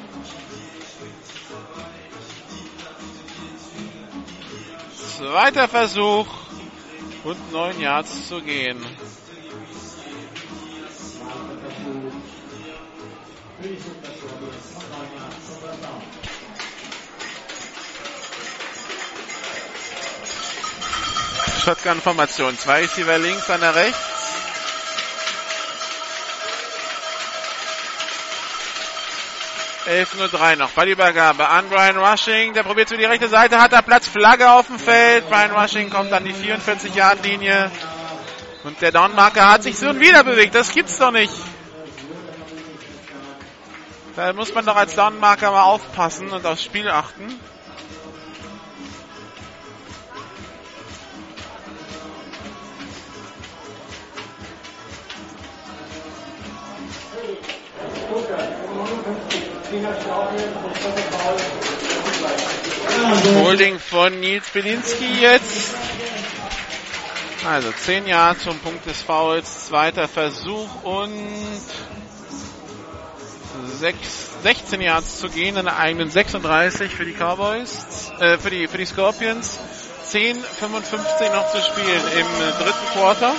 Zweiter Versuch und neun Yards zu gehen. Shotgun-Formation. Zwei Receiver links, einer rechts. elf Uhr drei noch. Ballübergabe an Brian Rushing. Der probiert für die rechte Seite. Hat er Platz. Flagge auf dem Feld. Brian Rushing kommt an die vierundvierzig-Yard-Linie. Und der Downmarker hat sich so wieder bewegt. Das gibt's doch nicht. Da muss man doch als Downmarker mal aufpassen und aufs Spiel achten. Holding von Nils Bielinski jetzt. Also zehn Yards zum Punkt des Fouls. Zweiter Versuch und sechzehn Yards zu gehen in der eigenen sechsunddreißig für die Cowboys, äh, für die, für die Scorpions. zehn fünfundfünfzig noch zu spielen im dritten Quarter.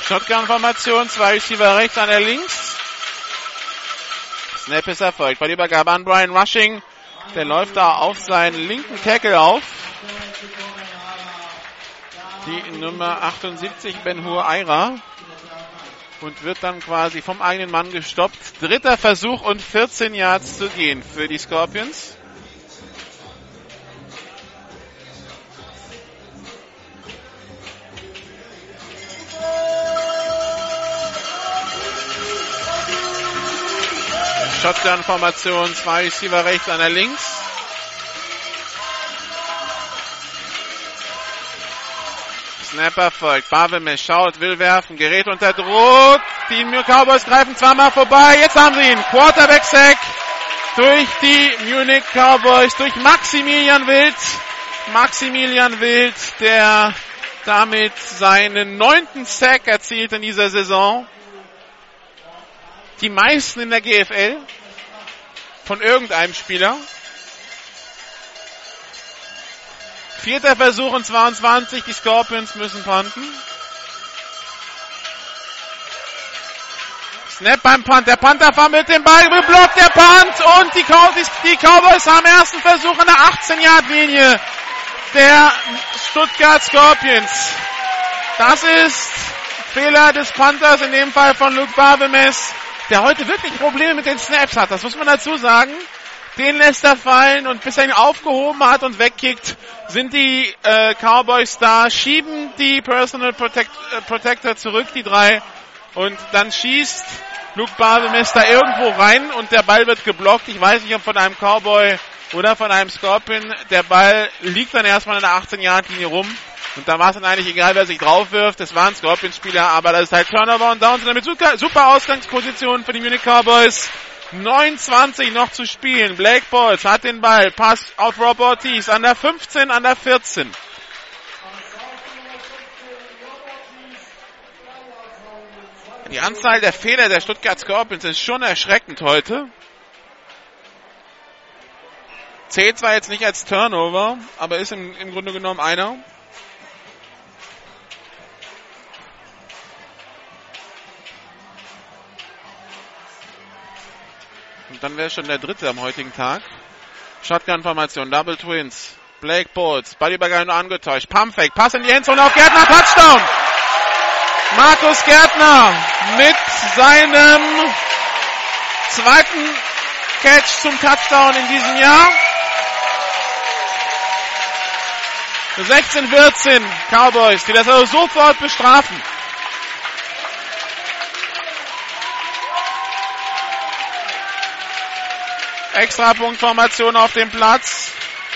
Shotgun-Formation, zwei Receiver rechts, einer links. Snap ist erfolgt. Bei der Übergabe an Brian Rushing. Der läuft da auf seinen linken Tackle auf. Die Nummer achtundsiebzig, Ben-Hur Eira. Und wird dann quasi vom eigenen Mann gestoppt. Dritter Versuch und vierzehn Yards zu gehen für die Scorpions. Shotgun-Formation, zwei Receiver rechts, einer links. Snapper folgt. Barvemes schaut, will werfen, gerät unter Druck. Die Munich Cowboys greifen zweimal vorbei. Jetzt haben sie ihn. Quarterback-Sack durch die Munich Cowboys, durch Maximilian Wild. Maximilian Wild, der damit seinen neunten Sack erzielt in dieser Saison. Die meisten in der G F L von irgendeinem Spieler. Vierter Versuch und zweiundzwanzig. Die Scorpions müssen punten. Snap beim Punt. Der Panther fummelt den Ball, geblockt der Punt und die, Cow- die Cowboys haben ersten Versuch an der achtzehn-Yard-Linie der Stuttgart Scorpions. Das ist Fehler des Panthers, in dem Fall von Luke Barvemes, der heute wirklich Probleme mit den Snaps hat. Das muss man dazu sagen. Den lässt er fallen und bis er ihn aufgehoben hat und wegkickt, sind die äh, Cowboys da, schieben die Personal Protect, äh, Protector zurück, die drei, und dann schießt Luke Barvemes da irgendwo rein und der Ball wird geblockt. Ich weiß nicht, ob von einem Cowboy oder von einem Scorpion. Der Ball liegt dann erstmal in der achtzehn-Yard-Linie rum. Und da war es dann eigentlich egal, wer sich drauf wirft. Das waren Scorpion-Spieler, aber das ist halt Turnover und Downs. Und damit super, super Ausgangsposition für die Munich Cowboys. neun zwanzig noch zu spielen. Blake Bolts hat den Ball. Pass auf Rob Ortiz an der fünfzehn, an der vierzehn. Die Anzahl der Fehler der Stuttgart Scorpions ist schon erschreckend heute. Zählt zwar jetzt nicht als Turnover, aber ist im, im Grunde genommen einer. Und dann wäre schon der dritte am heutigen Tag. Shotgun-Formation, Double Twins. Blake Bolts, Ballübergabe nur angetäuscht. Pumpfake, Pass in die Endzone auf Gärtner, Touchdown! Markus Gärtner mit seinem zweiten Catch zum Touchdown in diesem Jahr. sechzehn vierzehn Cowboys, die das also sofort bestrafen. Extrapunktformation auf dem Platz.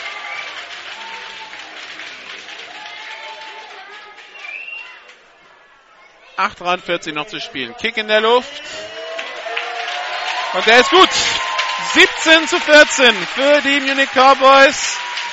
acht dreiundvierzig noch zu spielen. Kick in der Luft. Und der ist gut. siebzehn zu vierzehn für die Munich Cowboys.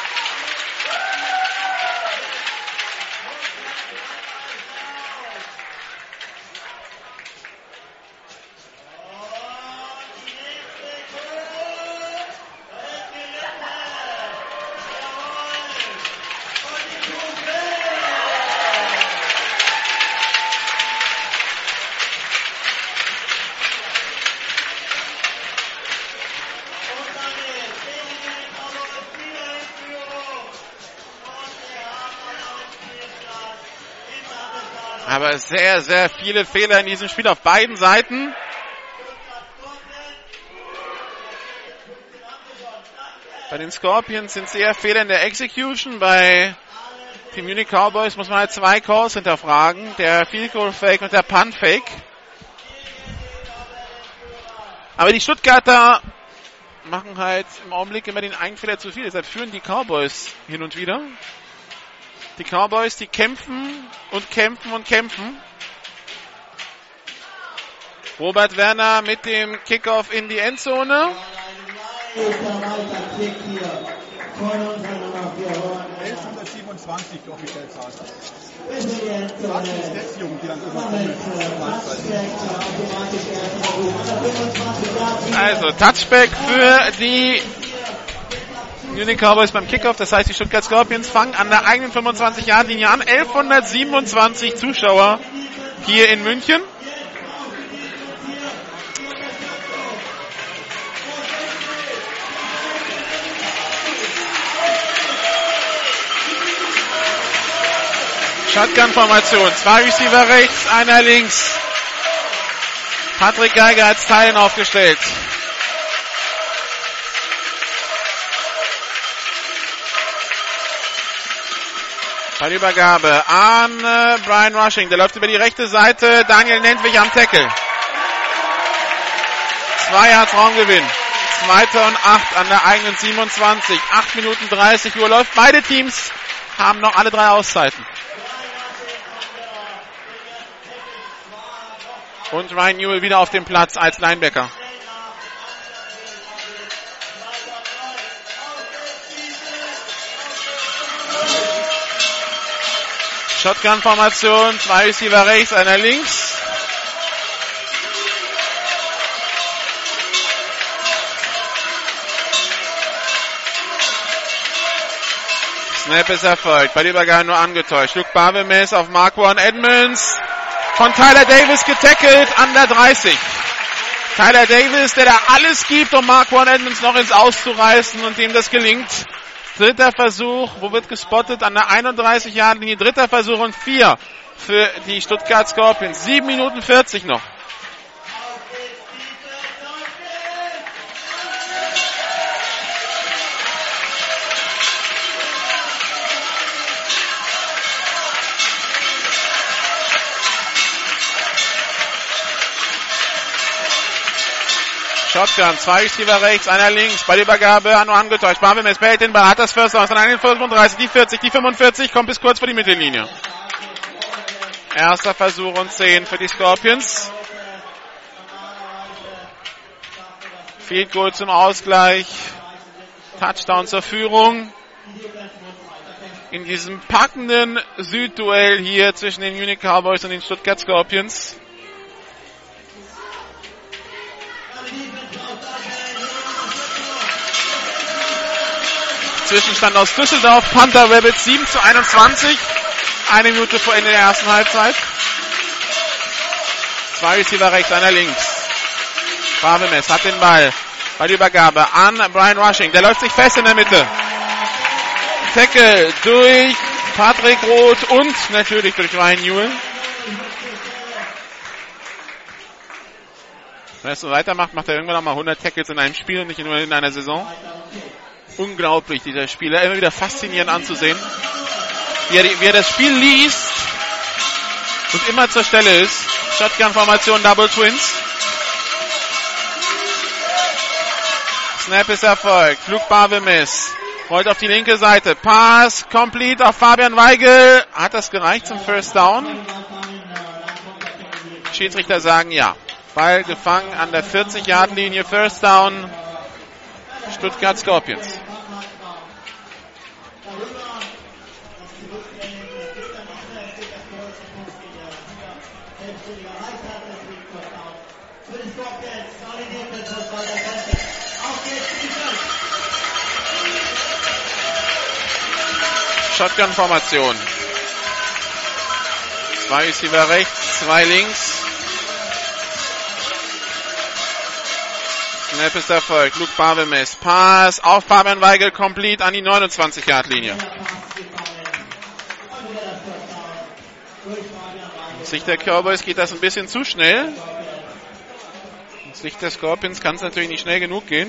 Aber sehr, sehr viele Fehler in diesem Spiel auf beiden Seiten. Bei den Scorpions sind es eher Fehler in der Execution. Bei den Munich Cowboys muss man halt zwei Calls hinterfragen. Der Field Goal Fake und der Punt Fake. Aber die Stuttgarter machen halt im Augenblick immer den einen Fehler zu viel. Deshalb führen die Cowboys hin und wieder. Die Cowboys, die kämpfen und kämpfen und kämpfen. Robert Werner mit dem Kickoff in die Endzone. elfhundertsiebenundzwanzig die offizielle Zahl. Also Touchback für die Munich Cowboys beim Kickoff, das heißt die Stuttgart Scorpions fangen an der eigenen fünfundzwanzig-Yard-Linie an. elfhundertsiebenundzwanzig Zuschauer hier in München. Shotgun-Formation, zwei Receiver rechts, einer links. Patrick Geiger als Teilen aufgestellt. Ballübergabe an äh, Brian Rushing, der läuft über die rechte Seite, Daniel Nentwich am Tackle. Zwei Yards Raumgewinn. Zweiter und acht an der eigenen siebenundzwanzig. acht Minuten dreißig Uhr läuft. Beide Teams haben noch alle drei Auszeiten. Und Ryan Newell wieder auf dem Platz als Linebacker. Shotgun-Formation, zwei Receiver rechts, einer links. Snap ist erfolgt, Ballübergabe nur angetäuscht. Luke Barbemes auf Marquand Edmonds. Von Tyler Davis getackelt an der dreißig. Tyler Davis, der da alles gibt, um Marquand Edmonds noch ins Auszureißen und dem das gelingt. Dritter Versuch, wo wird gespottet? An der einunddreißig Yard Linie. Dritter Versuch und vier für die Stuttgart Scorpions. sieben Minuten vierzig noch. Shotgun, zwei Receiver rechts, einer links, bei der Übergabe nur angetäuscht. Barbemes behält den Ball, hat das First Down, dann fünfunddreißig, die vierzig, die fünfundvierzig, kommt bis kurz vor die Mittellinie. Erster Versuch und zehn für die Scorpions. Field Goal zum Ausgleich. Touchdown zur Führung. In diesem packenden Südduell hier zwischen den Munich Cowboys und den Stuttgart Scorpions. Zwischenstand aus Düsseldorf, Panther Rabbits sieben zu einundzwanzig. Eine Minute vor Ende der ersten Halbzeit. Zwei Receiver rechts, einer links. Barbemes hat den Ball bei der Übergabe an Brian Rushing. Der läuft sich fest in der Mitte. Tackle durch Patrick Roth und natürlich durch Ryan Newell. Wenn er es so weitermacht, macht er irgendwann noch mal hundert Tackles in einem Spiel und nicht nur in einer Saison. Unglaublich, dieser Spieler. Immer wieder faszinierend anzusehen. Wie er, wie er das Spiel liest und immer zur Stelle ist. Shotgun-Formation, Double Twins. Snap ist erfolgt. Luke Barbemes rollt auf die linke Seite. Pass, complete auf Fabian Weigel. Hat das gereicht zum First Down? Schiedsrichter sagen ja. Ball gefangen an der vierzig Yard Linie. First Down. Stuttgart Scorpions. Shotgun-Formation. Zwei Receiver rechts, zwei links. Snap ist erfolgt. Luke Barbemes. Pass auf Fabian Weigel, complete an die neunundzwanzig Yard Linie. Aus Sicht der Cowboys geht das ein bisschen zu schnell. Aus Sicht der Scorpions kann es natürlich nicht schnell genug gehen.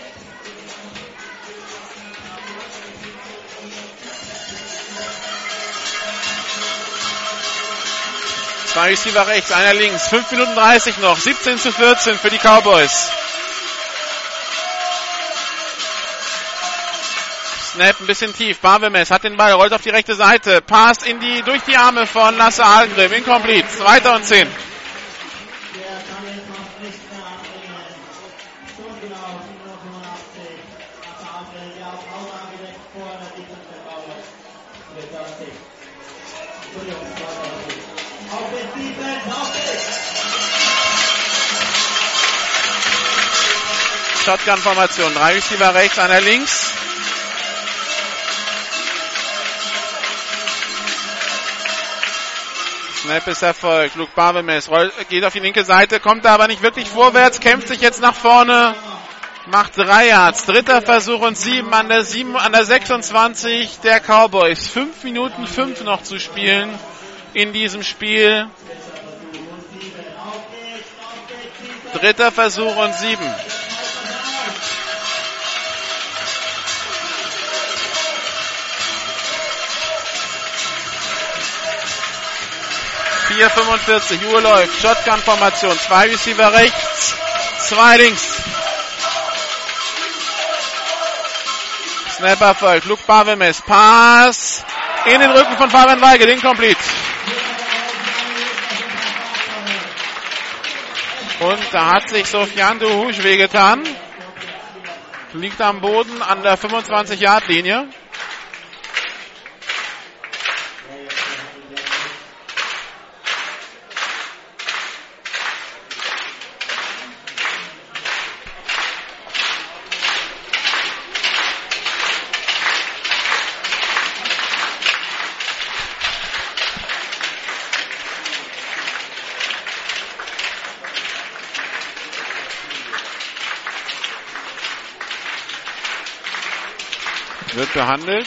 Zwei Receiver rechts, einer links. fünf Minuten dreißig noch. siebzehn zu vierzehn für die Cowboys. Snap ein bisschen tief. Barbemes hat den Ball, rollt auf die rechte Seite. Pass in die, durch die Arme von Lasse Algrim. Incomplete. Zweiter und zehn. Shotgun-Formation. Drei Receiver rechts, einer links. Snap ist erfolgt. Luke Barbemes rollt, geht auf die linke Seite, kommt da aber nicht wirklich vorwärts, kämpft sich jetzt nach vorne, macht drei Yards. Dritter Versuch und sieben an der, sieben, an der sechsundzwanzig der Cowboys. Fünf Minuten fünf noch zu spielen in diesem Spiel. Dritter Versuch und sieben. vier fünfundvierzig, Uhr läuft, Shotgun-Formation, zwei Receiver rechts, zwei links. Snap erfolgt, Luke Barbemes, Pass in den Rücken von Fabian Weigel, incomplete. Und da hat sich Sofian Duhush wehgetan. Liegt am Boden an der fünfundzwanzig-Yard-Linie. Wird behandelt.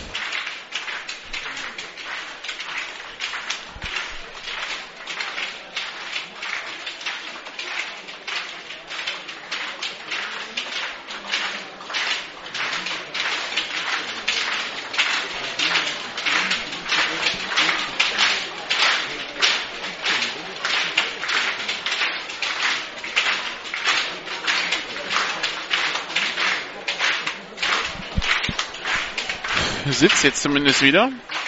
Sitzt jetzt zumindest wieder.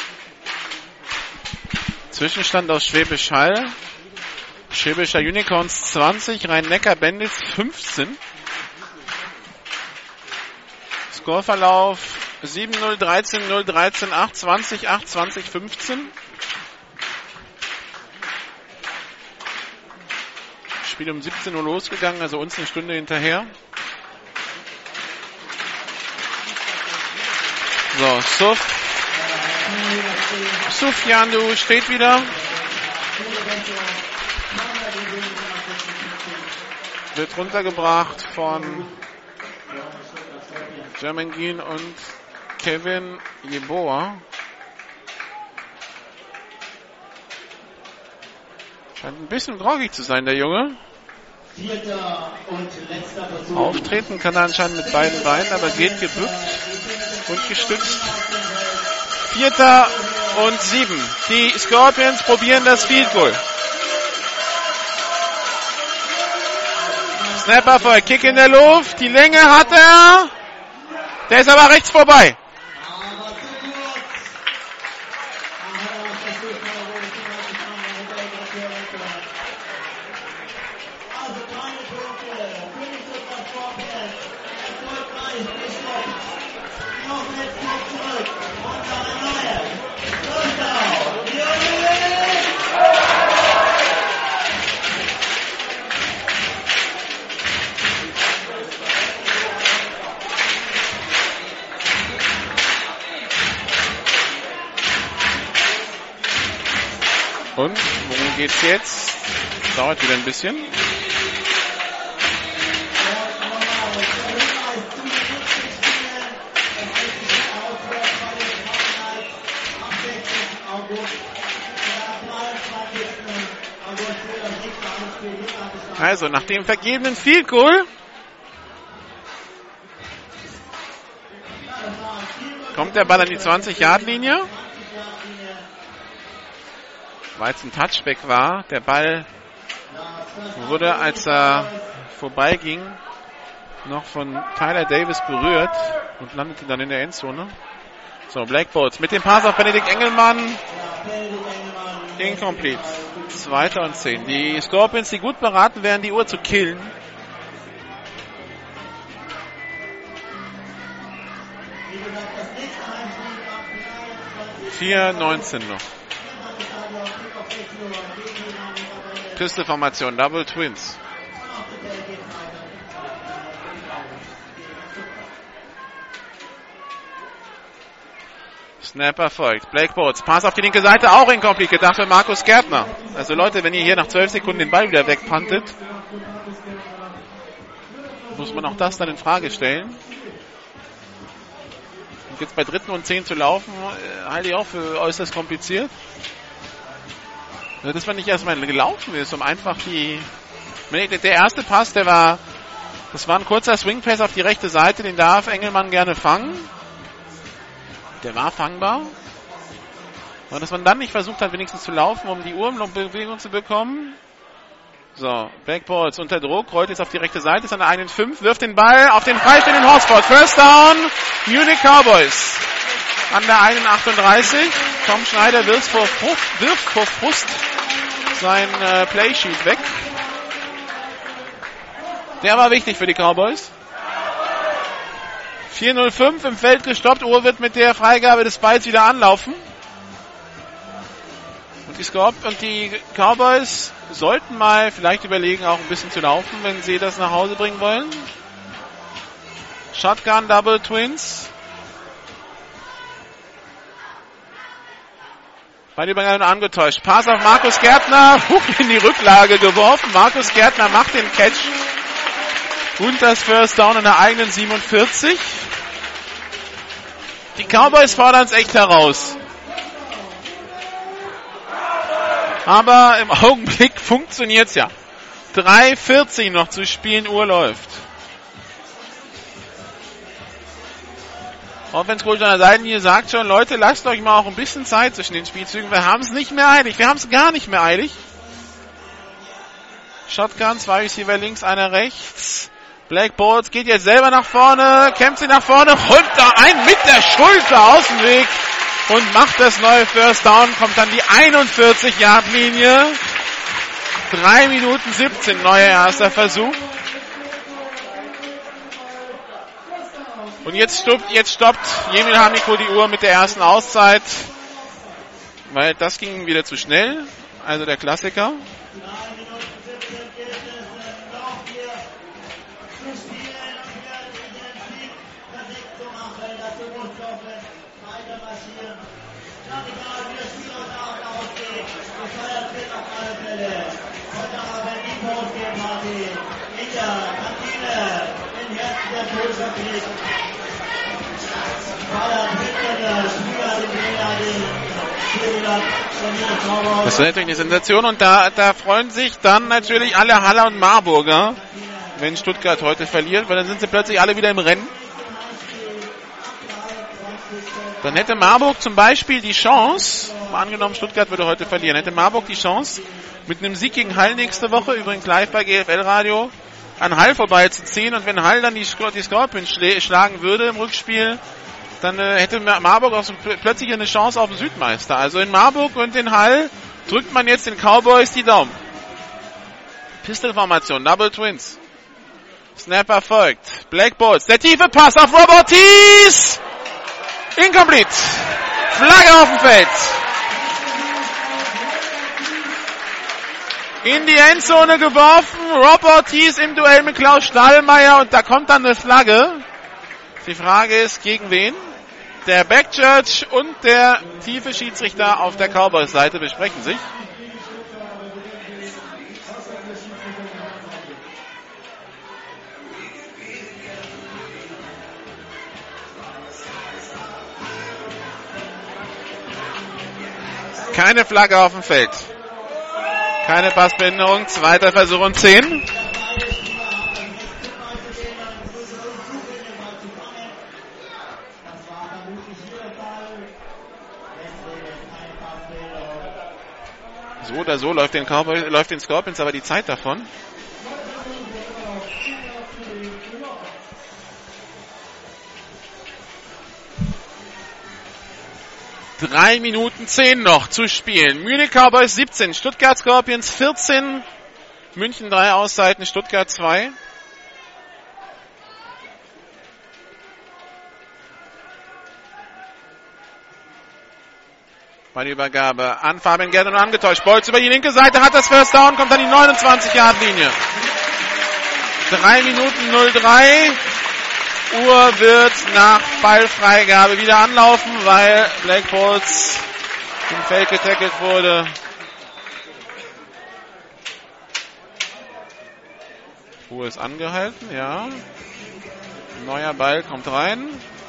Zwischenstand aus Schwäbisch Hall. Schwäbischer Unicorns zwanzig, Rhein-Neckar Bandits fünfzehn. Scoreverlauf sieben null, dreizehn null, dreizehn acht, zwanzig acht, zwanzig fünfzehn. Spiel um siebzehn Uhr losgegangen, also uns eine Stunde hinterher. So, Suf. Sufjan Duhush steht wieder. Wird runtergebracht von Jermaine und Kevin Jeboa. Scheint ein bisschen groggy zu sein, der Junge. Auftreten kann er anscheinend mit beiden Beinen, aber geht gebückt und gestützt. Vierter und sieben. Die Scorpions probieren das Field Goal. Snapper voll, Kick in der Luft. Die Länge hat er. Der ist aber rechts vorbei. Und worum geht's jetzt? Dauert wieder ein bisschen. Also nach dem vergebenen Field Goal kommt der Ball an die zwanzig-Yard-Linie. Weil es ein Touchback war. Der Ball wurde, als er vorbeiging, noch von Tyler Davis berührt und landete dann in der Endzone. So, Blackboards mit dem Pass auf Benedikt Engelmann. Incomplete. Zweiter und zehn. Die Scorpions, die gut beraten wären, die Uhr zu killen. vier neunzehn noch. Pistol-Formation, Double Twins. Snapper folgt. Blake Bortz. Pass auf die linke Seite, auch incomplete. Gedacht für Markus Gärtner. Also Leute, wenn ihr hier nach zwölf Sekunden den Ball wieder wegpantet, muss man auch das dann in Frage stellen. Und jetzt bei dritten und zehn zu laufen, äh, halte ich auch für äußerst kompliziert. Also, dass man nicht erstmal gelaufen ist, um einfach die... Der erste Pass, der war... Das war ein kurzer Swing-Pass auf die rechte Seite, den darf Engelmann gerne fangen. Der war fangbar. Und dass man dann nicht versucht hat, wenigstens zu laufen, um die Uhrumbewegung zu bekommen. So, Blake Bortz unter Druck, rollt jetzt auf die rechte Seite, ist an der einen fünf, wirft den Ball auf den freistehenden Horsford. First down, Munich Cowboys. An der einen achtunddreißig. Tom Schneider wirft vor Frust, wirft vor Frust sein äh, Playsheet weg. Der war wichtig für die Cowboys. vier null fünf im Feld gestoppt. Uhr wird mit der Freigabe des Balls wieder anlaufen. Und die, Scorp- und die Cowboys sollten mal vielleicht überlegen, auch ein bisschen zu laufen, wenn sie das nach Hause bringen wollen. Shotgun Double Twins. Beide Übergaben angetäuscht. Pass auf Markus Gärtner. Huch, in die Rücklage geworfen. Markus Gärtner macht den Catch. Und das First Down in der eigenen siebenundvierzig. Die Cowboys fordern es echt heraus. Aber im Augenblick funktioniert es ja. drei vierzig noch zu spielen, Uhr läuft. Offense-Coach an der Seitenlinie sagt schon, Leute, lasst euch mal auch ein bisschen Zeit zwischen den Spielzügen. Wir haben es nicht mehr eilig. Wir haben es gar nicht mehr eilig. Shotgun, zwei Receiver links, einer rechts. Blake Bortz geht jetzt selber nach vorne, kämpft sie nach vorne, räumt da ein mit der Schulter aus dem Weg und macht das neue First Down, kommt dann die einundvierzig-Yard-Linie. drei Minuten siebzehn, neuer erster Versuch. Und jetzt stoppt, jetzt stoppt Jemil Hamiko die Uhr mit der ersten Auszeit, weil das ging wieder zu schnell, also der Klassiker. Das wäre natürlich eine Sensation und da, da freuen sich dann natürlich alle Haller und Marburger, wenn Stuttgart heute verliert, weil dann sind sie plötzlich alle wieder im Rennen. Dann hätte Marburg zum Beispiel die Chance, mal angenommen Stuttgart würde heute verlieren, hätte Marburg die Chance, mit einem Sieg gegen Hall nächste Woche, übrigens live bei G F L Radio, an Hall vorbeizuziehen und wenn Hall dann die, die Scorpions schl- schlagen würde im Rückspiel, dann äh, hätte Marburg auch so pl- plötzlich eine Chance auf den Südmeister. Also in Marburg und in Hall drückt man jetzt den Cowboys die Daumen. Pistol-Formation, Double Twins. Snapper folgt. Blake Bortz, der tiefe Pass auf Rob Ortiz! Incomplete! Flagge auf dem Feld! In die Endzone geworfen, Rob Ortiz im Duell mit Klaus Stahlmeier und da kommt dann eine Flagge. Die Frage ist, gegen wen? Der Backchurch und der tiefe Schiedsrichter auf der Cowboys-Seite besprechen sich. Keine Flagge auf dem Feld. Keine Passbehinderung. Zweiter Versuch und zehn. So oder so läuft den Cowboys, läuft den Scorpions aber die Zeit davon. Drei Minuten zehn noch zu spielen. Munich Cowboys siebzehn, Stuttgart Scorpions vierzehn, München drei Auszeiten, Stuttgart zwei. Bei der Übergabe an Fabian Gärtner angetäuscht. Bolz über die linke Seite hat das First Down, kommt an die neunundzwanzig-Yard-Linie. drei Minuten null drei. Uhr wird nach Ballfreigabe wieder anlaufen, weil Blake Bolts im Feld getackelt wurde. Uhr ist angehalten, ja. Neuer Ball kommt rein.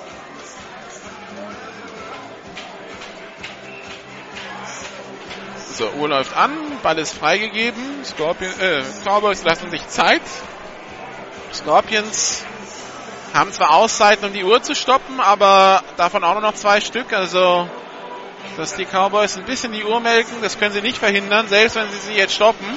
So, Uhr läuft an, Ball ist freigegeben. Scorpion, äh, Cowboys lassen sich Zeit. Scorpions haben zwar Auszeiten, um die Uhr zu stoppen, aber davon auch nur noch zwei Stück. Also, dass die Cowboys ein bisschen die Uhr melken, das können sie nicht verhindern, selbst wenn sie sie jetzt stoppen.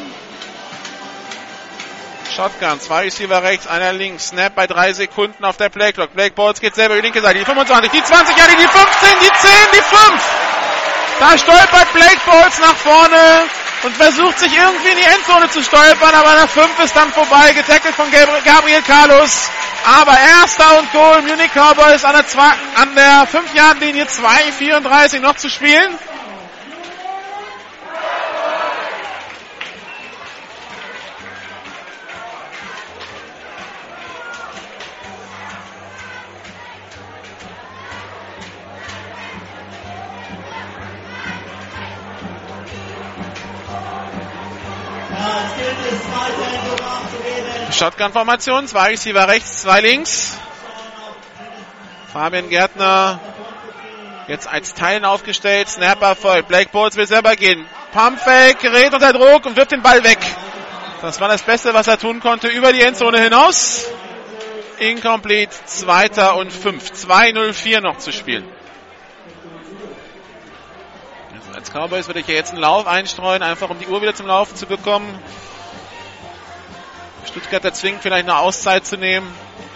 Shotgun, zwei Receiver rechts, einer links. Snap bei drei Sekunden auf der Playclock. Blake Bolts geht selber die linke Seite. Die fünfundzwanzig, die zwanzig, ja, die fünfzehn, die zehn, die fünf. Da stolpert Blake Bolts nach vorne und versucht sich irgendwie in die Endzone zu stolpern, aber der fünf ist dann vorbei, getackelt von Gabriel Carlos. Aber erster und Goal, Munich Cowboys an der, zwei, an der fünf-Yard-Linie, zwei vierunddreißig noch zu spielen. Shotgun-Formation, zwei Receiver rechts, zwei links. Fabian Gärtner jetzt als Teilen aufgestellt. Snapper voll. Blake Bolts will selber gehen. Pumpfake, gerät unter Druck und wirft den Ball weg. Das war das Beste, was er tun konnte, über die Endzone hinaus. Incomplete, zweiter und fünf. zwei null vier noch zu spielen. Als Cowboys würde ich ja jetzt einen Lauf einstreuen, einfach um die Uhr wieder zum Laufen zu bekommen. Stuttgarter zwingt vielleicht eine Auszeit zu nehmen.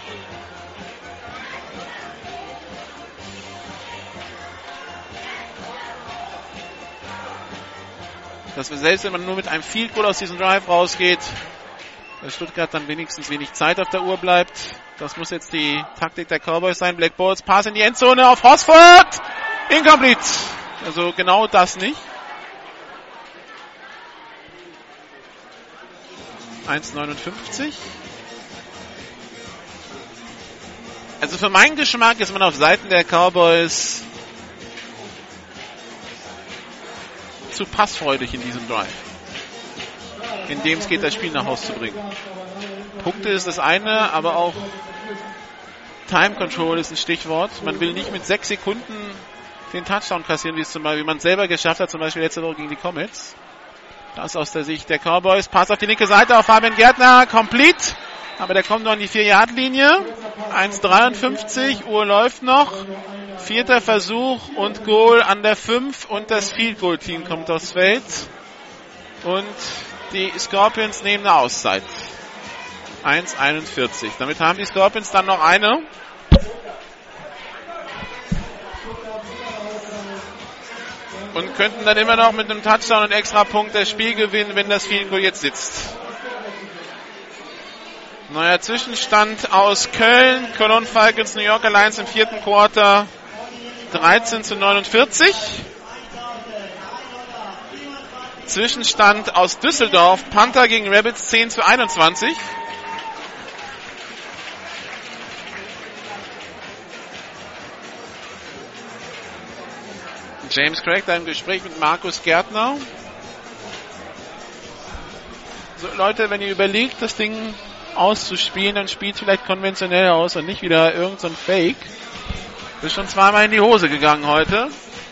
Dass wir selbst, wenn man nur mit einem Field Goal aus diesem Drive rausgeht, dass Stuttgart dann wenigstens wenig Zeit auf der Uhr bleibt. Das muss jetzt die Taktik der Cowboys sein. Blake Bolts, Pass in die Endzone auf Hosford. Incomplete. Also genau das nicht. eins neunundfünfzig. Also für meinen Geschmack ist man auf Seiten der Cowboys zu passfreudig in diesem Drive, in dem es geht, das Spiel nach Hause zu bringen. Punkte ist das eine, aber auch Time Control ist ein Stichwort. Man will nicht mit sechs Sekunden den Touchdown kassieren, wie es zum Beispiel, wie man es selber geschafft hat, zum Beispiel letzte Woche gegen die Comets. Das aus der Sicht der Cowboys. Pass auf die linke Seite auf Fabian Gärtner. Complete. Aber der kommt noch an die vier-Yard-Linie. eins dreiundfünfzig. Uhr läuft noch. Vierter Versuch und Goal an der fünf. Und das Field-Goal-Team kommt aufs Feld. Und die Scorpions nehmen eine Auszeit. eins einundvierzig. Damit haben die Scorpions dann noch eine. Und könnten dann immer noch mit einem Touchdown und Extrapunkt das Spiel gewinnen, wenn das Field Goal jetzt sitzt. Neuer Zwischenstand aus Köln. Cologne Falcons, New York Alliance im vierten Quarter. dreizehn zu neunundvierzig. Zwischenstand aus Düsseldorf. Panther gegen Rabbits zehn zu einundzwanzig. James Craig da im Gespräch mit Markus Gärtner. So, Leute, wenn ihr überlegt, das Ding auszuspielen, dann spielt vielleicht konventionell aus und nicht wieder irgend so ein Fake. Das ist schon zweimal in die Hose gegangen heute.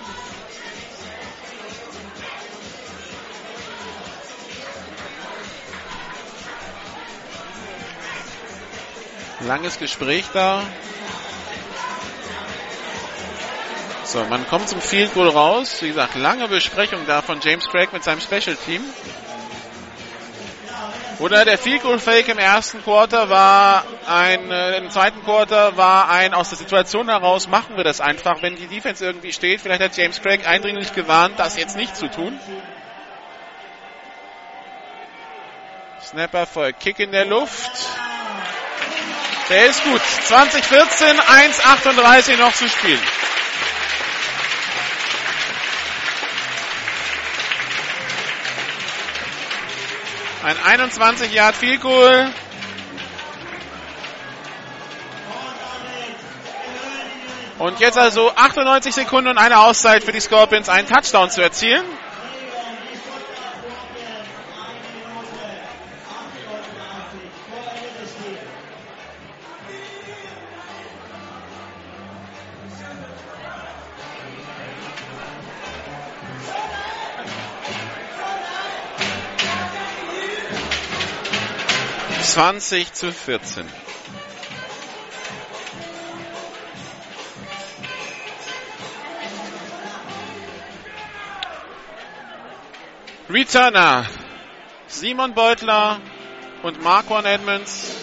Langes Gespräch da. So, man kommt zum Field Goal raus. Wie gesagt, lange Besprechung da von James Craig mit seinem Special Team. Oder der Field Goal Fake im ersten Quarter war ein, äh, im zweiten Quarter war ein, aus der Situation heraus machen wir das einfach, wenn die Defense irgendwie steht. Vielleicht hat James Craig eindringlich gewarnt, das jetzt nicht zu tun. Snapper voll, Kick in der Luft. Der ist gut. zwanzig vierzehn, eins achtunddreißig noch zu spielen. Ein einundzwanzig Yard Field Goal. Und jetzt also achtundneunzig Sekunden und eine Auszeit für die Scorpions, einen Touchdown zu erzielen. zwanzig zu vierzehn. Returner Simon Beutler und Marquand Edmonds.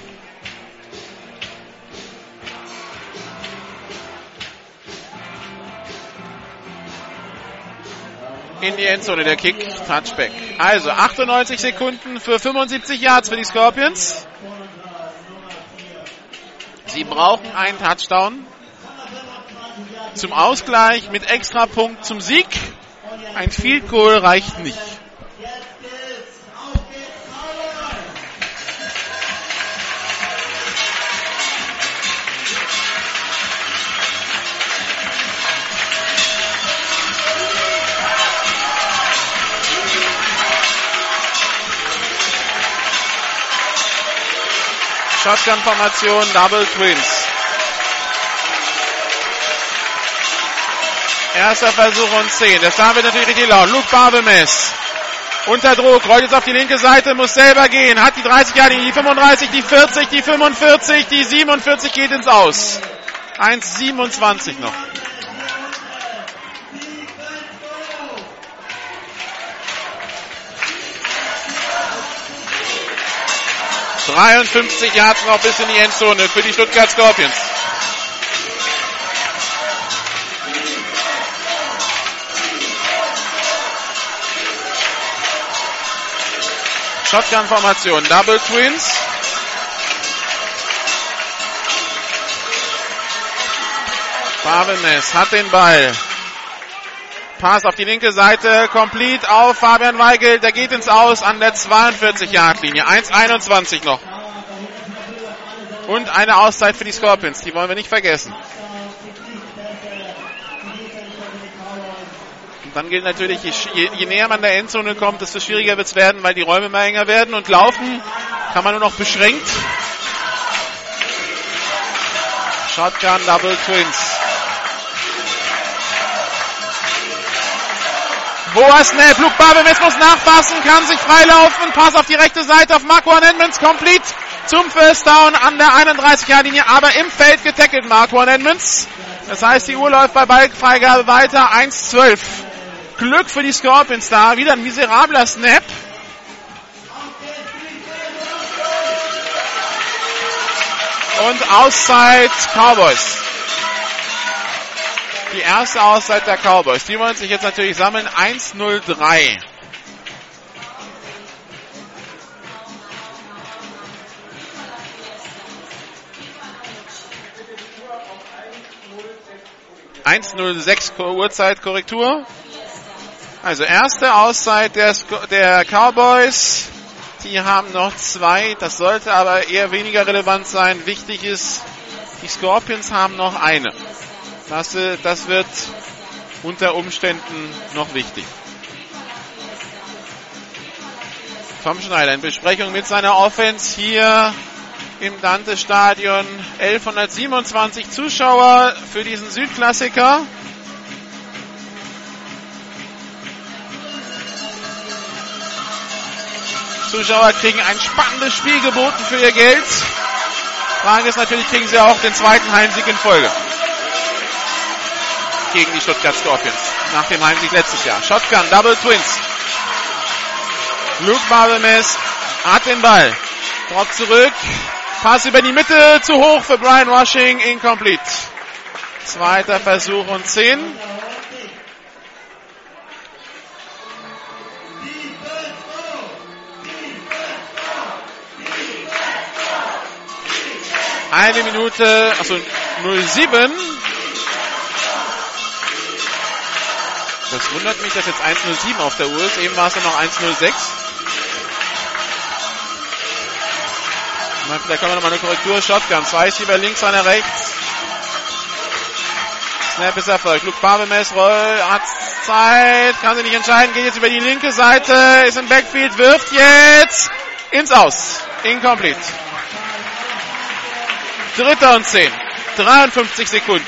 In die Endzone, der Kick, Touchback. Also achtundneunzig Sekunden für fünfundsiebzig Yards für die Scorpions. Sie brauchen einen Touchdown zum Ausgleich mit Extrapunkt zum Sieg. Ein Field Goal reicht nicht. Shotgun-Formation, Double Twins. Erster Versuch und zehn. Das da wird natürlich richtig laut. Luke Barbemes unter Druck, rollt jetzt auf die linke Seite, muss selber gehen. Hat die dreißig Jahre, die fünfunddreißig, die vierzig, die fünfundvierzig, die siebenundvierzig geht ins Aus. eins siebenundzwanzig noch. dreiundfünfzig Yards noch bis in die Endzone für die Stuttgart Scorpions. Shotgun-Formation, Double Twins. Barbemes hat den Ball. Pass auf die linke Seite, complete auf Fabian Weigel, der geht ins Aus an der zweiundvierzig Yard Linie. eins einundzwanzig noch. Und eine Auszeit für die Scorpions, die wollen wir nicht vergessen. Und dann gilt natürlich, je, je näher man der Endzone kommt, desto schwieriger wird es werden, weil die Räume immer enger werden. Und laufen kann man nur noch beschränkt. Shotgun, Double Twins. Hoher Snap, Luke Barbemes muss nachpassen, kann sich freilaufen, Pass auf die rechte Seite auf Marquand Edmonds, complete zum First Down an der einunddreißig Yard Linie, aber im Feld getackelt Marquand Edmonds. Das heißt, die Uhr läuft bei Ballfreigabe weiter, eins zwölf. Glück für die Scorpions da, wieder ein miserabler Snap. Und Auszeit Cowboys. Die erste Auszeit der Cowboys. Die wollen sich jetzt natürlich sammeln. eins null drei. eins null sechs Uhrzeitkorrektur. Also erste Auszeit der, der Cowboys. Die haben noch zwei. Das sollte aber eher weniger relevant sein. Wichtig ist, die Scorpions haben noch eine. Das, das wird unter Umständen noch wichtig. Tom Schneider in Besprechung mit seiner Offense hier im Dante-Stadion. elfhundertsiebenundzwanzig Zuschauer für diesen Südklassiker. Zuschauer kriegen ein spannendes Spiel geboten für ihr Geld. Frage ist natürlich, kriegen sie auch den zweiten Heimsieg in Folge gegen die Stuttgart Scorpions. Nach dem Heimsieg letztes Jahr. Shotgun, Double Twins. Luke Barbemes hat den Ball. Drop zurück. Pass über die Mitte. Zu hoch für Brian Rushing. Incomplete. Zweiter Versuch und zehn. Eine Minute, also null sieben. Das wundert mich, dass jetzt eins null sieben auf der Uhr ist. Eben war es ja noch eins null sechs. Da kommen wir nochmal eine Korrektur. Shotgun. Zwei Schieber links, einer rechts. Snap ist erfolgt. Luke Barbemes roll, hat Zeit, kann sich nicht entscheiden, geht jetzt über die linke Seite, ist im Backfield, wirft jetzt ins Aus. Incomplete. Dritter und zehn. dreiundfünfzig Sekunden.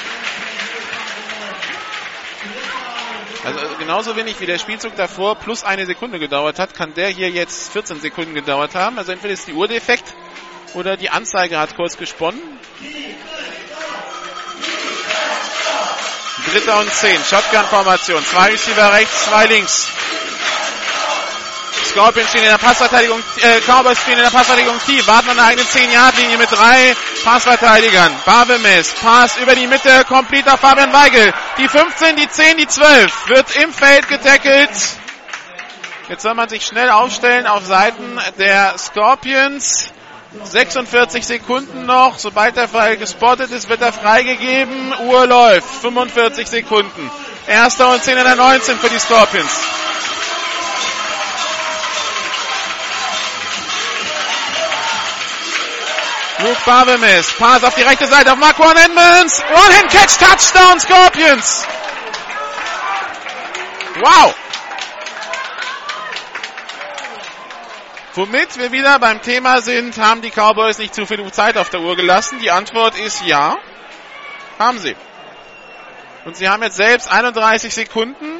Also genauso wenig wie der Spielzug davor plus eine Sekunde gedauert hat, kann der hier jetzt vierzehn Sekunden gedauert haben. Also entweder ist die Uhr defekt oder die Anzeige hat kurz gesponnen. Dritter und zehn. Shotgun-Formation. Zwei Receiver rechts, zwei links. Scorpions stehen in der Passverteidigung, äh, Cowboys stehen in der Passverteidigung tief, warten an der eigenen zehn-Yard-Linie mit drei Passverteidigern. Barbemes, Pass über die Mitte, complete auf Fabian Weigel. Die fünfzehn, die zehn, die zwölf, wird im Feld getackelt. Jetzt soll man sich schnell aufstellen auf Seiten der Scorpions. sechsundvierzig Sekunden noch, sobald der Fall gespottet ist, wird er freigegeben. Uhr läuft, fünfundvierzig Sekunden. Erster und zehn in der neunzehn für die Scorpions. Luke Barbemes, Pass auf die rechte Seite auf Marquand Edmonds. One-Hand-Catch, Touchdown, Scorpions. Wow. Womit wir wieder beim Thema sind, haben die Cowboys nicht zu viel Zeit auf der Uhr gelassen? Die Antwort ist ja, haben sie. Und sie haben jetzt selbst einunddreißig Sekunden,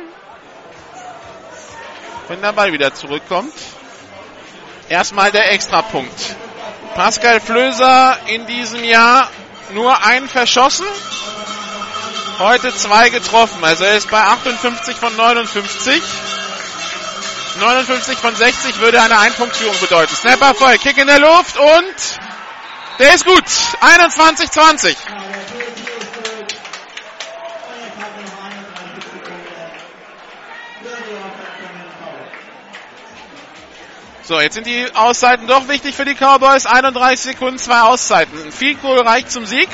wenn der Ball wieder zurückkommt. Erstmal der Extrapunkt. Pascal Flöser in diesem Jahr nur einen verschossen, heute zwei getroffen, also er ist bei achtundfünfzig von neunundfünfzig. neunundfünfzig von sechzig würde eine Ein-Punkt-Führung bedeuten. Snapper voll, Kick in der Luft und der ist gut. einundzwanzig zwanzig. So, jetzt sind die Auszeiten doch wichtig für die Cowboys. einunddreißig Sekunden, zwei Auszeiten. Ein Field Goal reicht zum Sieg.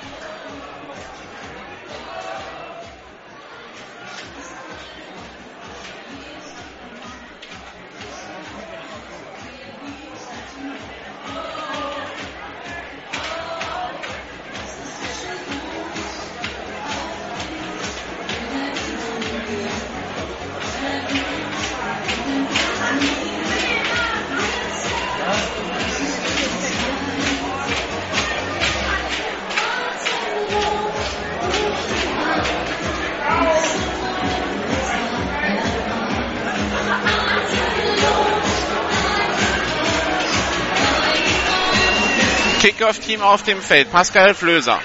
Kickoff-Team auf dem Feld. Pascal Flöser.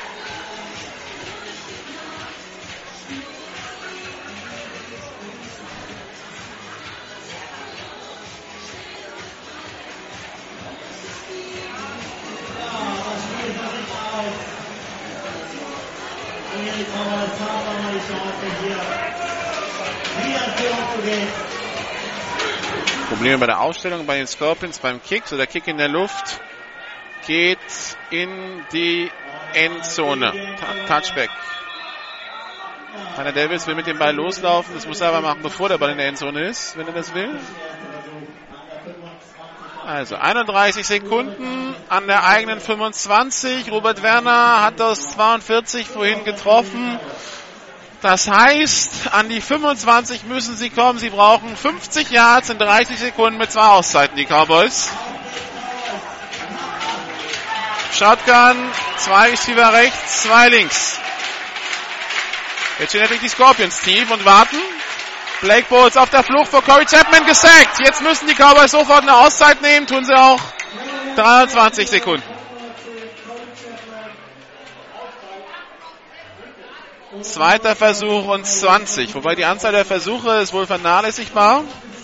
Probleme bei der Aufstellung bei den Scorpions beim Kick. So, der Kick in der Luft geht in die Endzone. Touchback. Hannah Davis will mit dem Ball loslaufen. Das muss er aber machen, bevor der Ball in der Endzone ist, wenn er das will. Also einunddreißig Sekunden an der eigenen fünfundzwanzig. Robert Werner hat aus zweiundvierzig vorhin getroffen. Das heißt, an die fünfundzwanzig müssen sie kommen. Sie brauchen fünfzig Yards in dreißig Sekunden mit zwei Auszeiten, die Cowboys. Shotgun, zwei Receiver rechts, zwei links. Jetzt stehen natürlich die Scorpions tief und warten. Blake Bowles auf der Flucht vor Corey Chapman gesackt. Jetzt müssen die Cowboys sofort eine Auszeit nehmen, tun sie auch. dreiundzwanzig Sekunden. Zweiter Versuch und zwanzig, wobei die Anzahl der Versuche ist wohl vernachlässigbar.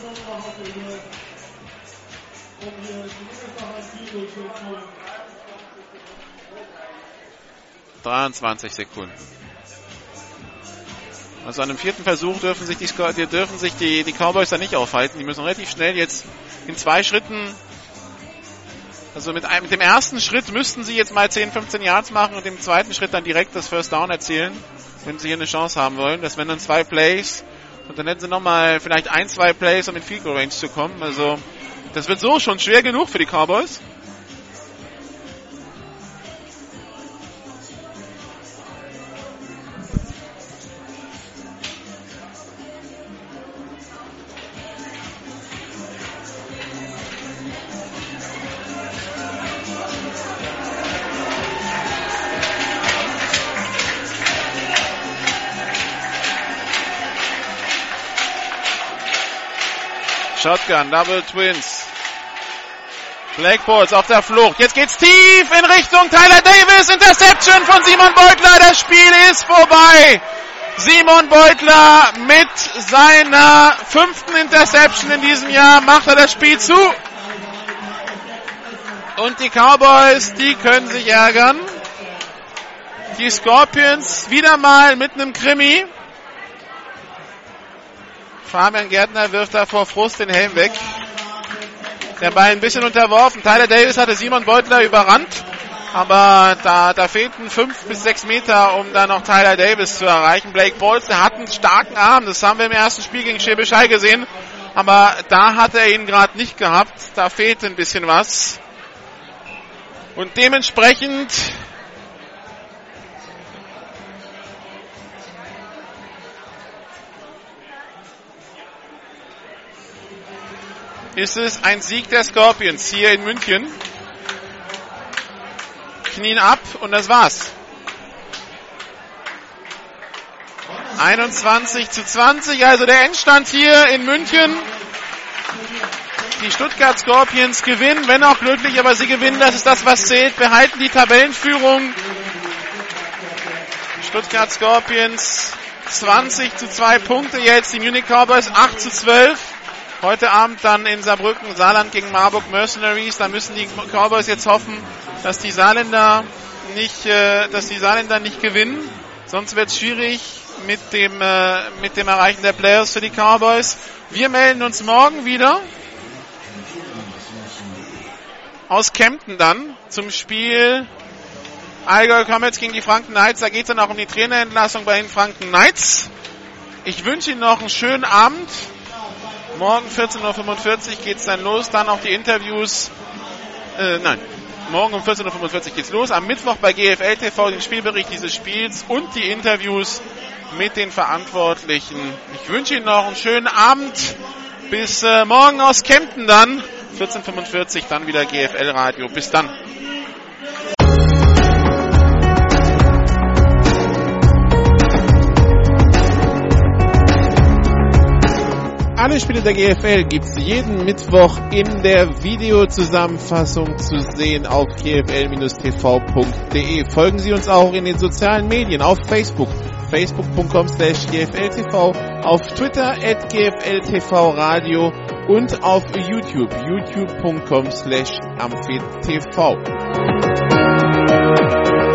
dreiundzwanzig Sekunden. Also an dem vierten Versuch dürfen sich die, dürfen sich die, die Cowboys da nicht aufhalten. Die müssen relativ schnell jetzt in zwei Schritten, also mit, einem, mit dem ersten Schritt müssten sie jetzt mal zehn, fünfzehn Yards machen und im zweiten Schritt dann direkt das First Down erzielen, wenn sie hier eine Chance haben wollen. Das wären dann zwei Plays und dann hätten sie nochmal vielleicht ein, zwei Plays, um in Field Goal Range zu kommen. Also das wird so schon schwer genug für die Cowboys. Shotgun, Double Twins. Blake Bortles auf der Flucht. Jetzt geht's tief in Richtung Tyler Davis. Interception von Simon Beutler. Das Spiel ist vorbei. Simon Beutler mit seiner fünften Interception in diesem Jahr macht er das Spiel zu. Und die Cowboys, die können sich ärgern. Die Scorpions wieder mal mit einem Krimi. Fabian Gärtner wirft da vor Frust den Helm weg. Der Ball ein bisschen unterworfen. Tyler Davis hatte Simon Beutler überrannt. Aber da, da fehlten fünf bis sechs Meter, um da noch Tyler Davis zu erreichen. Blake Bortles, der hat einen starken Arm. Das haben wir im ersten Spiel gegen Schwäbisch Hall gesehen. Aber da hat er ihn gerade nicht gehabt. Da fehlte ein bisschen was. Und dementsprechend ist es ein Sieg der Scorpions hier in München. Knien ab und das war's. einundzwanzig zu zwanzig, also der Endstand hier in München. Die Stuttgart Scorpions gewinnen, wenn auch glücklich, aber sie gewinnen, das ist das, was zählt. Behalten die Tabellenführung. Stuttgart Scorpions zwanzig zu zwei Punkte jetzt, die Munich Cowboys acht zu zwölf. Heute Abend dann in Saarbrücken, Saarland gegen Marburg Mercenaries. Da müssen die Cowboys jetzt hoffen, dass die Saarländer nicht, äh, dass die Saarländer nicht gewinnen. Sonst wird es schwierig mit dem, äh, mit dem Erreichen der Playoffs für die Cowboys. Wir melden uns morgen wieder aus Kempten dann zum Spiel Allgäu Comets gegen die Franken Knights. Da geht es dann auch um die Trainerentlassung bei den Franken Knights. Ich wünsche Ihnen noch einen schönen Abend. Morgen vierzehn Uhr fünfundvierzig geht's dann los, dann auch die Interviews, äh, nein, morgen um vierzehn Uhr fünfundvierzig geht's los, am Mittwoch bei G F L T V den Spielbericht dieses Spiels und die Interviews mit den Verantwortlichen. Ich wünsche Ihnen noch einen schönen Abend, bis äh, morgen aus Kempten dann, vierzehn Uhr fünfundvierzig, dann wieder G F L Radio, bis dann. Alle Spiele der G F L gibt's jeden Mittwoch in der Videozusammenfassung zu sehen auf g f l Bindestrich t v punkt d e. Folgen Sie uns auch in den sozialen Medien auf Facebook, facebook punkt com slash g f l t v, auf Twitter at g f l t v radio und auf YouTube, youtube punkt com slash amphi t v.